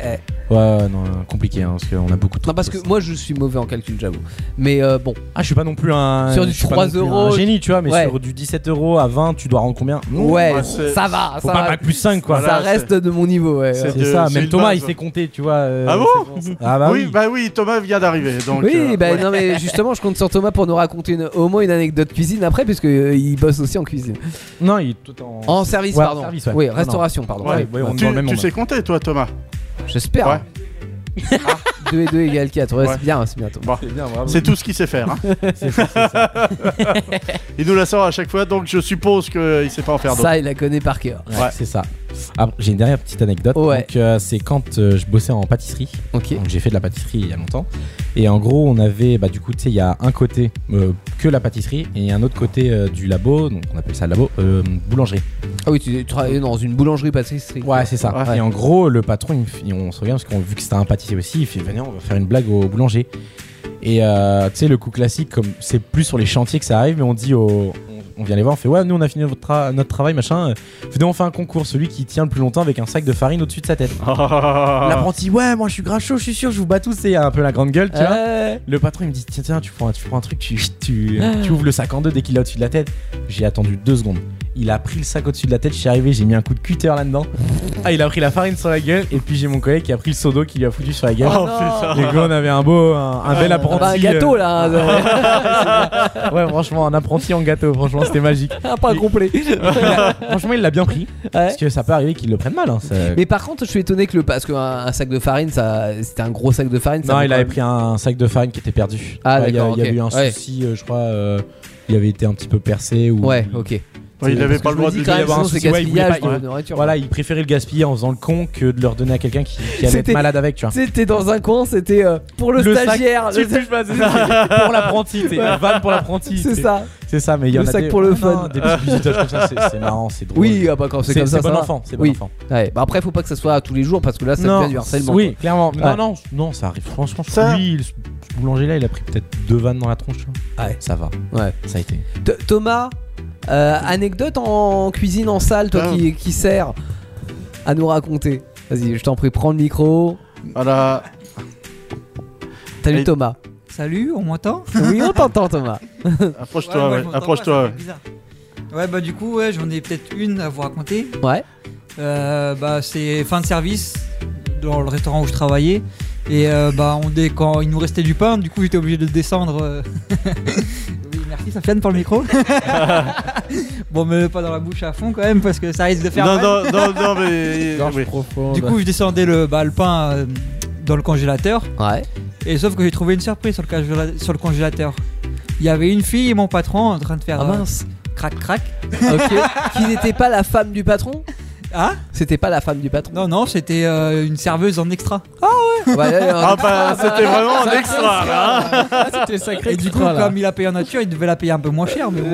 Ouais, ouais, non, compliqué, hein, parce qu'on a beaucoup de Non, trucs. parce que moi je suis mauvais en calcul, j'avoue. Mais euh, bon, Ah, je suis pas non plus un. Sur du je suis pas trois non plus euros, un génie, tu vois, mais ouais. sur du dix-sept euros à vingt, tu dois rendre combien? ouais, bah, c'est- ça va, Faut ça pas va. bac plus cinq, quoi. Ça Voilà, reste de mon niveau, ouais. c'est- C'est de- ça, c'est même une Thomas base. il sait compter, tu vois. euh, Ah bon c'est pour ça. Ah bah oui, oui. bah oui, Thomas vient d'arriver. Donc, Oui, euh, bah ouais. non mais justement je compte sur Thomas pour nous raconter une- au moins une anecdote cuisine après puisque euh, il bosse aussi en cuisine. Non, il est tout en. En service Ouais, pardon. service, ouais. Oui, Non, restauration pardon. Ouais. Ouais. Ouais, on est Tu, dans le même tu monde. sais compter, toi, Thomas? J'espère. Ouais. deux et deux égale quatre. Ouais, Ouais. c'est bien, c'est bien Thomas. Bon, C'est bien, bravo. c'est tout ce qu'il sait faire. Hein. C'est ça, c'est ça. Il nous la sort à chaque fois, donc je suppose qu'il sait pas en faire d'autres. Ça il la connaît par cœur. Ouais, Ouais. c'est ça. Ah, j'ai une dernière petite anecdote. Ouais. Donc, euh, c'est quand euh, je bossais en pâtisserie. Ok. Donc, j'ai fait de la pâtisserie il y a longtemps. Et en gros, on avait, bah, du coup, tu sais, il y a un côté euh, que la pâtisserie et un autre côté euh, du labo. Donc, on appelle ça le labo, euh, boulangerie. Ah oui, tu, tu travailles dans une boulangerie pâtisserie. Ouais, c'est ça. Ouais. Et en gros, le patron, il me fait- on se regarde parce qu'on vu que c'était un pâtissier aussi, il fait venez, on va faire une blague au boulanger. Et euh, tu sais, le coup classique, comme c'est plus sur les chantiers que ça arrive, mais on dit au. On vient les voir, on fait ouais, nous on a fini notre, tra- notre travail, machin. Venez, on fait un concours, celui qui tient le plus longtemps avec un sac de farine au-dessus de sa tête. Ah. L'apprenti, ouais, moi je suis grave chaud, je suis sûr, je vous bats tous, c'est un peu la grande gueule, tu vois. Ouais. Le patron il me dit tiens, tiens, tu prends, un- tu prends un truc, tu, tu, tu ouvres le sac en deux dès qu'il est au-dessus de la tête. J'ai attendu deux secondes. Il a pris le sac au-dessus de la tête, je suis arrivé, j'ai mis un coup de cutter là-dedans. Ah, il a pris la farine sur la gueule, et puis j'ai mon collègue qui a pris le seau d'eau qui lui a foutu sur la gueule. Oh, putain. Et gars, on avait un beau, un, un bel Ah apprenti. bah, un gâteau là. euh, ouais, franchement, un apprenti en gâteau, franchement, c'était magique. Un pain complet. Il a- franchement, il l'a bien pris. Ouais. Parce que ça peut arriver qu'il le prenne mal. Hein, ça- Mais par contre, je suis étonné que le parce qu'un un sac de farine, ça, c'était un gros sac de farine. ça Non, vaut il quand avait même- pris un sac de farine qui était perdu. Ah, Ouais, il y a- d'accord, Il y avait ok. eu un Ouais. souci, euh, je crois. euh, il avait été un petit peu percé. Ou... Ouais, ok. Ouais, il avait Parce pas que le je me droit dis de quand y même, avoir un sinon c'est souci, ouais, il voulait gaspillage pas- de nourriture. Voilà, il préférait le gaspiller en faisant le con que de leur donner à quelqu'un qui, qui allait C'était- être malade avec, tu vois. C'était dans un coin, c'était euh, pour le, sac, stagiaire. tu le touches pas, c'est ça, c'est pour l'apprenti, c'est une vanne pour l'apprenti. C'est ça. C'est ça, mais il y Le en a sac des, pour le ah, fun. non, des petits visitages comme ça, c'est- c'est marrant, c'est drôle. Oui, ah bah quand c'est c'est comme ça, c'est ça bon va. enfant, c'est bon Oui. enfant. Ouais, bah après, faut pas que ça soit tous les jours parce que là, ça devient du harcèlement. oui, clairement. Ouais. Non, non, non, ça arrive. Franchement, je Ça- lui, ce ce boulanger-là, il a pris peut-être deux vannes dans la tronche. tu vois. Ouais. Ça va. Ouais. Ça a été. T- Thomas, euh, anecdote en cuisine en salle, toi Ah. qui, qui sers à nous raconter. Vas-y, je t'en prie, prends le micro. Voilà. Salut Et- Thomas. Salut, on m'entend? Oui, on t'entend Thomas. Approche-toi, moi, ouais. je m'entends pas, Approche-toi. ça ouais. fait bizarre. Ouais, bah du coup, ouais, j'en ai peut-être une à vous raconter. Ouais. Euh, bah c'est fin de service dans le restaurant où je travaillais. Et euh, bah on dé... quand il nous restait du pain, du coup j'étais obligé de descendre. euh. Oui, merci Sofiane pour le micro. Bon, mais pas dans la bouche à fond quand même parce que ça risque de faire Non, mal. non, non, non, mais. Gorge oui. profonde. Du coup, je descendais le, bah, le pain euh, dans le congélateur. Ouais. Et sauf que j'ai trouvé une surprise sur le, congéla- sur le congélateur. Il y avait une fille et mon patron en train de faire Ah euh, mince. crac crac. Ok. Qui n'était pas la femme du patron? Ah C'était pas la femme du patron. non, non, c'était euh, une serveuse en extra. Ouais, là, Ah bah, c'était vraiment un extra, là. hein. Ah, c'était sacré. Et du coup, extra, là. comme il a payé en nature, il devait la payer un peu moins cher, mais bon.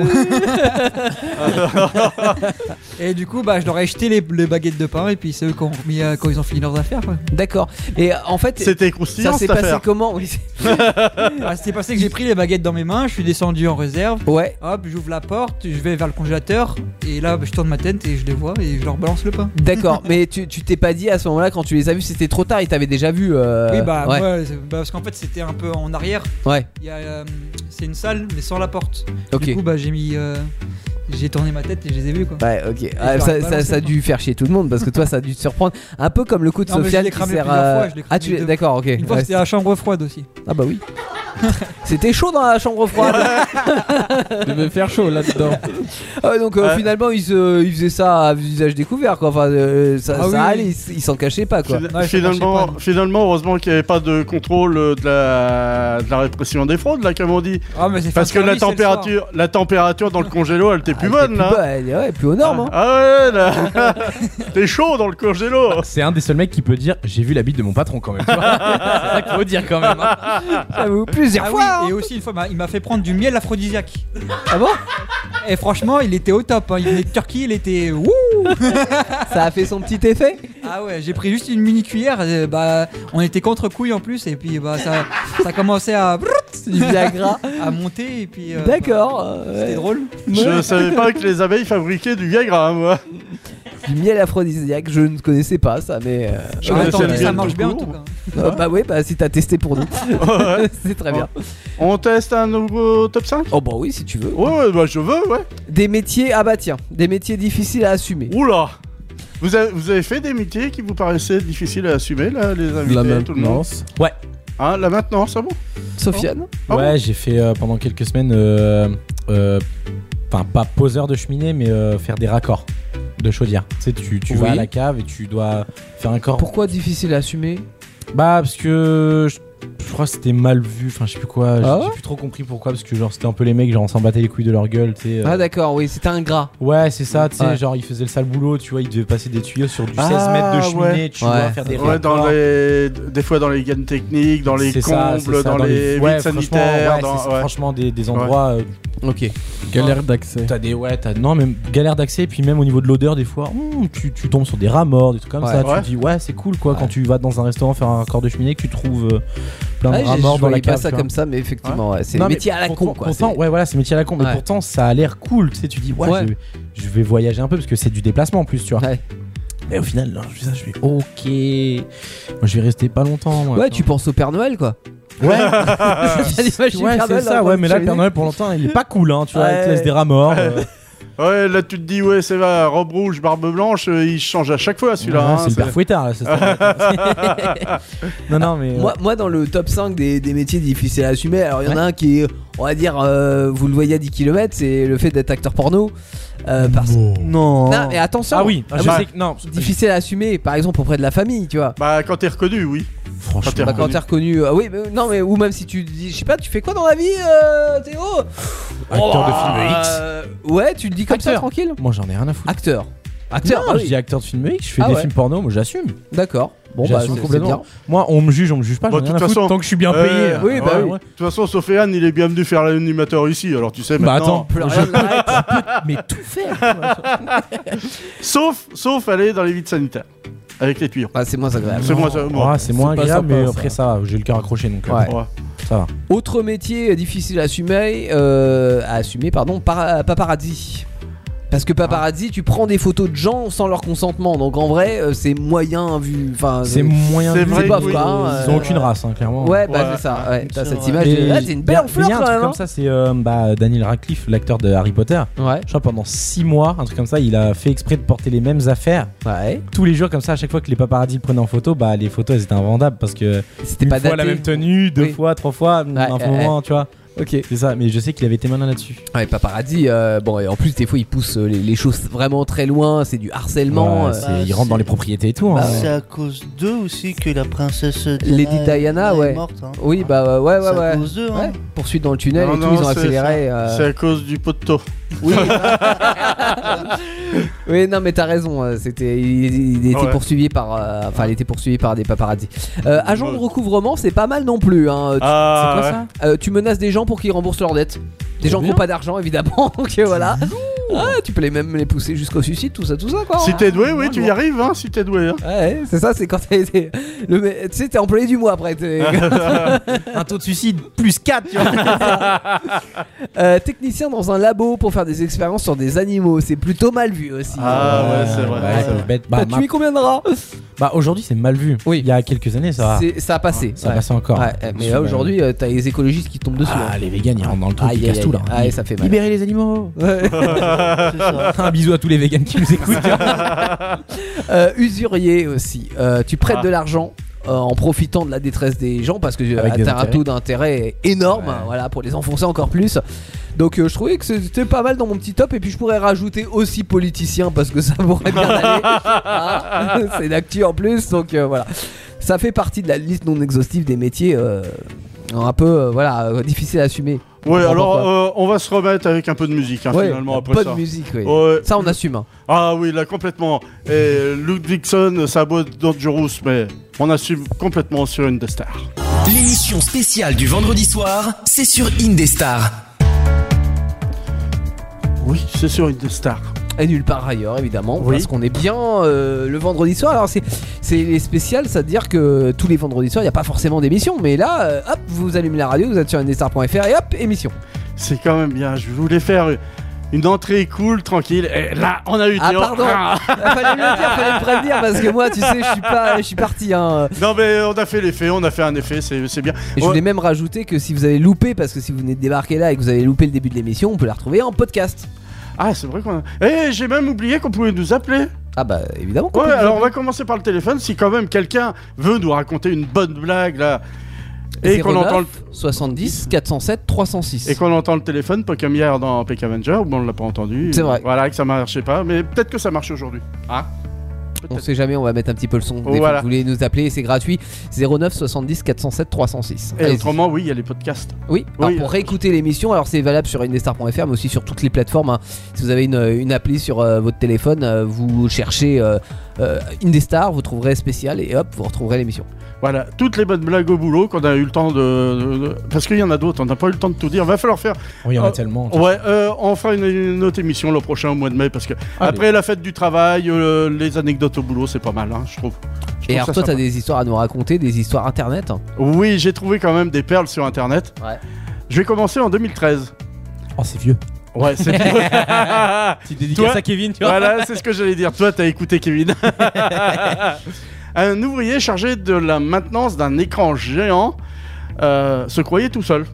Et du coup, bah, je leur ai jeté les, les baguettes de pain et puis c'est eux qui ont remis euh, quand ils ont fini leurs affaires. Quoi. D'accord. Et euh, en fait, C'était ça croustillant, s'est cette passé affaire. comment? Oui. Ah, c'était passé que j'ai pris les baguettes dans mes mains, je suis descendu en réserve. Ouais. Hop, j'ouvre la porte, je vais vers le congélateur et là, bah, je tourne ma tête et je les vois et je leur balance le pain. D'accord. Mais tu tu t'es pas dit à ce moment-là quand tu les as vus, c'était trop tard, ils t'avaient déjà vu. euh, Oui, bah, ouais. moi, c'est- bah, parce qu'en fait, c'était un peu en arrière. Ouais. Il y a, euh, c'est une salle, mais sans la porte. Ok. Du coup, bah, j'ai mis. euh, j'ai tourné ma tête et je les ai vus, quoi. Ouais, ok. je Ah, leur ai ça, ça, balancé ça a le dû faire chier tout le monde parce que toi, ça a dû te surprendre. Un peu comme le coup de Non, mais je Sofiane l'ai qui cramé sert plusieurs à. fois, je l'ai Ah, cramé tu deux- d'accord, ok. Une fois, Ouais, c'était à la chambre froide aussi. Ah bah oui. C'était chaud dans la chambre froide. Il devait faire chaud là-dedans. Ah ouais, donc euh, Ouais. finalement ils, se- ils faisaient ça à visage découvert quoi. Enfin euh, ça, Ah ça oui, allait, oui. ils s- ils s'en cachaient pas quoi. Fina- Ouais, je finalement, cherchais pas. finalement, heureusement qu'il n'y avait pas de contrôle euh, de la, de la répression des fraudes, là, comme on dit. Ah, mais c'est Parce fin que de la service, c'est le soir. température, la température dans le congélo, elle était plus Ah, elle bonne, était là. plus bonne, elle est- ouais, plus aux normes. hein. Ah ouais, là. T'es chaud dans le congélo. C'est un des seuls mecs qui peut dire j'ai vu la bite de mon patron quand même. tu vois. C'est ça qu'il faut dire quand même. hein. J'avoue, plusieurs Ah fois. oui, hein. et aussi une fois, bah, il m'a fait prendre du miel aphrodisiaque. Ah bon? Et franchement, il était au top. hein. Il venait de Turquie, il était. Wouh. Ça a fait son petit effet. Ah ouais, j'ai pris juste une mini cuillère. et, bah, on était contre couilles en plus, et puis bah ça, ça commençait à, C'est du Viagra. à monter, et puis. euh, D'accord. bah, euh, C'était ouais. drôle. Je savais pas que les abeilles fabriquaient du Viagra, moi. Du miel aphrodisiaque, je ne connaissais pas ça, mais. Euh, Je Ouais, connaissais attends, le ça miel marche tout bien en court. tout cas. euh, bah ouais, bah si t'as testé pour nous. Ouais. C'est très bien. On teste un nouveau top cinq? Oh bah oui, si tu veux. Ouais, ouais, bah je veux, ouais. Des métiers, ah bah tiens, des métiers difficiles à assumer. Oula! Vous avez, vous avez fait des métiers qui vous paraissaient difficiles à assumer, là, les invités, La tout le monde? maintenance. Ouais. Hein, la maintenance, c'est bon? Sofiane? Ah ouais, j'ai fait euh, pendant quelques semaines, euh, euh, enfin pas poseur de cheminée, mais euh, faire des raccords de chaudière. Tu sais, tu, tu Oui. vas à la cave et tu dois faire un corps. Pourquoi difficile à assumer? Bah parce que je, je crois que c'était mal vu, enfin je sais plus quoi, j'ai- Ah ouais j'ai plus trop compris pourquoi, parce que genre c'était un peu les mecs, genre on s'en battait les couilles de leur gueule, tu sais. euh. Ah d'accord, oui, c'était un gras. Ouais, c'est ça, tu sais, Ouais. genre ils faisaient le sale boulot, tu vois, ils devaient passer des tuyaux sur du Ah, seize mètres de cheminée, ouais. tu Ouais. dois faire des Ouais, dans raccords. les... des fois dans les gaines techniques, dans les C'est combles, ça, c'est ça, dans, les ouais, vides franchement, sanitaires. ouais, dans- c'est- ouais. franchement des, des endroits euh, Ok. Galère d'accès. t'as des ouais t'as non même galère d'accès, puis même au niveau de l'odeur des fois hum, tu, tu tombes sur des rats morts, des trucs comme Ouais. ça, Ouais. tu te dis ouais c'est cool quoi, Ouais. quand tu vas dans un restaurant faire un raccord de cheminée que tu trouves euh, plein Ouais, de rats j'ai- morts je dans la voyais pas cave, ça tu vois. comme ça, mais effectivement, ouais, c'est Non, le mais métier à la pourtant- con quoi. pourtant, c'est- ouais voilà c'est métier à la con, mais Ouais. pourtant ça a l'air cool, tu sais, tu dis ouais, Ouais. Je, je vais voyager un peu parce que c'est du déplacement en plus, tu vois. Ouais. Et au final là, je fais ça, je fais ok, moi je vais rester pas longtemps moi, Ouais, tu penses au Père Noël quoi. ouais T'as l'image du ouais Père c'est Noël ça, dans ouais le mais là le cheminée. Père Noël pour longtemps il est pas cool hein, tu vois, il te Ouais. laisse des rats morts. euh. Ouais, là tu te dis, ouais, c'est va, robe rouge, barbe blanche, euh, il change à chaque fois celui-là. Ouais, hein, c'est le c'est- père Fouettard là, c'est ça. Non non mais Moi, moi, dans le top cinq des, des métiers difficiles à assumer, alors il y en a un qui est, on va dire, euh, vous le voyez à dix kilomètres, c'est le fait d'être acteur porno. Euh, parce... Non. Non, mais attention. ah oui, Ah, je bah, sais que non, difficile à assumer, par exemple auprès de la famille, tu vois. Bah, quand t'es reconnu, oui. franchement. T'es Bah, quand reconnu. t'es reconnu, euh, oui, mais, non, mais ou même si tu dis, je sais pas, tu fais quoi dans la vie, euh, Théo? Acteur de Oh, film X. euh, Ouais, tu le dis comme ça Acteur. tranquille. Moi j'en ai rien à foutre. Acteur. Acteur, Non, ah je oui. dis acteur de film X, je fais Ah des ouais. films porno, moi j'assume. D'accord. Bon, bah, J'assume c'est c'est complètement. bien. Moi on me juge, on me juge pas, Bon, j'en ai de rien à toute foutre façon, tant que je suis bien euh, payé. oui, bah ouais, oui. ouais. De toute façon, Sophéane, il est bienvenu faire l'animateur ici, alors tu sais Bah maintenant. attends, Plus je rien peux n'arrête. mais tout faire. Sauf, sauf aller dans les vides sanitaires. Avec les tuyaux. Ah, c'est moins agréable. C'est moins ça. moi. Ouais, c'est moins pas agréable, sympa, mais ça. après ça va, j'ai le cœur accroché donc euh, Ouais. Ouais. ça va. Autre métier difficile à assumer, euh, à assumer, pardon, para- paparazzi. Parce que paparazzi, tu prends des photos de gens sans leur consentement, donc en vrai, euh, c'est moyen vu. Enfin, C'est euh, moyen c'est vu, vrai, ils bof, oui. quoi, hein, ont euh, aucune race hein, clairement. Ouais, bah Ouais. c'est ça. Ouais. T'as C'est cette vrai. image. Et De... Ah, c'est une belle y a- enflure y a un quand truc même. comme hein. ça, c'est euh, bah, Daniel Radcliffe, l'acteur de Harry Potter. Ouais. Je crois pendant six mois, un truc comme ça, il a fait exprès de porter les mêmes affaires Ouais. tous les jours comme ça. À chaque fois que les paparazzis le prenaient en photo, bah les photos elles étaient invendables parce que C'était une pas fois daté. la même tenue, deux Oui. fois, trois fois, un ouais, moment, tu vois. Ok. C'est ça. Mais je sais qu'il avait été malin là-dessus. Ouais, paparazzi. euh, bon, et en plus, des fois, ils poussent euh, les, les choses vraiment très loin. C'est du harcèlement. Ouais, euh, c'est- bah, il rentre c'est- dans les propriétés et tout. Bah, hein. C'est à cause d'eux aussi que la princesse Lady Diana, est ouais. morte. Hein. Oui, bah ouais, ouais, C'est à ouais. cause d'eux. Ouais. Hein. Poursuite dans le tunnel Non, et tout, non, ils ont c'est- accéléré. euh, C'est à cause du poteau. Oui. Oui, non, mais t'as raison. euh, C'était, il, il était Ouais. poursuivi par, euh, enfin, il était poursuivi par des paparazzis. Euh, agent de recouvrement, c'est pas mal non plus. Hein. Tu, Ah, C'est quoi ouais. ça euh, tu menaces des gens pour qu'ils remboursent leurs dettes. Des gens qui bien. n'ont pas d'argent, évidemment. Donc euh, voilà. Ah, tu peux les même les pousser jusqu'au suicide, tout ça, tout ça, quoi. Si hein. t'es doué, oui, tu y arrives, hein, si t'es doué. Hein. Ouais, c'est ça, c'est quand t'es, t'es- le, tu sais, t'es employé du mois après. t'es- Un taux de suicide plus quatre, tu vois. Euh, technicien dans un labo pour faire des expériences sur des animaux, c'est plutôt mal vu aussi. Ah, ouais, c'est vrai. Bah, c'est ils peuvent vrai. bête- bah, T'as ma- tué combien de rats bah, aujourd'hui c'est mal vu. Oui. Il y a quelques années ça va. C'est- Ça a passé. Ça ouais. passe encore. Ouais, mais là aujourd'hui, euh, t'as les écologistes qui tombent dessus. Ah, hein. les vegans ils rentrent dans le truc, Aïe, ils aïe, cassent tout là. aïe. Ah, ça fait mal. Libérez les animaux. Ouais. C'est ça. Un bisou à tous les vegans qui nous écoutent. Euh, usurier aussi. Euh, tu prêtes Ah. de l'argent. euh, en profitant de la détresse des gens parce que euh, Avec des t'as un intérêts. taux d'intérêt énorme, Ouais. voilà, pour les enfoncer encore plus. Donc euh, je trouvais que c'était pas mal dans mon petit top et puis je pourrais rajouter aussi politicien parce que ça pourrait bien aller. Hein, c'est l'actu en plus, donc euh, voilà. Ça fait partie de la liste non exhaustive des métiers euh, un peu euh, voilà euh, difficile à assumer. Ouais, Comprends alors pourquoi. euh, on va se remettre avec un peu de musique hein, Ouais, finalement après bonne ça. musique, oui. Ouais. Ça on assume. Hein. Ah oui, là complètement. Et Ludwigson, ça a beau être Dangerous, mais on assume complètement sur Indestar. L'émission spéciale du vendredi soir, c'est sur Indestar. Oui, c'est sur Indestar. Et nulle part ailleurs évidemment Oui. parce qu'on est bien euh, le vendredi soir. Alors c'est c'est les spéciales, c'est à dire que tous les vendredis soirs il n'y a pas forcément d'émission, mais là euh, hop vous allumez la radio, vous êtes sur indestar point f r et hop émission. C'est quand même bien. Je voulais faire Une entrée cool, tranquille. Et là, on a eu Ah Théo. pardon, fallait me le dire, fallait me prévenir parce que moi, tu sais, je suis pas, je suis parti. Hein. Non, mais on a fait l'effet, on a fait un effet, c'est, c'est bien. Et je Ouais. voulais même rajouter que si vous avez loupé, parce que si vous venez de débarquer là et que vous avez loupé le début de l'émission, on peut la retrouver en podcast. Ah, c'est vrai qu'on a. Eh, j'ai même oublié qu'on pouvait nous appeler. Ah bah évidemment. qu'on Ouais, peut vous alors on appeler. va commencer par le téléphone. Si quand même quelqu'un veut nous raconter une bonne blague là, et qu'on zéro neuf entend le. soixante-dix quatre cent sept trois cent six. Et qu'on entend le téléphone, pas comme hier dans Peck Avenger, où on l'a pas entendu. C'est vrai. Voilà, que ça marchait pas, mais peut-être que ça marche aujourd'hui. Ah. On sait jamais, on va mettre un petit peu le son. Dès que Voilà. vous voulez nous appeler, c'est gratuit. zéro neuf soixante-dix quatre cent sept trois cent six. Et Allez-y. autrement, oui, il y a les podcasts. Oui, alors Oui, pour euh, réécouter l'émission, alors c'est valable sur indestar point f r mais aussi sur toutes les plateformes. Hein. Si vous avez une, une appli sur euh, votre téléphone, euh, vous cherchez euh, euh, Indestar, vous trouverez spécial et hop, vous retrouverez l'émission. Voilà, toutes les bonnes blagues au boulot qu'on a eu le temps de. de- de- Parce qu'il y en a d'autres, on n'a pas eu le temps de tout dire. Va falloir faire. Oui, il y en a Oh, tellement. Ouais, euh, on fera une, une autre émission le prochain au mois de mai parce que Allez. après la fête du travail, euh, les anecdotes au boulot, c'est pas mal, hein, je trouve. Je Et trouve alors ça toi, t'as sympa. des histoires à nous raconter, des histoires internet. Oui, j'ai trouvé quand même des perles sur internet. Ouais. Je vais commencer en deux mille treize. Oh, c'est vieux. Ouais, c'est Petite dédicace Toi- à Kevin, tu vois. Voilà, c'est ce que j'allais dire. Toi, t'as écouté Kevin. Un ouvrier chargé de la maintenance d'un écran géant euh, se croyait tout seul.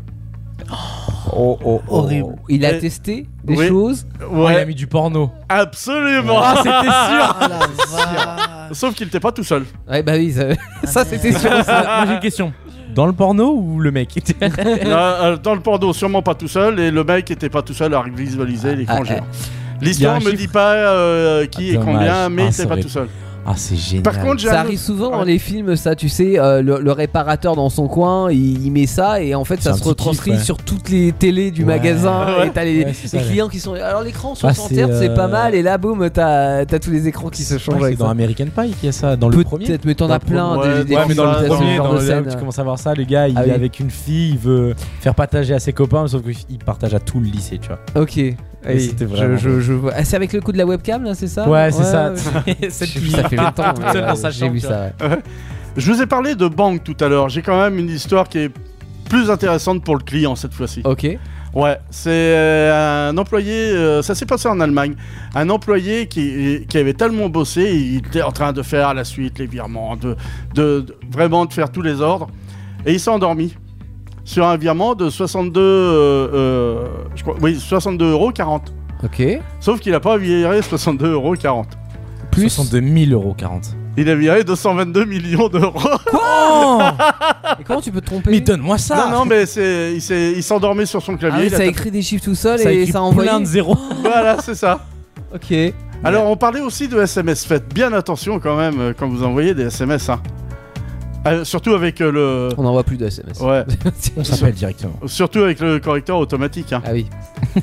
Oh, oh, oh. Horrible. Il a Et- testé des Oui. choses. Oh, il a mis du porno. Absolument. Ah, c'était sûr. Ah, la vache. Sauf qu'il n'était pas tout seul. Ouais, bah oui, ça, ça, c'était sûr. Moi, j'ai une question. Dans le porno ou le mec Non, euh, dans le porno, sûrement pas tout seul, et le mec était pas tout seul à visualiser l'écran ah, géant. Il y L'histoire a un me chiffre. dit pas euh, qui Ah, et dommage. combien, mais Ah, il ça était pas aurait tout seul. Ah, c'est génial. Par contre, j'ai Ça un arrive autre- souvent dans Ouais. les films, ça, tu sais, euh, le, le réparateur dans son coin, il, il met ça et en fait C'est ça un se petit retranscrit kiff, ouais. sur toutes les télés du Ouais. magasin Ouais. et t'as les, Ouais, c'est ça, les ouais. clients qui sont. Alors l'écran Bah, soixante c'est, hertz, c'est euh, pas mal et là boum, t'as t'as tous les écrans qui se changent Ouais, avec c'est dans ça. American Pie qu'il y a ça, dans le premier. Peut-être, mais t'en Dans as le plein premier, des, ouais, des ouais, mais dans le imitations, premier, ce genre dans de le- scène. tu commences à voir ça, le gars il Ah est oui. avec une fille, il veut faire partager à ses copains, sauf qu'il partage à tout le lycée, tu vois. Ok. Oui, c'était je, vraiment je, je vois. Ah, c'est avec le coup de la webcam là, c'est ça Ouais, c'est ça. ouais. Celle J'ai qui vu ça fait longtemps. toute mais, seule euh, dans sa J'ai chambre, vu tu ça. Ouais. Je vous ai parlé de banque tout à l'heure. J'ai quand même une histoire qui est plus intéressante pour le client cette fois-ci. Ok. Ouais, c'est euh, un employé, euh, ça s'est passé en Allemagne, un employé qui, qui avait tellement bossé, il était en train de faire à la suite les virements, de, de, de- vraiment de faire tous les ordres, et il s'est endormi sur un virement de soixante-deux, euh, euh, je crois, oui, soixante-deux euros quarante. Ok. Sauf qu'il n'a pas viré soixante-deux euros quarante. Plus. soixante-deux mille euros quarante. Il a viré deux cent vingt-deux millions d'euros. Oh Et comment tu peux te tromper Mais donne-moi ça. Non, non, mais c'est, il, s'est, il s'endormait sur son Ah clavier. oui, il a ça tapé- écrit des chiffres tout seul Ça et écrit ça envoie. plein de zéros. Voilà, c'est ça. Ok. Alors, on parlait aussi de S M S. Faites bien attention quand même euh, quand vous envoyez des S M S. Hein. Euh, surtout avec euh, le. On n'envoie plus de S M S. Ouais. On s'appelle directement. Surtout avec le correcteur automatique. Hein. Ah oui.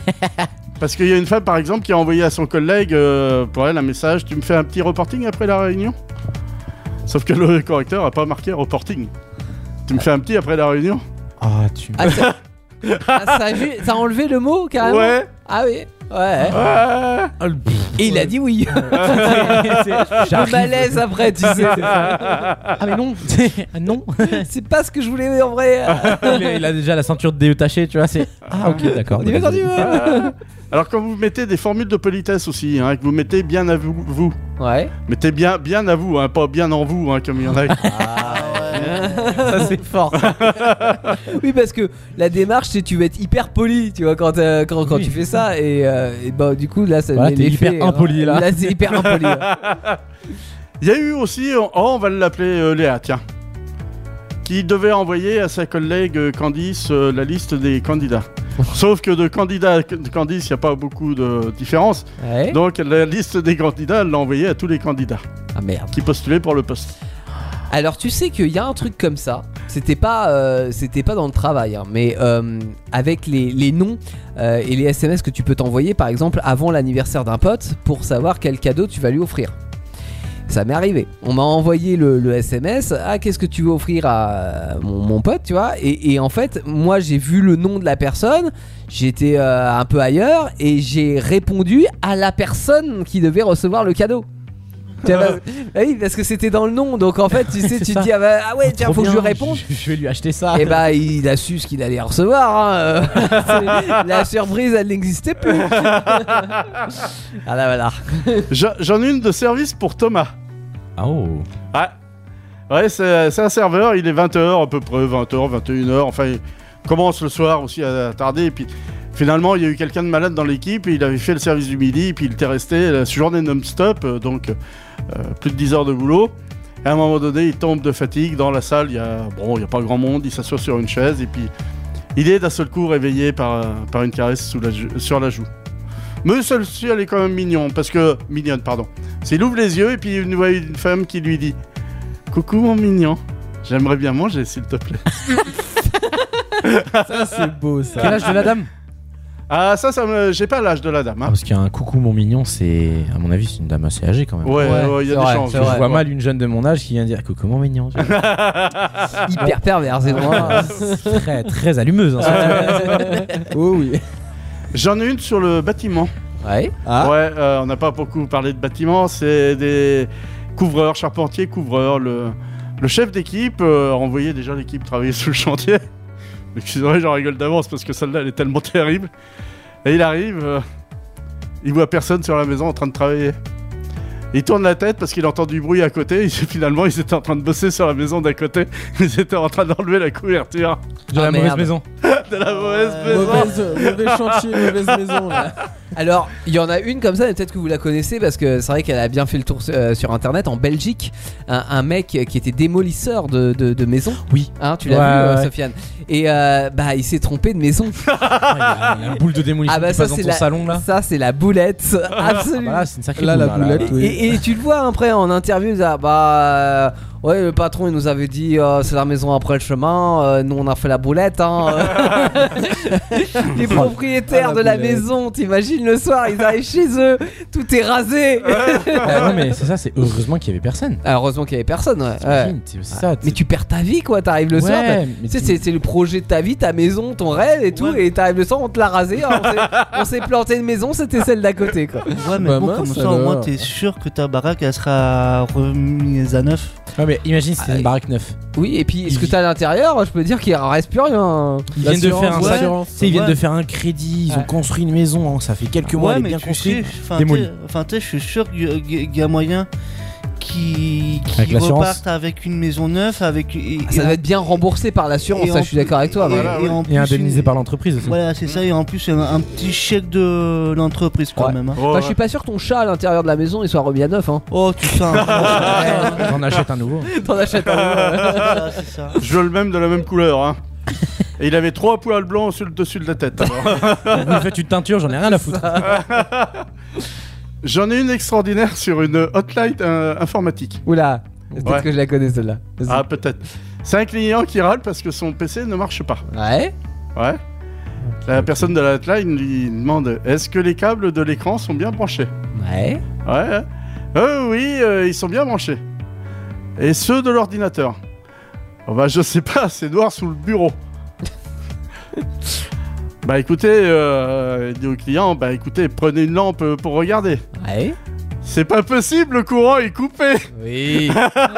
Parce qu'il y a une femme, par exemple, qui a envoyé à son collègue euh, pour elle un message. Tu me fais un petit reporting après la réunion. Sauf que le correcteur a pas marqué reporting. Tu me fais un petit après la réunion. Ah, tu. Ah, ça... ah, ça, a vu- ça a enlevé le mot carrément. Ouais. Ah oui. Ouais. Ouais. Et il a dit oui. Le malaise après, tu sais. Ah, mais non. Ah, non. C'est pas ce que je voulais en vrai. il, a, il a déjà la ceinture détachée, tu vois. C'est. Ah, ok, d'accord. On y va quand tu veux. Alors quand vous mettez des formules de politesse aussi, hein, que vous mettez bien à vous, vous. Ouais. mettez bien, bien à vous, hein, pas bien en vous, hein, comme il y en a. Ça, c'est fort. Oui, parce que la démarche, c'est tu vas être hyper poli, tu vois, quand, euh, quand, quand Oui. tu fais ça. Et, euh, et bah, du coup, là, ça Voilà, met t'es l'effet, hyper impoli, là. Là, c'est hyper impoli. ouais. Il y a eu aussi, oh, on va l'appeler euh, Léa, tiens, qui devait envoyer à sa collègue euh, Candice euh, la liste des candidats. Sauf que de candidats à de Candice, il n'y a pas beaucoup de différence. Ouais. Donc la liste des candidats, elle l'a envoyée à tous les candidats Ah merde. qui postulaient pour le poste. Alors tu sais qu'il y a un truc comme ça. C'était pas, euh, c'était pas dans le travail, hein, mais euh, avec les, les noms euh, et les S M S que tu peux t'envoyer, par exemple, avant l'anniversaire d'un pote, pour savoir quel cadeau tu vas lui offrir. Ça m'est arrivé. On m'a envoyé le, le S M S. Ah, qu'est-ce que tu veux offrir à mon, mon pote, tu vois, et, et en fait, moi, j'ai vu le nom de la personne. J'étais euh, un peu ailleurs et j'ai répondu à la personne qui devait recevoir le cadeau. Tiens, bah, bah oui, parce que c'était dans le nom, donc en fait, tu sais, tu te dis, ah, bah, ah ouais, tiens, Trop faut que je lui bien, réponde. Je, je vais lui acheter ça. Et bah, il a su ce qu'il allait recevoir. Hein. C'est- La surprise, elle n'existait plus. Voilà, voilà. J'en j'en ai une de service pour Thomas. Ah, oh. Ouais, ouais c'est c'est un serveur, il est vingt heures à peu près, vingt heures, vingt et une heures, enfin il commence le soir aussi à tarder, et puis finalement il y a eu quelqu'un de malade dans l'équipe, et il avait fait le service du midi, et puis il était resté la journée non-stop, euh, donc euh, plus de dix heures de boulot. Et à un moment donné, il tombe de fatigue dans la salle, il y a, bon, il y a pas grand monde, il s'assoit sur une chaise, et puis il est d'un seul coup réveillé par, par une caresse sous la, jou- sur la joue. Mais celle-ci, elle est quand même mignon, parce que... Mignonne, pardon. C'est il ouvre les yeux et puis il voit une femme qui lui dit « Coucou mon mignon, j'aimerais bien manger s'il te plaît. Ça, c'est beau, ça. Quel âge de la dame ?» Ah ça, ça me... j'ai pas l'âge de la dame. Ah, Hein. parce qu'il y a un coucou mon mignon, c'est à mon avis c'est une dame assez âgée quand même. Ouais, Ouais, ouais, il y a c'est des vrai, chances. c'est Je vrai. vois mal une jeune de mon âge qui vient dire coucou mon mignon. Hyper pervers, c'est moi. très très allumeuse. Hein, ça. Oh oui. J'en ai une sur le bâtiment. Ouais. Ah. Ouais, euh, on n'a pas beaucoup parlé de bâtiment, c'est des couvreurs, charpentiers, couvreurs. Le, le chef d'équipe euh, a envoyé déjà l'équipe travailler sur le chantier. Excusez-moi, j'en rigole d'avance parce que celle-là, elle est tellement terrible. Et il arrive, euh, il voit personne sur la maison en train de travailler. Il tourne la tête parce qu'il entend du bruit à côté. Et finalement, ils étaient en train de bosser sur la maison d'à côté. Ils étaient en train d'enlever la couverture De la Ah, mauvaise merde. maison. de la mauvaise Ouais. maison. Mauvaise, mauvais chantier, mauvaise maison. Là. Alors, il y en a une comme ça, mais peut-être que vous la connaissez parce que c'est vrai qu'elle a bien fait le tour euh, sur internet. En Belgique, un, un mec qui était démolisseur de, de, de maisons. Oui. Hein, tu l'as Ouais, vu, euh, ouais. Sofiane. Et euh, bah, il s'est trompé de maison. Ah, il y a- il y a une boule de démolition Ah bah qui ça passe dans c'est ton la, salon là. ça c'est la boulette, Ah, absolument. bah là, c'est une sacrée Là, boule, la boulette, oui. Et, et tu le vois après en interview, ça, bah euh, ouais, le patron il nous avait dit euh, c'est la maison après le chemin, euh, nous on a fait la boulette. Hein. Les propriétaires Ah, la de la boulette. maison, t'imagines le soir ils arrivent chez eux, tout est rasé. Ah, non mais c'est ça, c'est heureusement qu'il y avait personne. Alors, heureusement qu'il y avait personne. Ouais. Ouais. T'imagines, c'est c'est ça. Mais tu perds ta vie quoi, t'arrives le Ouais, soir. t'as- mais Tu sais, tu- c'est, c'est le projet de ta vie, ta maison, ton rêve et tout, Ouais. et t'arrives le soir, on te l'a rasé. Alors, on, s'est, on s'est planté une maison, c'était celle d'à côté quoi. Ouais, mais Bah bon, mince, comme ça, au moins, alors. t'es sûr que ta baraque, elle sera remise à neuf. Ouais, mais imagine si c'était Ah, une baraque neuve. Oui, et puis ce Il que vit- t'as à l'intérieur, je peux dire qu'il reste plus rien. Ils viennent de faire un L'assurance, sac. l'assurance. Tu sais, ils viennent Ouais. de faire un crédit, ils ont Ouais. construit une maison, hein, ça fait quelques mois, Ouais, elle est mais bien tu construite. sais, enfin, démolie. t'es- enfin, tu sais, je suis sûr qu'il y a- qu'il y a moyen qui, Avec qui l'assurance. repartent avec une maison neuve, avec. et- Ah, ça et doit en- être bien remboursé par l'assurance, et ça en je suis d'accord avec toi. et- mais- Voilà, et oui. en Et plus, indemnisé une- par l'entreprise aussi. Voilà, c'est ça, et en plus, un, un petit chèque de l'entreprise quand Ouais. même. hein. Oh, Enfin, je suis pas sûr que ton chat à l'intérieur de la maison il soit remis à neuf. Hein. Oh, tu sais, hein. J'en achète un nouveau. T'en achètes un nouveau. Voilà, c'est ça. Je veux le même de la même couleur. Hein. Et il avait trois poils blancs sur le dessus de la tête. alors. Vous faites une teinture, j'en ai rien à foutre. J'en ai une extraordinaire sur une hotline euh, informatique. Oula, peut-être Ouais. que je la connais celle-là. Vas-y. Ah, peut-être. C'est un client qui râle parce que son P C ne marche pas. Ouais. Ouais. La personne de la hotline lui demande est-ce que les câbles de l'écran sont bien branchés? Ouais. Ouais. Euh, oui, euh, ils sont bien branchés. Et ceux de l'ordinateur? Oh, bah, je sais pas, c'est noir sous le bureau. Bah écoutez, euh, il dit au client, bah écoutez, prenez une lampe euh, pour regarder. Ouais. C'est pas possible, le courant est coupé. Oui.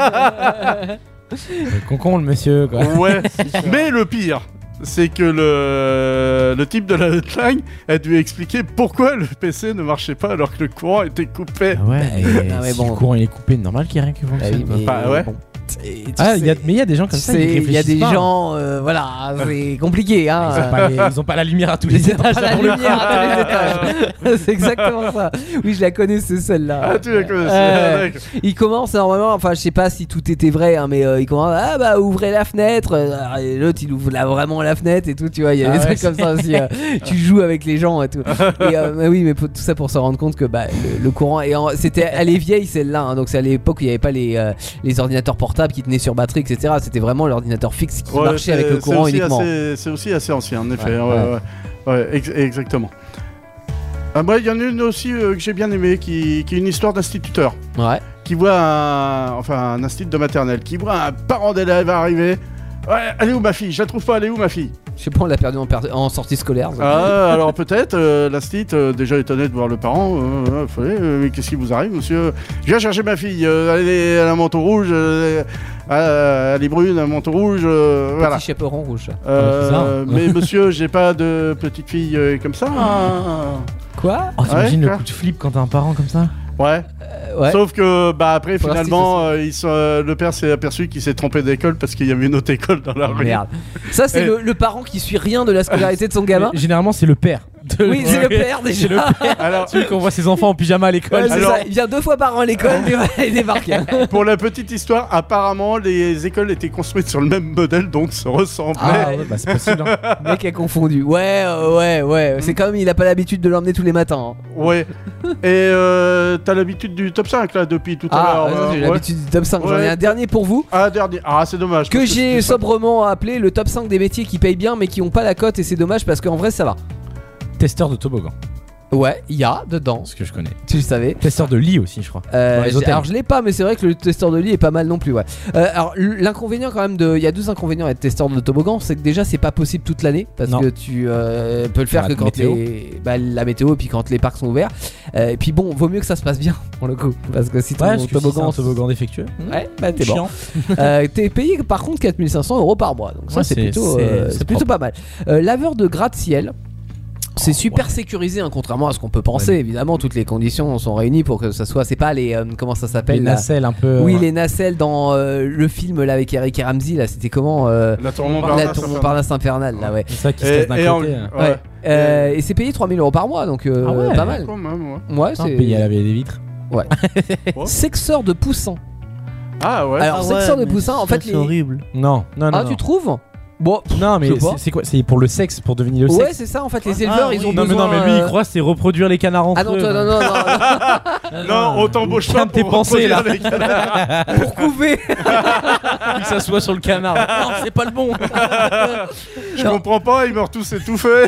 Concombre, monsieur, quoi. Ouais. Mais le pire, c'est que le, le type de la hotline a dû expliquer pourquoi le P C ne marchait pas alors que le courant était coupé. Ah ouais, Bah, et ah ouais, si bon. le courant il est coupé, normal qu'il y ait rien qui Ah fonctionne. oui, quoi. mais Bah, ouais. bon. Et tu Ah, il y a- sais- mais il y a des gens comme tu ça, sais, ils il y a réfléchissent des pas, hein. gens, euh, voilà, c'est compliqué, hein. Ils ont, pas les- ils ont pas la lumière à tous les Ils ont étages. pas la pour le lumière coup. à tous les étages. C'est exactement ça. Oui, je la connais, c'est celle-là. Ah, tu la connais, Euh, d'accord. Il commence normalement, enfin je sais pas si tout était vrai, hein, mais euh, il commence, ah bah ouvrez la fenêtre, euh, et l'autre il ouvre là, vraiment la fenêtre et tout, tu vois, il y a Ah des ouais, trucs comme ça aussi, euh, tu joues avec les gens et tout. Et euh, mais oui, mais pour- tout ça pour se rendre compte que bah, le, le courant, et en- c'était, elle est vieille celle-là, hein, donc c'est à l'époque où il n'y avait pas les, euh, les ordinateurs portables qui tenaient sur batterie, et cetera. C'était vraiment l'ordinateur fixe qui Ouais, marchait c'est- avec le c'est courant aussi uniquement. assez- C'est aussi assez ancien, en effet. Ouais, Ouais, ouais, ouais. Ouais, ex- exactement. Ah, moi, il y en a une aussi euh, que j'ai bien aimée, qui, qui est une histoire d'instituteur. Ouais. Qui voit un, enfin, un institut de maternelle, qui voit un parent d'élève arriver. Ouais, elle est où ma fille? Je la trouve pas, elle est où ma fille? Je sais pas, on l'a perdu en, per- en sortie scolaire. ça. Ah, alors peut-être, euh, la Stit, euh, déjà étonné de voir le parent. Euh, euh, fallait, euh, mais qu'est-ce qui vous arrive, monsieur? Je viens chercher ma fille, euh, elle, est, elle a un manteau rouge, euh, euh, elle est brune, un manteau rouge, euh, Petit voilà. chaperon rouge. Euh, Ouais, c'est ça. mais monsieur, j'ai pas de petite fille euh, comme ça. hein. Quoi? Oh, t'imagines Ouais, le quoi. coup de flip quand t'as un parent comme ça? Ouais. Euh, Ouais. Sauf que bah après Pour finalement euh, ils sont, euh, le père s'est aperçu qu'il s'est trompé d'école parce qu'il y avait une autre école dans la rue. Merde. Ça, c'est Eh. le, le parent qui suit rien de la scolarité de son gamin. Mais Généralement, c'est le père. de- Oui, c'est le père C'est déjà. le père. Alors Celui qu'on voit ses enfants en pyjama à l'école. Ouais, c'est Alors- ça. Il vient deux fois par an à l'école, mais voilà, il débarque. hein. pour la petite histoire, apparemment les écoles étaient construites sur le même modèle donc se ressemblaient. Ah ouais, bah c'est possible. hein. Le mec a confondu. Ouais, euh, ouais, ouais. C'est comme il a pas l'habitude de l'emmener tous les matins. hein. Ouais. Et euh, t'as l'habitude du top cinq là depuis tout à Ah, l'heure. ouais, ça, euh, j'ai ouais. l'habitude du top cinq. J'en ai Ouais. un dernier pour vous. Ah dernier. Ah c'est dommage. Que parce j'ai c'est- sobrement appelé le top cinq des métiers qui payent bien mais qui ont pas la cote, et c'est dommage parce qu'en vrai ça va. Testeur de toboggan, Ouais, il y a dedans, ce que je connais. tu le savais. Testeur de lit aussi, je crois. Euh, Dans les j'ai- hôtels. alors je l'ai pas, mais c'est vrai que le testeur de lit est pas mal non plus. Ouais. Euh, alors l- l'inconvénient quand même de, il y a deux inconvénients à être testeur de toboggan, c'est que déjà c'est pas possible toute l'année parce Non. que tu euh, peux le faire La que quand météo. les, bah, la météo et puis quand les parcs sont ouverts. Euh, et puis bon, vaut mieux que ça se passe bien pour le coup, parce que si ton Ouais, parce que si c'est toboggan, un toboggan défectueux. ouais, bah t'es bon. Chiant. Euh, t'es payé par contre quatre mille cinq cents euros par mois, donc ça Ouais, c'est c'est- plutôt, c'est- euh, c'est c'est plutôt propre. pas mal. Euh, laveur de gratte-ciel. C'est Oh, super ouais. sécurisé, hein, contrairement à ce qu'on peut penser. Ouais. Évidemment, toutes les conditions sont réunies pour que ça soit. C'est pas les. euh, comment ça Les s'appelle là nacelles un peu. Oui, euh, les nacelles dans euh, le film là avec Eric et Ramsey. Là, c'était comment euh, La tour La Montparnasse. tour enfin. Montparnasse infernale. Là, ouais. C'est ça qui se Et, casse d'un et en- côté. ouais. hein. Ouais. Euh, et c'est payé trois mille euros par mois, donc euh, Ah ouais. pas mal. Quand même, ouais. Ouais, Putain, c'est. payer à laver les vitres. Sexeur de poussins. Ah ouais. Alors, Ah sexeur ouais, de mais poussins, en ça, fait, c'est les. horrible. Non, non, non. Ah, non. tu trouves Bon. Non, mais Je sais pas. c'est- c'est quoi? C'est pour le sexe, pour devenir le Ouais, sexe. c'est ça. En fait, les Ah, éleveurs, oui. ils ont Non, mais besoin. non, mais lui, il euh, croit c'est reproduire les canards entre Ah non, eux. toi, non, non, non, Non, on t'embauche pas Tiens, tes pour pensées, là. reproduire les canards. non, pour couver. Que ça soit sur le canard. Non, c'est pas le bon. Je comprends pas, ils meurent tous étouffés.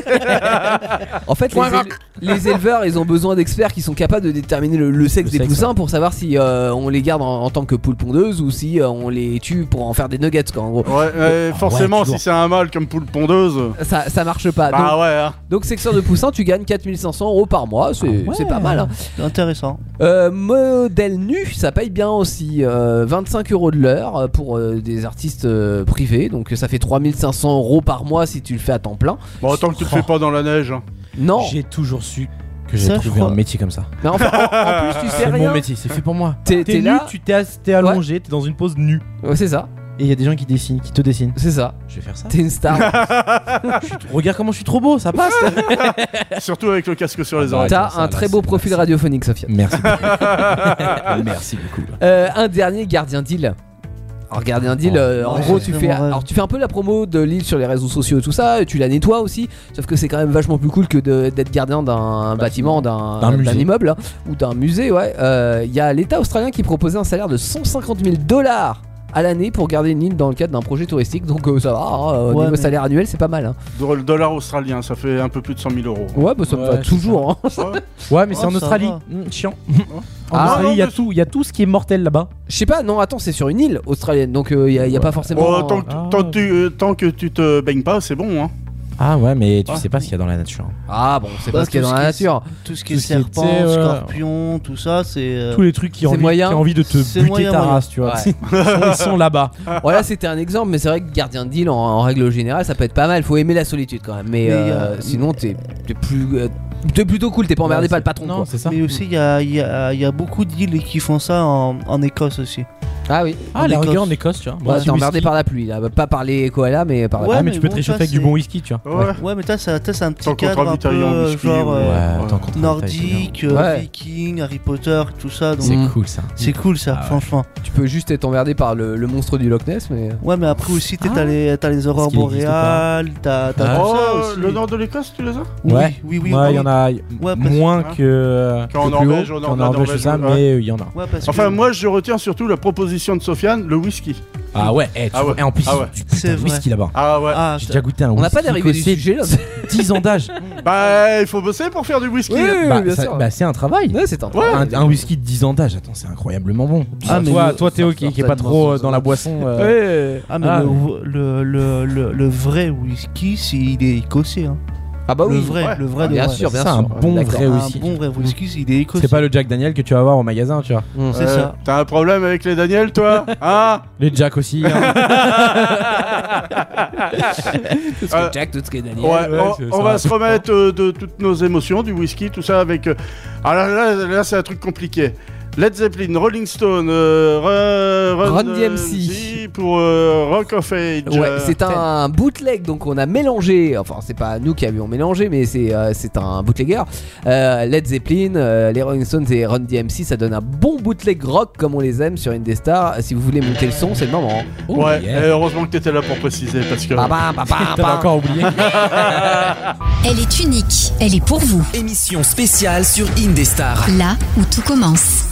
En fait, les, éle- les éleveurs, ils ont besoin d'experts qui sont capables de déterminer le, le sexe Le des sexe, poussins pour savoir si euh, on les garde en, en tant que poule pondeuse ou si euh, on les tue pour en faire des nuggets, quoi, en gros. Ouais, euh, forcément, toujours. si c'est un mâle comme poule pondeuse. Ça, ça marche pas. Bah donc, ouais, hein. donc, sexeur de poussins, tu gagnes quatre mille cinq cents euros par mois. C'est Ah ouais. c'est pas mal. Hein. C'est intéressant. Euh, modèle nu, ça paye bien aussi. Euh, vingt-cinq euros de l'heure euh, pour euh, des artistes euh, privés. Donc, ça fait trois mille cinq cents euros par mois si tu le fais à temps plein. Bon, tant que tu le fais pas dans la neige. hein. Non, J'ai toujours su que Ça, j'allais je trouver crois. un métier comme ça. mais enfin, en, en plus, tu sais C'est rien. mon métier, c'est fait pour moi. T'es- T'es t'es nu, là. tu t'es as- t'es allongé, t'es dans une pose nue. Ouais, c'est ça. Et il y a des gens qui dessinent, qui te dessinent. C'est ça. Je vais faire ça. T'es une star. Je suis- Regarde comment je suis trop beau, ça passe. Surtout avec le casque sur les Ah bah, oreilles. T'as ça, un là, très c'est- beau profil merci. radiophonique, Sofiane. Merci beaucoup. Merci beaucoup. Euh, un dernier gardien deal. Alors gardien deal, Oh. euh, en Ouais, gros c'est tu mon fais, rêve. alors tu fais un peu la promo de l'île sur les réseaux sociaux et tout ça, et tu la nettoies aussi. Sauf que c'est quand même vachement plus cool que de- d'être gardien d'un bâtiment, d'un D'un musée. d'un immeuble hein, ou d'un musée. Ouais, il y a l'État australien qui proposait un salaire de cent cinquante mille dollars à l'année pour garder une île dans le cadre d'un projet touristique. Donc euh, ça va, hein, au Ouais, niveau mais- salaire annuel, c'est pas mal. Hein. Le dollar australien, ça fait un peu plus de cent mille euros. Ouais, bah ça me Ouais, va c'est toujours. Hein. Ouais. Ouais, mais c'est Oh, en ça Australie. va. Mmh, chiant. En Ah, Australie, il y a non, mais- tout, il y a tout ce qui est mortel là-bas. Je sais pas, non, attends, c'est sur une île australienne, donc il y, a- y a pas forcément. Oh, tant, que, Ah. tant que tu, euh, tant que tu te baignes pas, c'est bon. Hein. Ah ouais, mais tu Ouais. sais pas ce qu'il y a dans la nature. Ah bon, c'est Bah, pas ce qu'il y a tout dans ce la qui est- nature. Tout ce qui est Tout ce qui est, serpent, tu sais, ouais. scorpion, tout ça, c'est. euh, Tous les trucs qui c'est ont envie, moyen. qui ont envie de te C'est buter moyen, ta moyen. race, tu vois. Ouais. Ils sont- ils sont là-bas. Voilà, c'était un exemple, mais c'est vrai que gardien de deal en, en règle générale, ça peut être pas mal. Faut aimer la solitude quand même, mais, Mais, euh, euh, sinon t'es t'es plus, euh, t'es plutôt cool. T'es pas emmerdé Ouais, par le c'est- patron. Non, quoi. c'est ça. Mais aussi, il y a, il y a- il y a beaucoup d'îles qui font ça en, en Écosse aussi. Ah oui. Ah, en la Écosse. rigueur en Écosse, tu vois. Ouais, Moi, t'es du emmerdé whisky. par la pluie là, pas par les koalas, mais par la Ouais, Ah, mais mais tu peux te bon, réchauffer ça, avec du c'est- bon whisky, tu vois. Ouais. Ouais, mais t'as ça, t'as, c'est un petit Tant qu'on cadre un peu ravitaille en euh, whisky, genre ouais. euh, Ouais, tant qu'on travaille, nordique, c'est bien. euh, Ouais. viking, Harry Potter, tout ça. Donc C'est Mm. cool ça. c'est cool ça, Ah ouais. franchement. Tu peux juste être emmerdé par le, le monstre du Loch Ness, mais. Ouais, mais après aussi, t'as, Ah. t'as les, t'as les aurores qu'il existe boréales, t'as, t'as Ah. tout Oh, ça aussi. le nord de l'Écosse, tu les as Oui, Ouais. oui, oui. Ouais, il oui. y en a Ouais, parce- moins hein. que. Qu'en que plus Norvège, haut, au nord qu'en de la Norvège, tout ça, Norvège, ouais. mais euh, il y en a. Ouais, parce Enfin, que- moi, je retiens surtout la proposition de Sofiane, le whisky. Ah ouais, eh, tu Ah vois- ouais. et en plus, Ah ouais. tu goûtes C'est un vrai. whisky là-bas. Ah ouais. Ah, J'ai déjà goûté un On n'a whisky pas d'arrivée du écossais, sujet là. dix ans d'âge. Bah, il faut bosser pour faire du whisky. Oui, oui, Bah, bien ça- sûr. bah, c'est un travail. Ouais, c'est un Ouais. Un, un whisky de dix ans d'âge, attends, c'est incroyablement bon. Ah, Ah, mais toi, le- toi Théo, qui, qui est pas trop euh, dans la boisson. euh, Ouais. Ah, mais Ah, le, le, le, le, le vrai whisky, c'est, il est écossais. Hein. Ah bah le oui. vrai, Ouais. le vrai de Bien vrai. sûr, c'est bien ça, sûr. un bon D'accord. vrai Un whisky. bon vrai whisky, il est écossais. C'est pas le Jack Daniel que tu vas voir au magasin, tu vois. Mm. C'est Euh, ça. T'as un problème avec les Daniel, toi? Hein? Les Jack aussi. hein. Tout ce qui est Jack, tout ce qui est Daniel. Ouais, ouais, on, c'est on ça. va se remettre euh, de toutes nos émotions, du whisky, tout ça avec. euh, Alors là, là, là, c'est un truc compliqué. Led Zeppelin, Rolling Stone, euh, Run, Run euh, D M C. pour euh, Rock of Age. Ouais, euh, c'est un bootleg, donc on a mélangé, enfin c'est pas nous qui avions mélangé, mais c'est euh, c'est un bootlegger. Euh, Led Zeppelin, euh, les Rolling Stones et Run D M C, ça donne un bon bootleg rock comme on les aime sur Indestar. Si vous voulez monter le son, c'est le moment. Oh, ouais, yeah. et heureusement que t'étais là pour préciser parce que. Bah, bah, bah, bah, T'avais bah. encore oublié. Elle est unique, elle est pour vous, Émission spéciale sur Indestar. là où tout commence.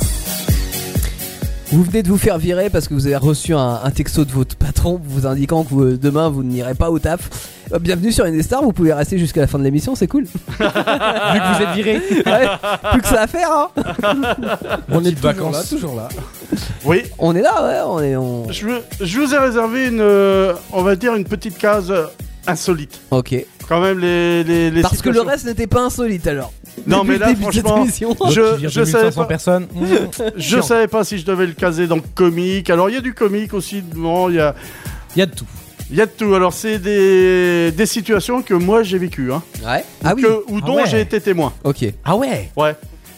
Vous venez de vous faire virer parce que vous avez reçu un, un texto de votre patron vous indiquant que vous, demain vous n'irez pas au taf. Euh, bienvenue sur Indestar, vous pouvez rester jusqu'à la fin de l'émission, c'est cool. Vu que vous êtes viré. Ouais, plus que ça à faire, hein. On est Petites toujours vacances. là, toujours là. Oui, On est là, ouais, on est. On... je, veux- je vous ai réservé une, euh, on va dire une petite case euh, insolite. Ok. Quand même les les, les Parce que le situations- reste n'était pas insolite alors. Non, Depuis mais le là, début de cette franchement, émission. je Qui vire je deux mille cinq savais cents pas. personnes. Mmh. Je Chiant. savais pas si je devais le caser dans le comique. Alors il y a du comique aussi, bon, il y a, Il y a de tout. il y a de tout. Alors c'est des, des situations que moi j'ai vécues, hein, Ouais. Ah oui. que- ou Ah dont ouais. j'ai été témoin. Ok. Ah ouais. Ouais.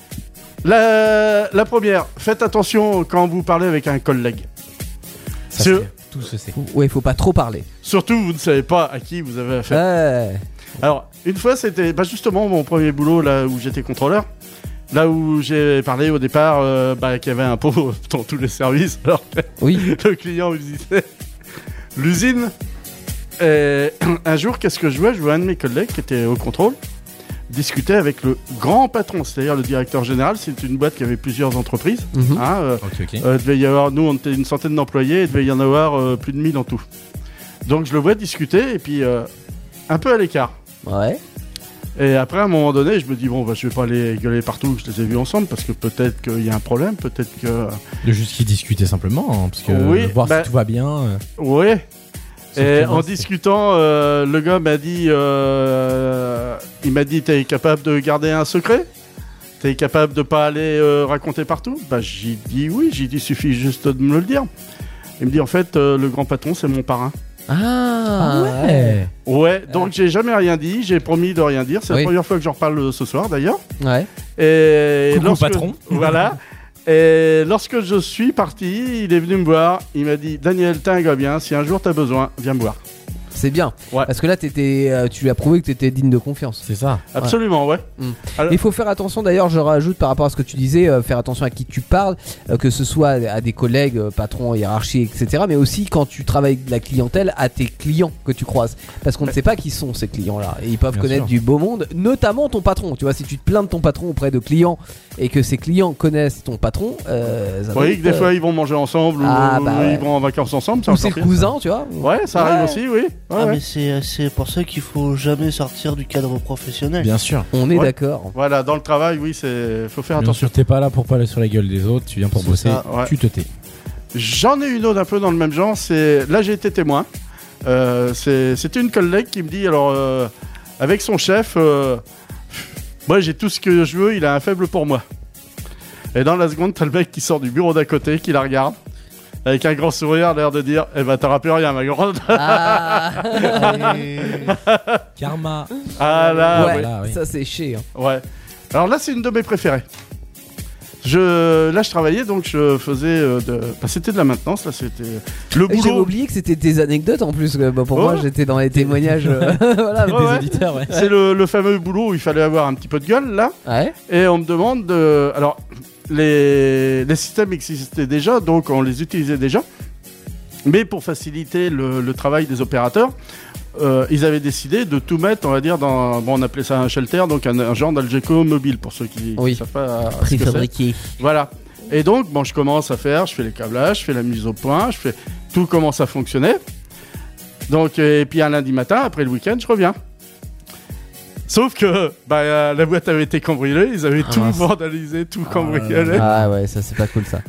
La, la première, faites attention quand vous parlez avec un collègue. Ça C'est- se fait. Tout se sait. Ouais, faut pas trop parler. Surtout, vous ne savez pas à qui vous avez affaire. Ouais. Alors, une fois, c'était bah, justement mon premier boulot là où j'étais contrôleur. Là où j'ai parlé au départ euh, bah, qu'il y avait un pot dans tous les services. Alors que Oui. le client me disait l'usine. Et un jour, qu'est-ce que je vois Je vois un de mes collègues qui était au contrôle discuter avec le grand patron, c'est-à-dire le directeur général. C'est une boîte qui avait plusieurs entreprises. Mhm. Hein, euh, Ok, ok. euh, devait y avoir, nous, on était une centaine d'employés, il devait y en avoir euh, plus de mille en tout. Donc je le vois discuter et puis euh, un peu à l'écart. Ouais. Et après, à un moment donné, je me dis, bon, bah, je vais pas aller gueuler partout, je les ai vus ensemble, parce que peut-être qu'il y a un problème, peut-être que... De juste qu'ils discutaient simplement, hein, parce que Oui, voir bah- si tout va bien. euh, Ouais. sauf Et que en moi, c'est- discutant, euh, le gars m'a dit, euh, il m'a dit, t'es capable de garder un secret? T'es capable de pas aller euh, raconter partout? Bah, j'ai dit oui, j'ai dit, suffit juste de me le dire. Il me dit, en fait, euh, le grand patron, c'est mon parrain. Ah, ouais. Ouais, donc j'ai jamais rien dit, j'ai promis de rien dire. C'est Oui. la première fois que j'en reparle euh, ce soir d'ailleurs. Ouais. Et Coucou, lorsque- patron. Voilà. Et lorsque je suis parti, il est venu me voir. Il m'a dit, Daniel, t'es un gars bien. Si un jour t'as besoin, viens me voir. C'est bien. Ouais. Parce que là, t'étais, euh, tu lui as prouvé que t'étais digne de confiance. C'est ça. Absolument, ouais. Mm. Alors- Il faut faire attention d'ailleurs, je rajoute par rapport à ce que tu disais, euh, faire attention à qui tu parles, euh, que ce soit à des collègues, euh, patrons, hiérarchie, et cetera. Mais aussi quand tu travailles avec de la clientèle, à tes clients que tu croises. Parce qu'on ne sait pas qui sont ces clients-là. Et ils peuvent Bien connaître sûr. du beau monde, notamment ton patron. Tu vois, si tu te plains de ton patron auprès de clients et que ces clients connaissent ton patron, euh, ça Vous va voyez être, que des euh, fois ils vont manger ensemble Ah, ou bah ou ouais. ils vont en vacances ensemble. ou c'est le cousin, tu vois. Ouais, ça arrive Ouais. aussi, oui. Ouais, Ah, ouais. mais c'est, c'est pour ça qu'il faut jamais sortir du cadre professionnel. Bien sûr. On est Ouais. d'accord. Voilà, dans le travail, oui, c'est faut faire Bien attention. sûr, t'es pas là pour parler sur la gueule des autres, tu viens pour C'est bosser, ça, ouais. tu te tais. J'en ai une autre un peu dans le même genre. C'est là j'ai été témoin. Euh, c'est- C'était une collègue qui me dit alors euh, avec son chef, euh, moi j'ai tout ce que je veux, il a un faible pour moi. Et dans la seconde, t'as le mec qui sort du bureau d'à côté, qui la regarde avec un grand sourire, l'air de dire eh ben t'auras plus rien ma grande. Ah, Et- Karma. Ah là, ouais, voilà, oui. ça c'est chiant. ouais. Alors là c'est une de mes préférées. Je, là je travaillais donc je faisais euh, de, bah, c'était de la maintenance là, c'était le J'avais boulot. oublié que c'était tes anecdotes en plus. euh, bah, pour moi, Ouais. j'étais dans les témoignages. euh, voilà, Ouais, bon. ouais. auditeurs, ouais. C'est le, le fameux boulot où il fallait avoir un petit peu de gueule là. Ouais. Et on me demande de. Alors, les, les systèmes existaient déjà, donc on les utilisait déjà. Mais pour faciliter le, le travail des opérateurs, euh, ils avaient décidé de tout mettre, on va dire, dans. Bon, on appelait ça un shelter, donc un, un genre d'Algeco mobile pour ceux qui ne Oui. savent pas. ce que c'est. Préfabriqué. Voilà. Et donc, bon, je commence à faire, je fais les câblages, je fais la mise au point, je fais. tout commence à fonctionner. Donc, euh, et puis un lundi matin, après le week-end, je reviens. Sauf que bah, euh, la boîte avait été cambriolée, ils avaient Ah, tout mince. vandalisé, tout cambriolé. Ah ouais, ça c'est pas cool ça.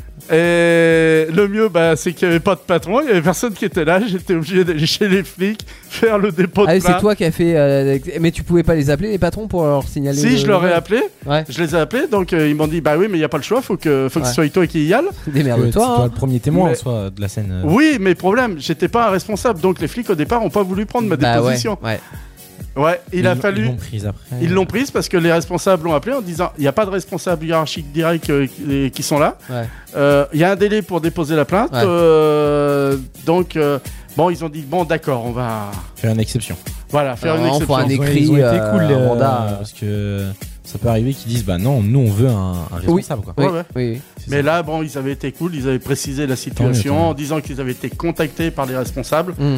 Et le mieux, bah, c'est qu'il n'y avait pas de patron, il n'y avait personne qui était là, j'étais obligé d'aller chez les flics, faire le dépôt de Ah oui, plainte. c'est toi qui as fait. euh, mais tu pouvais pas les appeler les patrons pour leur signaler. Si, le- je leur ai appelé, Ouais. je les ai appelés, donc euh, ils m'ont dit, bah oui, mais il n'y a pas le choix, faut que, faut que Ouais. ce soit toi qui y aille. Ouais, Démerde-toi. c'est toi hein. le premier témoin Mais- en soi de la scène. euh. Oui, mais problème, j'étais pas un responsable, donc les flics au départ n'ont pas voulu prendre ma Bah ouais, déposition. ouais. Ouais, il Ils a l'ont- fallu. Ils l'ont prise après. Ils l'ont prise parce que les responsables l'ont appelé en disant il n'y a pas de responsable hiérarchique direct euh, qui, qui sont là. Ouais. Euh, Il y a un délai pour déposer la plainte. Ouais. Euh, donc, euh, bon, ils ont dit bon, d'accord, on va Faire une exception. voilà, faire Alors, une on exception. fera un Ils ont- écrit, ils ont été euh, cool, un euh, mandat. parce que ça peut arriver qu'ils disent bah non, nous on veut un, un responsable quoi. Oui, Ouais, ouais. oui, oui. C'est Mais ça. là, bon, ils avaient été cool, ils avaient précisé la situation Tant mieux, tant mieux. en disant qu'ils avaient été contactés par les responsables. Hmm.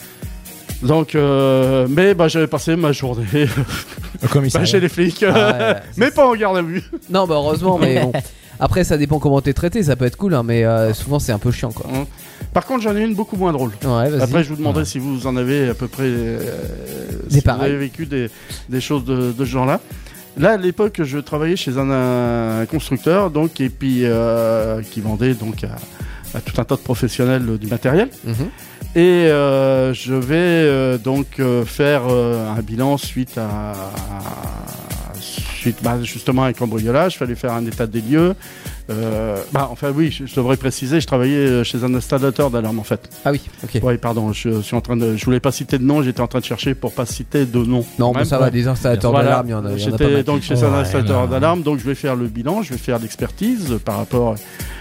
Donc, euh, mais bah, j'avais passé ma journée Au commissariat. bah, chez les flics, Ah ouais, mais pas en garde à vue. Non, bah heureusement, mais bon. Après, ça dépend comment t'es traité, ça peut être cool, hein, mais euh, souvent c'est un peu chiant quoi. Par contre, j'en ai une beaucoup moins drôle. Ouais, vas-y. Après, je vous demanderai Ouais. si vous en avez à peu près. euh, Des si vous pareils. avez vécu des, des choses de, de ce genre-là. Là, à l'époque, je travaillais chez un, un constructeur, donc, et puis euh, qui vendait donc à, à tout un tas de professionnels euh, du matériel. Mhm. Et euh, je vais euh, donc euh, faire euh, un bilan suite à, à- suite bah, justement à un cambriolage. Il fallait faire un état des lieux. Euh, bah, enfin oui, je, je devrais préciser, je travaillais chez un installateur d'alarme en fait. Ah oui, ok. Oui, pardon, je suis en train de, je voulais pas citer de nom, j'étais en train de chercher pour pas citer de nom. Non, Quand mais même. ça va, des installateurs Voilà. d'alarme, il y en a, il y en a pas J'étais mal. donc chez Ouais, un installateur là. d'alarme, donc je vais faire le bilan, je vais faire l'expertise par rapport.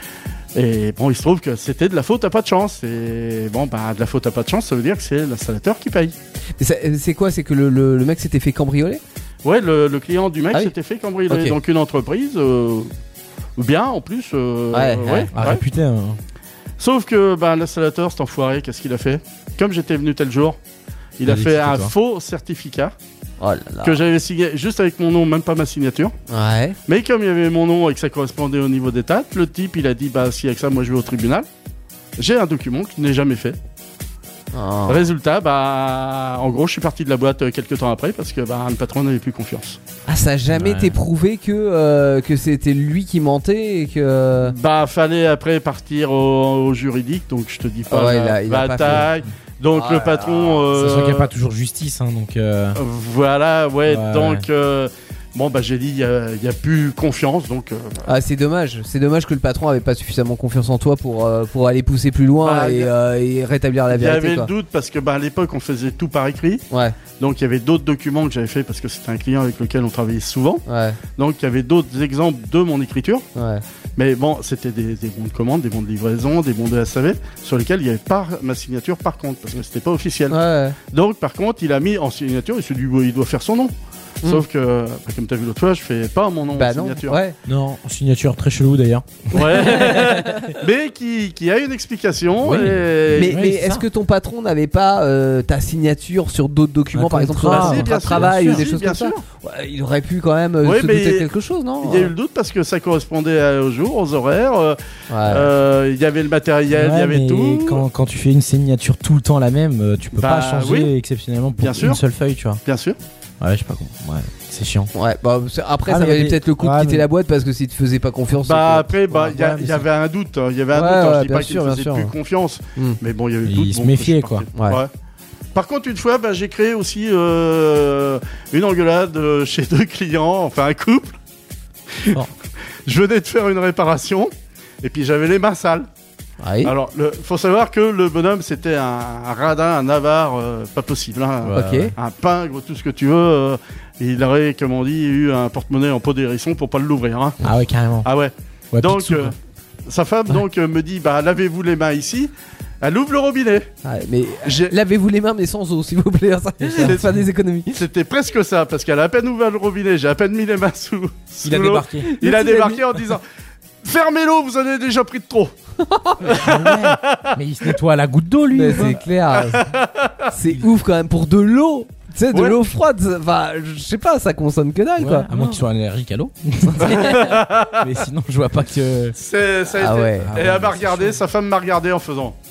Et bon, il se trouve que c'était de la faute à pas de chance. Et bon, bah, de la faute à pas de chance, ça veut dire que c'est l'installateur qui paye. Mais ça- C'est quoi? C'est que le, le- le mec s'était fait cambrioler? Ouais, le, le client du mec Ah oui. s'était fait cambrioler. Ok. Donc une entreprise, euh, bien en plus. euh, Ouais, ouais. Ah, ouais. réputé. Hein. Sauf que bah, l'installateur, cet enfoiré, qu'est-ce qu'il a fait? Comme j'étais venu tel jour, il, Il a a dit fait que c'était un toi. faux certificat Oh là là. que j'avais signé juste avec mon nom, même pas ma signature. Ouais. Mais comme il y avait mon nom et que ça correspondait au niveau des dates, le type il a dit bah si avec ça moi je vais au tribunal. J'ai un document que je n'ai jamais fait. Oh. Résultat, bah en gros je suis parti de la boîte euh, quelques temps après parce que bah le patron n'avait plus confiance. Ah, ça a jamais Ouais. été prouvé que, euh, que c'était lui qui mentait et que. Bah fallait après partir au, au juridique, donc je te dis pas Ah ouais, la il a- il a pas bataille. Donc Ah le là patron. euh, Sachant qu'il n'y a pas toujours justice, hein, donc. euh, Voilà, ouais. Ouais. Donc euh, bon bah j'ai dit il y a, il y a plus confiance, donc. euh, Ah, c'est dommage. C'est dommage que le patron avait pas suffisamment confiance en toi pour, euh, pour aller pousser plus loin Bah, et, y a- euh, et rétablir la Il y avait vérité. le Quoi. doute parce que bah, à l'époque on faisait tout par écrit. Ouais, Donc il y avait d'autres documents que j'avais fait parce que c'était un client avec lequel on travaillait souvent. ouais, Donc il y avait d'autres exemples de mon écriture. ouais. Mais bon, c'était des, des bons de commande, des bons de livraison, des bons de S A V sur lesquels il n'y avait pas ma signature par contre parce que c'était pas officiel. Ouais, Donc par contre, il a mis en signature, il s'est dit ouais, il doit faire son nom. Mm. Sauf que, bah, comme tu as vu l'autre fois, je fais pas mon nom bah en non. signature. Ouais. Non, signature très chelou d'ailleurs. Ouais. Mais qui, qui a une explication. Oui. Et... Mais, ouais, mais c'est est-ce ça. que ton patron n'avait pas euh, ta signature sur d'autres documents, Un par exemple sur contrat. un Bah, si, contrat bien de sûr, travail bien ou des sûr, choses bien comme ça? sûr. Ouais, il aurait pu quand même euh, Ouais, se mais douter de il- quelque chose, non? Il y a eu le doute parce que ça correspondait à- aux jours, aux horaires. euh, Ouais. euh, Il y avait le matériel, il y Ouais, avait mais tout. Quand, quand tu fais une signature tout le temps la même, euh, tu peux Bah, pas changer oui. exceptionnellement pour Bien une sûr. seule feuille, tu vois. Bien sûr. Ouais, je sais pas comment. Ouais, c'est chiant. Ouais, bah, c'est- après, Ah, ça mais valait il y a peut-être des- le coup de Ouais, quitter mais- la boîte parce que si tu faisais pas confiance. Bah c'est que- après, bah, il y, a- Ouais, mais il y c'est- avait un doute. hein, Il y avait un Ouais, doute. alors, ouais, je dis bien pas qu'il sûr, me bien faisait sûr, plus ouais. confiance. Hmm. Mais bon, il y avait le Il doute. se bon, méfiait, je suis quoi. parti. Ouais. Par contre, une fois, bah, j'ai créé aussi euh, une engueulade euh, chez deux clients, enfin un couple. Oh. Je venais de faire une réparation et puis j'avais les mains sales. Ouais. Alors, il faut savoir que le bonhomme, c'était un, un radin, un avare, euh, pas possible. Hein, Ok. Un pingre, tout ce que tu veux. euh, il aurait, comme on dit, eu un porte-monnaie en peau d'hérisson pour pas l'ouvrir. Hein. Ah ouais, carrément. Ah ouais. Ouais, Donc, Picsou, euh, quoi. sa femme donc euh, me dit, bah lavez-vous les mains ici. Elle ouvre le robinet. Ouais, mais J'ai- lavez-vous les mains, mais sans eau, s'il vous plaît. Ça, ça va faire des économies. C'était presque ça, parce qu'elle a à peine ouvert le robinet, j'ai à peine mis les mains sous. Il a sous l'eau. débarqué. Il a Il a débarqué en disant fermez-l'eau, vous en avez déjà pris de trop. Ah ouais. Mais il se nettoie à la goutte d'eau, lui. Mais ou pas c'est clair. C'est ouf quand même pour de l'eau. Tu sais, de Ouais. l'eau froide. Enfin, je sais pas, ça consomme que dalle, Ouais, quoi. à moins qu'il soit allergique à l'eau. Mais sinon, je vois pas que. C'est, ça a Ah été- ouais. Et elle m'a regardé, sa femme m'a regardé en faisant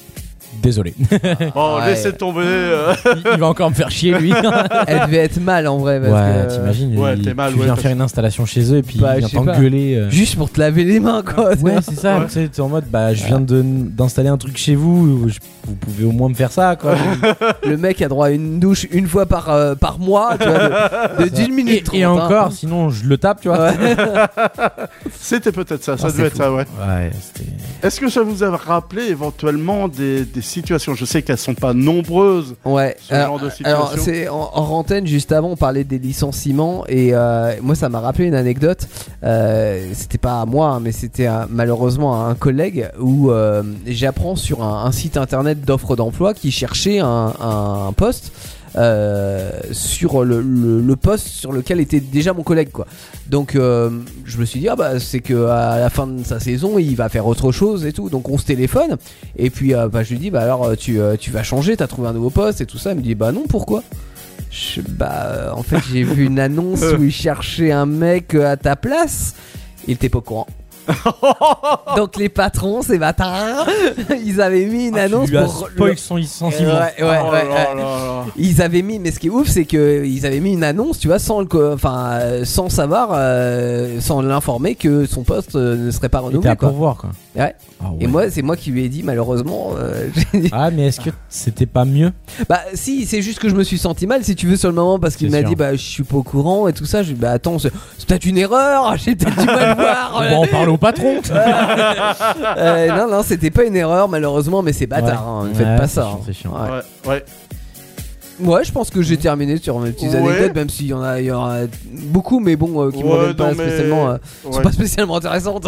désolé. Bon, Ouais. laissez tomber. euh. il, il va encore me faire chier lui. Elle devait être mal en vrai. Parce Ouais, que, t'imagines, Ouais, il- t'es mal, tu ouais, viens parce- faire une installation chez eux et puis Bah, il je vient sais pas. t'engueuler. euh. Juste pour te laver les mains, quoi. Ouais, c'est ça. Tu sais, t'es en mode, bah, je viens de- d'installer un truc chez vous. je- vous pouvez au moins me faire ça, quoi. Le mec a droit à une douche une fois par, euh, par mois, tu vois, de, de dix minutes. Et, et trente, hein. encore, sinon je le tape, tu vois. Ouais. C'était peut-être ça, ça Ah, devait c'est être fou. ça, ouais. Ouais, c'était. Est-ce que ça vous a rappelé éventuellement des, des situations? Je sais qu'elles sont pas nombreuses. Ouais. Ce alors, genre de situation. alors, c'est en, en antenne juste avant, on parlait des licenciements et euh, moi ça m'a rappelé une anecdote. Euh, c'était pas à moi, hein, mais c'était à- malheureusement à un collègue où euh, j'apprends sur un, un site internet d'offres d'emploi qui cherchait un, un poste. Euh, sur le, le, le poste sur lequel était déjà mon collègue, quoi. Donc euh, je me suis dit ah bah c'est que à la fin de sa saison il va faire autre chose et tout, donc on se téléphone et puis euh, bah, je lui dis bah alors tu, euh, tu vas changer, t'as trouvé un nouveau poste et tout ça. Il me dit bah non, pourquoi? Je, bah euh, en fait j'ai vu une annonce où il cherchait un mec euh, à ta place. Il était pas au courant. Donc les patrons, ces bâtards, ils avaient mis une Ah, tu annonce lui as pour spoil le- son licenciement. Ouais, ouais, Oh ouais, là ouais. là là. Ils avaient mis, mais ce qui est ouf, c'est que ils avaient mis une annonce, tu vois, sans le, co- enfin, euh, sans savoir, euh, sans l'informer que son poste euh, ne serait pas Il était renouvelé, à quoi. pourvoir, quoi. Ouais. Ah ouais. Et moi, c'est moi qui lui ai dit, malheureusement. euh, j'ai dit- Ah, mais est-ce que c'était pas mieux? bah, si, c'est juste que je me suis senti mal, si tu veux, sur le moment, parce qu'il C'est m'a sûr. dit, bah, je suis pas au courant et tout ça. Je lui ai dit, bah, attends, c'est, c'est peut-être une erreur, j'ai peut-être du mal voir. On va en parler au patron. Euh, non, non, c'était pas une erreur, malheureusement, mais c'est bâtard, hein, ne faites Ouais, pas c'est ça. chiant, hein. c'est chiant. Ouais. Ouais, ouais. Ouais, je pense que j'ai terminé sur mes petites Ouais. anecdotes, même s'il y en a, il y en a beaucoup, mais bon, euh, qui me Ouais, reviennent pas non, mais- spécialement. euh, sont Ouais. pas spécialement intéressantes.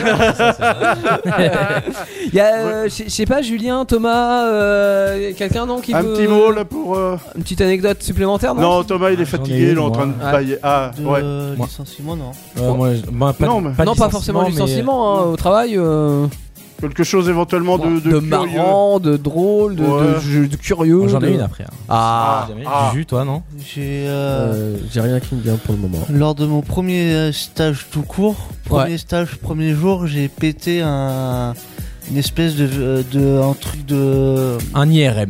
Il y a, euh, je je sais pas, Julien, Thomas, euh, quelqu'un non qui Un veut petit mot là pour. euh, une petite anecdote supplémentaire, non, Non, Thomas il est Ah, j'en ai fatigué, il est une, en train de moi. bailler. Ah, De ouais. Moi. licenciement, non. Euh, moi, je- bah, pas, Non, mais- pas, Non, pas forcément mais- licenciement, hein, au travail. euh, Quelque chose éventuellement de, de, de curieux. marrant, de drôle, de, Ouais. de- de- de curieux. Oh, J'en ai de- une après. hein. Ah, Jamais. Ah. Juju, toi, non? J'ai euh, Euh, J'ai rien qui me vient pour le moment. lors de mon premier euh, stage tout court, premier Ouais. stage, premier jour, j'ai pété un une espèce de, euh, de un truc de Un I R M.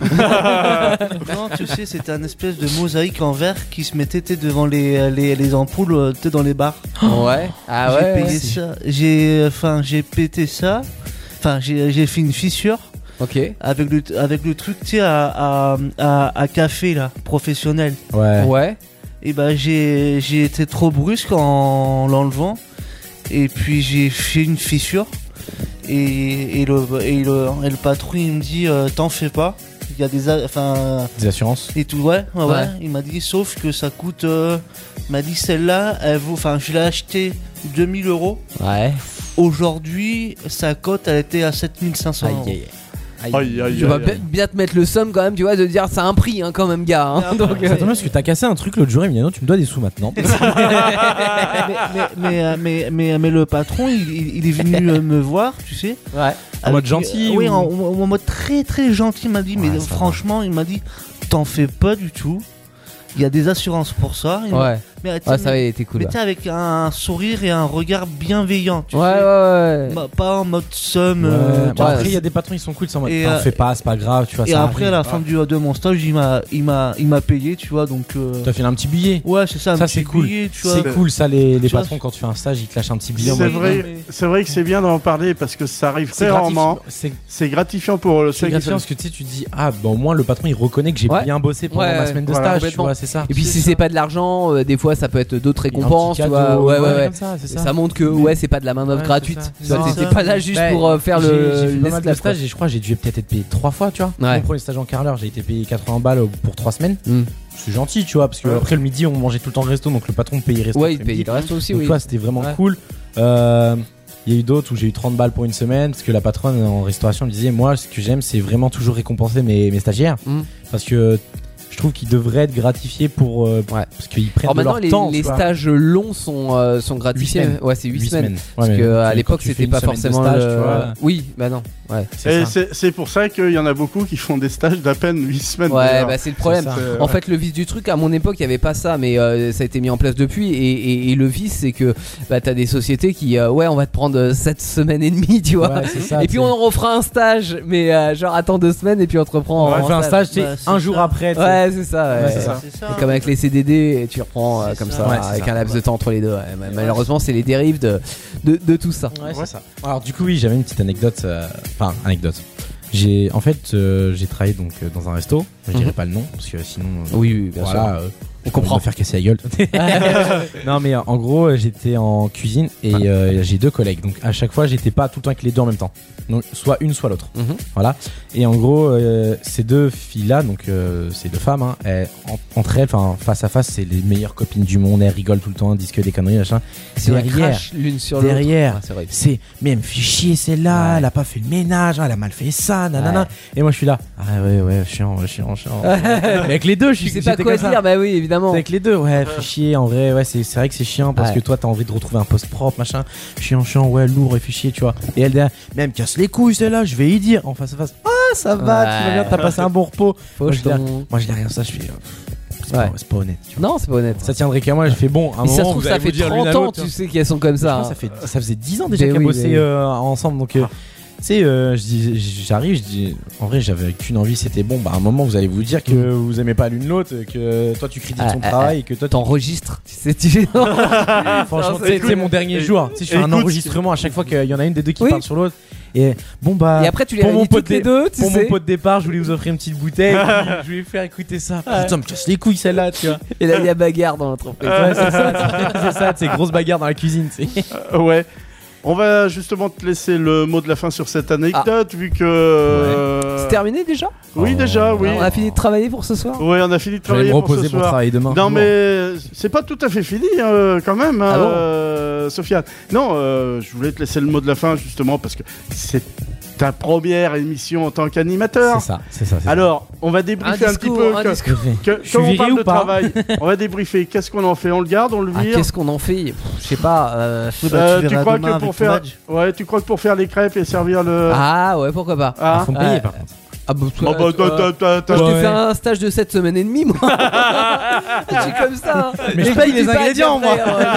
non, tu sais, c'était un espèce de mosaïque en verre qui se mettait tu sais, devant les, les, les ampoules euh, tu sais, dans les bars. ouais. Ah j'ai ouais. payé ouais. ça, j'ai enfin j'ai pété ça. Enfin, j'ai j'ai fait une fissure Ok. avec le avec le truc tu sais à, à, à, à café là, professionnel. Ouais. Ouais. Et bah j'ai j'ai été trop brusque en l'enlevant et puis j'ai fait une fissure et, et le et le et le patron il me dit euh, t'en fais pas, il y a des a- enfin Des assurances. et tout ouais ouais, ouais. Ouais. Il m'a dit sauf que ça coûte euh, il m'a dit celle-là elle vaut enfin je l'ai acheté deux mille euros, Ouais. aujourd'hui sa cote elle était à sept mille cinq cents Aïe, euros. aïe, aïe. Aïe, aïe, Tu vas aïe, bien- aïe. bien te mettre le somme quand même, tu vois, de dire ça a un prix hein, quand même, gars. hein. Donc, Ouais. euh, Attends, parce que t'as cassé un truc l'autre jour, il me dit non, tu me dois des sous maintenant. mais, mais, mais, euh, mais, mais, mais le patron il, il- il est venu euh, me voir tu sais. ouais. En mode Avec- gentil Oui, ou- en, en- en mode très très gentil. Il m'a dit, Ouais, mais ça franchement, il m'a dit, t'en fais pas du tout. Il y a des assurances pour ça. Il m'a- Ouais. Mais, Ouais, tiens, ça va, il était cool. mais ouais. tiens, avec un sourire et un regard bienveillant. Tu Ouais, ouais, sais. ouais. Bah, pas en mode somme. Ouais. euh, Bon, ouais, après, il y c'est- a des patrons, ils sont cool, c'est en mode Et, t'en euh, fais pas, c'est pas grave, tu vois. et ça après, à arrive. la fin du, de mon stage, il m'a, il m'a, il m'a payé, tu vois. Donc. euh, T'as fait un petit billet. Ouais, c'est ça. un Ça, petit c'est cool. billet, tu vois. C'est cool, ça, les, les Tu vois, patrons, quand tu fais un stage, ils te lâchent un petit billet. en C'est mode- vrai, mais- c'est vrai que c'est bien d'en parler parce que ça arrive C'est très rarement. gratifiant. C'est C'est gratifiant pour le c'est ceux qui gratifiant font- parce que tu sais, tu te dis, ah, bah au moins le patron il reconnaît que j'ai Ouais. bien bossé pendant Ouais, ma semaine de voilà, stage, tu complètement. vois, c'est ça. Et puis si c'est pas de l'argent, euh, des fois ça peut être d'autres Et un petit récompenses, tu cadeau, vois. Ouais, ouais, ouais. comme ça, c'est Et ça. ça montre que ouais, c'est pas de la main d'œuvre Ouais, gratuite. c'est Tu ça. vois, C'est t'étais ça. pas là juste Ouais. pour euh, faire J'ai- le J'ai fait pas mal de l'esclave, quoi. stages et je crois que j'ai dû peut-être être payé trois fois, tu vois. Ouais. Mon premier stage en carreleur, j'ai été payé quatre-vingts balles pour trois semaines. Mm. C'est gentil, tu vois, parce que Ouais. après le midi on mangeait tout le temps le resto, donc le patron me payait resto. Ouais, il après-midi. paye le reste aussi, Donc, oui. tu vois, c'était vraiment Ouais. cool. Euh, Il y a eu d'autres où j'ai eu trente balles pour une semaine parce que la patronne en restauration me disait moi ce que j'aime c'est vraiment toujours récompenser mes, mes stagiaires Mm. parce que je trouve qu'ils devraient être gratifiés pour euh, Ouais. parce qu'ils prennent Alors de maintenant, leur les, temps. les tu vois. stages longs sont, euh, sont gratifiés. Huit semaines. Ouais, c'est huit Huit semaines. semaines. Parce Ouais, que mais à tu- l'époque, quand tu fais c'était une pas semaine de forcément stage, le- tu vois. Oui, bah non. Ouais, c'est Et ça. c'est c'est pour ça qu'il y en a beaucoup qui font des stages d'à peine huit semaines. Ouais, d'ailleurs. bah c'est le problème. C'est- En fait, le vice du truc, à mon époque, il n'y avait pas ça, mais euh, ça a été mis en place depuis. Et, et- et le vice, c'est que bah, t'as des sociétés qui, euh, ouais, on va te prendre sept semaines et demie, tu vois. Ouais, c'est ça, et puis tu sais. on refera un stage, mais euh, genre attends deux semaines et puis on te reprend. On en fait un stage, tu sais, Bah, c'est un jour ça. après. tu sais. Ouais, c'est ça. Ouais. Ouais, c'est ça. C'est ça. Et comme avec les C D D, et tu reprends euh, C'est comme ça. ça, Ouais, c'est avec ça. un laps de temps entre les deux. Ouais. Ma- Malheureusement, c'est les dérives de, de, de tout ça. Ouais, c'est ça. Alors du coup oui, j'avais une petite anecdote, euh, enfin anecdote. J'ai en fait euh, j'ai travaillé donc euh, dans un resto, je dirais Mhm. pas le nom parce que sinon euh, Oui, oui, bien voilà, euh, On comprend. me faire casser la gueule. Non mais euh, en gros euh, j'étais en cuisine et euh, j'ai deux collègues, donc à chaque fois j'étais pas tout le temps avec les deux en même temps, donc soit une soit l'autre. Mhm. Voilà. Et en gros euh, ces deux filles là, donc euh, ces deux femmes, hein, elles- en- entre elles, enfin face à face, c'est les meilleures copines du monde, elles rigolent tout le temps, elles disent que des conneries machin. Si on Derrière, crache l'une sur l'autre. derrière, Ouais, c'est vrai. c'est mais elle me fait chier celle-là, Ouais. elle a pas fait le ménage, elle a mal fait ça, nanana. Ouais. Et moi je suis là, ah ouais ouais, chiant, chiant, chiant. Mais avec les deux, je Tu suis sais pas j'étais quoi comme ça. dire, bah oui, évidemment. C'est avec les deux, ouais, fait chier en vrai, ouais, c'est c'est vrai que c'est chiant parce Ouais. que toi t'as envie de retrouver un poste propre, machin, chiant, chiant, ouais, lourd et fait chier, tu vois. Et elle derrière, mais elle me casse les couilles celle-là, je vais y dire en face à face, ah ça va, Ouais. tu vas bien, t'as passé un bon repos. Faut Moi je, dis, jeton. moi je dis rien ça, je fais, euh, c'est Ouais. pas, c'est pas honnête, tu vois. Non, c'est pas honnête. Ça tiendrait qu'à moi, j'ai fait bon, à un Mais si ça se moment, trouve, vous ça allez fait vous dire l'une à trente ans, l'autre, tu sais qu'elles sont comme Je ça. pense hein. que ça fait ça faisait dix ans déjà Ben qu'elles oui, bossaient ben oui. euh, ensemble, donc euh, tu sais, euh, je dis- j'arrive, je dis, en vrai, j'avais qu'une envie, c'était bon, bah à un moment, vous allez vous dire que vous aimez pas l'une l'autre, que toi tu critiques Ah, son ah, travail et que toi tu- T'enregistres, tu sais, tu franchement, tu sais, tu sais, mon dernier jour, tu sais, je fais un écoute, enregistrement à chaque fois qu'il y en a une des deux qui Oui. parle sur l'autre. Et bon bah Et après, tu les pour mon réunis pote toutes les des- deux, tu pour sais. mon pot de départ, je voulais vous offrir une petite bouteille, puis je voulais faire écouter ça. Putain, me casse les couilles celle-là, tu vois. Et là, il y a bagarre dans l'entreprise. Ouais, c'est ça, c'est ça, c'est grosse bagarre dans la cuisine, tu sais. Euh, ouais. On va justement te laisser le mot de la fin sur cette anecdote, vu que. euh, C'est terminé déjà Oui, Oh. déjà, oui. On a fini de travailler pour ce soir. Oui, on a fini de Je vais travailler me pour reposer ce pour soir. travailler demain. Non, mais c'est pas tout à fait fini euh, quand même, hein, Ah bon euh, Sofiane. Non, euh, je voulais te laisser le mot de la fin justement parce que c'est ta première émission en tant qu'animateur. C'est ça, c'est ça. c'est ça. Alors, on va débriefer un, Un petit discours, peu. un que- discours. que- Je suis comme on viré parle ou de pas travail, on va débriefer. Qu'est-ce qu'on en fait? On le garde, on le Ah, vire qu'est-ce qu'on en fait Pff, Je sais pas. euh, Oui, bah, Euh, tu tu verras crois demain que avec pour ton faire, badge. ouais, tu crois que pour faire les crêpes et servir le, Ah ouais, pourquoi pas. Ah. Faut me payer Ouais. par contre. Ah bah, toi, Oh, bah, toi, t'as- t'as- t'as- moi, je Ouais. t'ai fait un stage de sept semaines et demie, moi. Je suis comme ça. hein. Mais je Les paye petits les badges ingrédients, moi.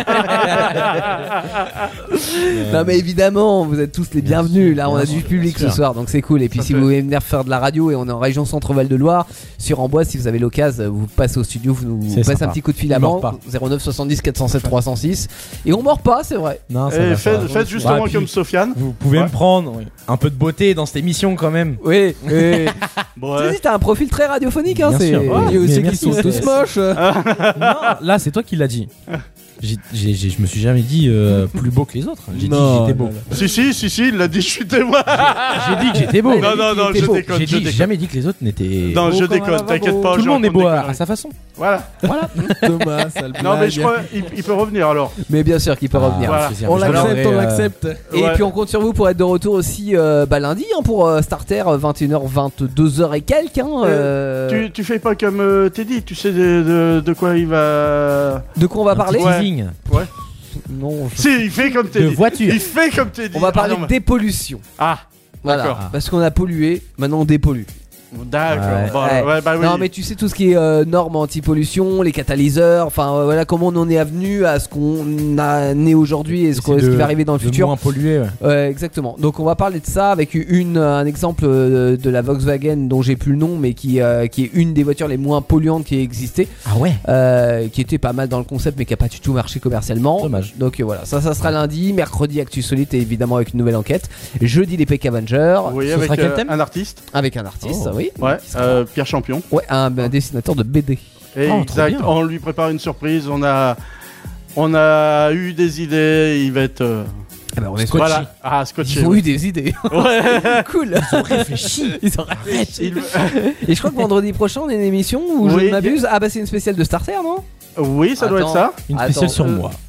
après, non mais évidemment, vous êtes tous les bienvenus. Là, on a bien du sûr, public bien ce sûr. soir, donc c'est cool. Et puis, Ça si fait- vous voulez venir faire de la radio, et on est en région Centre-Val de Loire, sur Amboise, si vous avez l'occasion, vous passez au studio, vous nous C'est passez un sympa. petit coup de fil On avant, mord pas. zéro neuf soixante-dix quatre cent sept trois cent six. Et on mord pas, c'est vrai. Non, ça Et va, ça faites, va. faites justement Ouais, puis- comme Sofiane. Vous pouvez Ouais. me prendre oui, un peu de beauté dans cette émission quand même. Oui, oui. Bon, Tu ouais. dis, t'as un profil très radiophonique, hein. Bien C'est... sûr. Ouais, Il y a aussi mais qui merci, sont c'est- tous moches. Non, là c'est toi qui l'as dit. J'ai, j'ai, j'ai- je me suis jamais dit euh, plus beau que les autres. J'ai Non, dit que j'étais beau. non, Si, si, si, si, il l'a dit, je suis témoin. J'ai dit que j'étais beau. Ouais, il a Non, dit non, qu'il non, était je beau. déconne, J'ai je dit, j'ai déconne. jamais dit que les autres n'étaient. Non, Beau je comme un déconne, t'inquiète lavabo. pas. Tout le je monde est raconte beau des à, à conneries. sa façon. Voilà. Thomas, sale Non, mais blague. je crois il, il peut revenir alors. Mais bien sûr qu'il peut revenir. Voilà. plaisir. On Je l'accepte, reviendrai, on euh, l'accepte. Et Ouais. puis on compte sur vous pour être de retour aussi euh, bah, lundi hein, pour euh, Starter euh, vingt et une heures vingt-deux heures et quelques. Hein, euh, Tu, tu fais pas comme euh, Teddy, tu sais de, de, de quoi il va. De quoi on va Un parler petit teasing. Non, je- Si, il fait comme Teddy. De voiture. Il fait comme Teddy. on va Ah, parler non, mais- dépollution. Ah, Voilà, d'accord. parce qu'on a pollué, maintenant on dépollue. D'accord. Ouais. Bah, Ouais. ouais, bah oui. Non mais tu sais tout ce qui est euh, normes anti-pollution, les catalyseurs, enfin euh, voilà comment on en est venu à ce qu'on a né aujourd'hui et ce, qu'on- ce de- qui va arriver dans le de futur. moins pollué. Ouais. Ouais, exactement. Donc on va parler de ça avec une un exemple euh, de la Volkswagen dont j'ai plus le nom mais qui euh, qui est une des voitures les moins polluantes qui ait existé, Ah ouais. euh, qui était pas mal dans le concept mais qui a pas du tout marché commercialement. Dommage. Donc euh, voilà, ça ça sera lundi, mercredi Actu Solide et évidemment avec une nouvelle enquête. Jeudi les Peck Avengers Oui, Ce avec sera quel euh, thème un artiste. avec un artiste, Oh. oui. Ouais, Qui sera- euh, Pierre Champion. Ouais, un, un dessinateur de B D. Et Oh, trop exact. bien. On lui prépare une surprise. On a, on a eu des idées. Il va être. euh, Ah bah, on est Scotchy. Voilà. Ah, scotché. Ils ont ouais. eu des idées. Ouais. Cool. Ils ont réfléchi. Ils ont réfléchi. Il- Et je crois que vendredi prochain on a une émission où je Oui. ne m'abuse. Ah bah c'est une spéciale de Starter, non? Oui, ça doit Attends. être ça. Une Attends, spéciale sur euh, moi.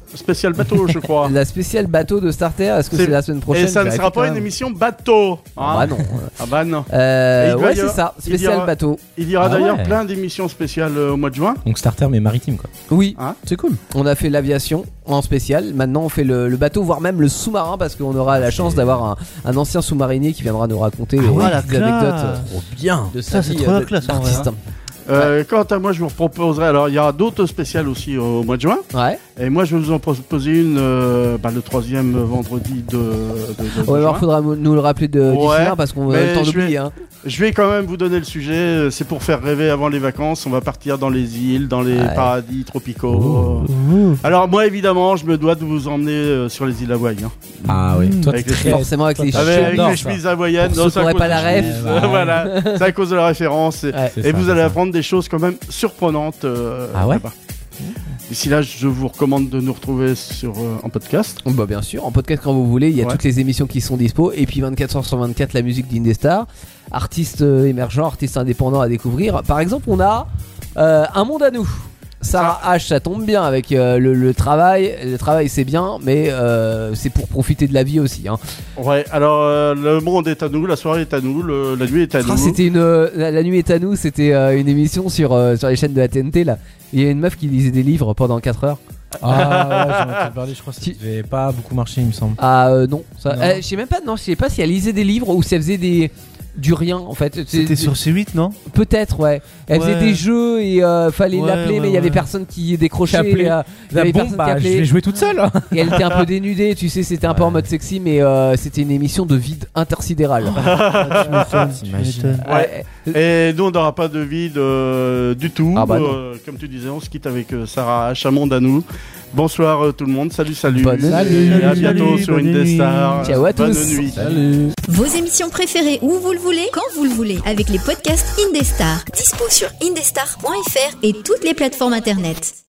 spécial bateau, je crois. La spéciale bateau de Starter, est-ce que c'est, C'est- la semaine prochaine? Et ça ne Je sera vérifie pas quand une même. émission bateau. Ah hein. bah non. Ah bah non. Euh, Et il va ouais, y c'est avoir- ça, il y spécial aura- bateau. Il y aura Ah d'ailleurs ouais. plein d'émissions spéciales euh, au mois de juin. Donc starter mais maritime quoi. Oui, Hein C'est cool. on a fait l'aviation en spécial. Maintenant, on fait le, le bateau, voire même le sous-marin, parce qu'on aura la chance d'avoir un, un ancien sous-marinier qui viendra nous raconter les, ouais, les la petites classe. anecdotes euh, Trop bien. de sa Ça, c'est vie trop la euh, classe, en vrai, d'artiste. Euh, Quant à moi, je vous proposerai. Alors, il y aura d'autres spéciales aussi au mois de juin. Ouais. Et moi, je vais vous en proposer une euh, bah, le troisième vendredi de, de, de- de Ouais, alors juin. faudra nous le rappeler de d'ici Ouais, là parce qu'on a mais le temps je d'oublier. vais- Hein. Je vais quand même vous donner le sujet. C'est pour faire rêver avant les vacances. On va partir dans les îles, dans les Ouais. paradis tropicaux. Alors, moi, évidemment, je me dois de vous emmener euh, sur les îles Hawaï. Hein. Ah oui. Toi Avec t'es les très. Forcément avec les toi, Avec, cheveux. avec j'adore les ça. chemises hawaïennes. Pour Non, ceux c'est qui à n'auraient cause pas la des ref. chemises. Ouais. Voilà. C'est à cause de la référence. Et, Ouais. C'est et ça, vous c'est allez ça. apprendre des choses quand même surprenantes. euh, Ah ouais là-bas. D'ici là, je vous recommande de nous retrouver sur, euh, en podcast. Bah bien sûr, en podcast quand vous voulez, il y a Ouais. toutes les émissions qui sont dispo et puis vingt-quatre heures sur vingt-quatre la musique d'Indestar, artistes euh, émergents, artistes indépendants à découvrir. Par exemple, on a euh, Un monde à nous. Sarah H, ça tombe bien avec euh, le, le travail. Le travail c'est bien, mais euh, c'est pour profiter de la vie aussi. Hein. Ouais, alors euh, le monde est à nous, la soirée est à nous, le- la nuit est à Ah, nous. c'était une euh, la, la nuit est à nous, c'était euh, une émission sur euh, sur les chaînes de la T N T là. Il y a une meuf qui lisait des livres pendant quatre heures. Ah ouais, j'en ai entendu parler. Je crois que ça Tu- devait pas beaucoup marcher, il me semble. Ah euh, non, ça, Non. euh, je sais même pas, non, je sais pas si elle lisait des livres ou si elle faisait des du rien en fait. C'est- C'était sur C huit, non? Peut-être, ouais. Elle Ouais. faisait des jeux et euh, fallait Ouais, l'appeler, ouais, mais il y avait ouais. personne qui décrochait. J'ai appelé. euh, il y avait bon personne qui bah je appelait. vais jouer toute seule. Et elle était un peu dénudée, tu sais, c'était un peu en mode sexy, mais euh, c'était une émission de vide intersidéral. T'imagines. Ouais. Et nous, on n'aura pas de vide euh, du tout. Ah bah non. Euh, comme tu disais, on se quitte avec euh, Sarah H, un monde à nous. Bonsoir euh, tout le monde, salut, salut. Bonne nuit. Et à bientôt Salut, sur bonne Indestar. nuit. Ciao à Bonne tous. nuit. Salut. Vos émissions préférées où vous le voulez, quand vous le voulez, avec les podcasts Indestar. Dispo sur indestar point f r et toutes les plateformes internet.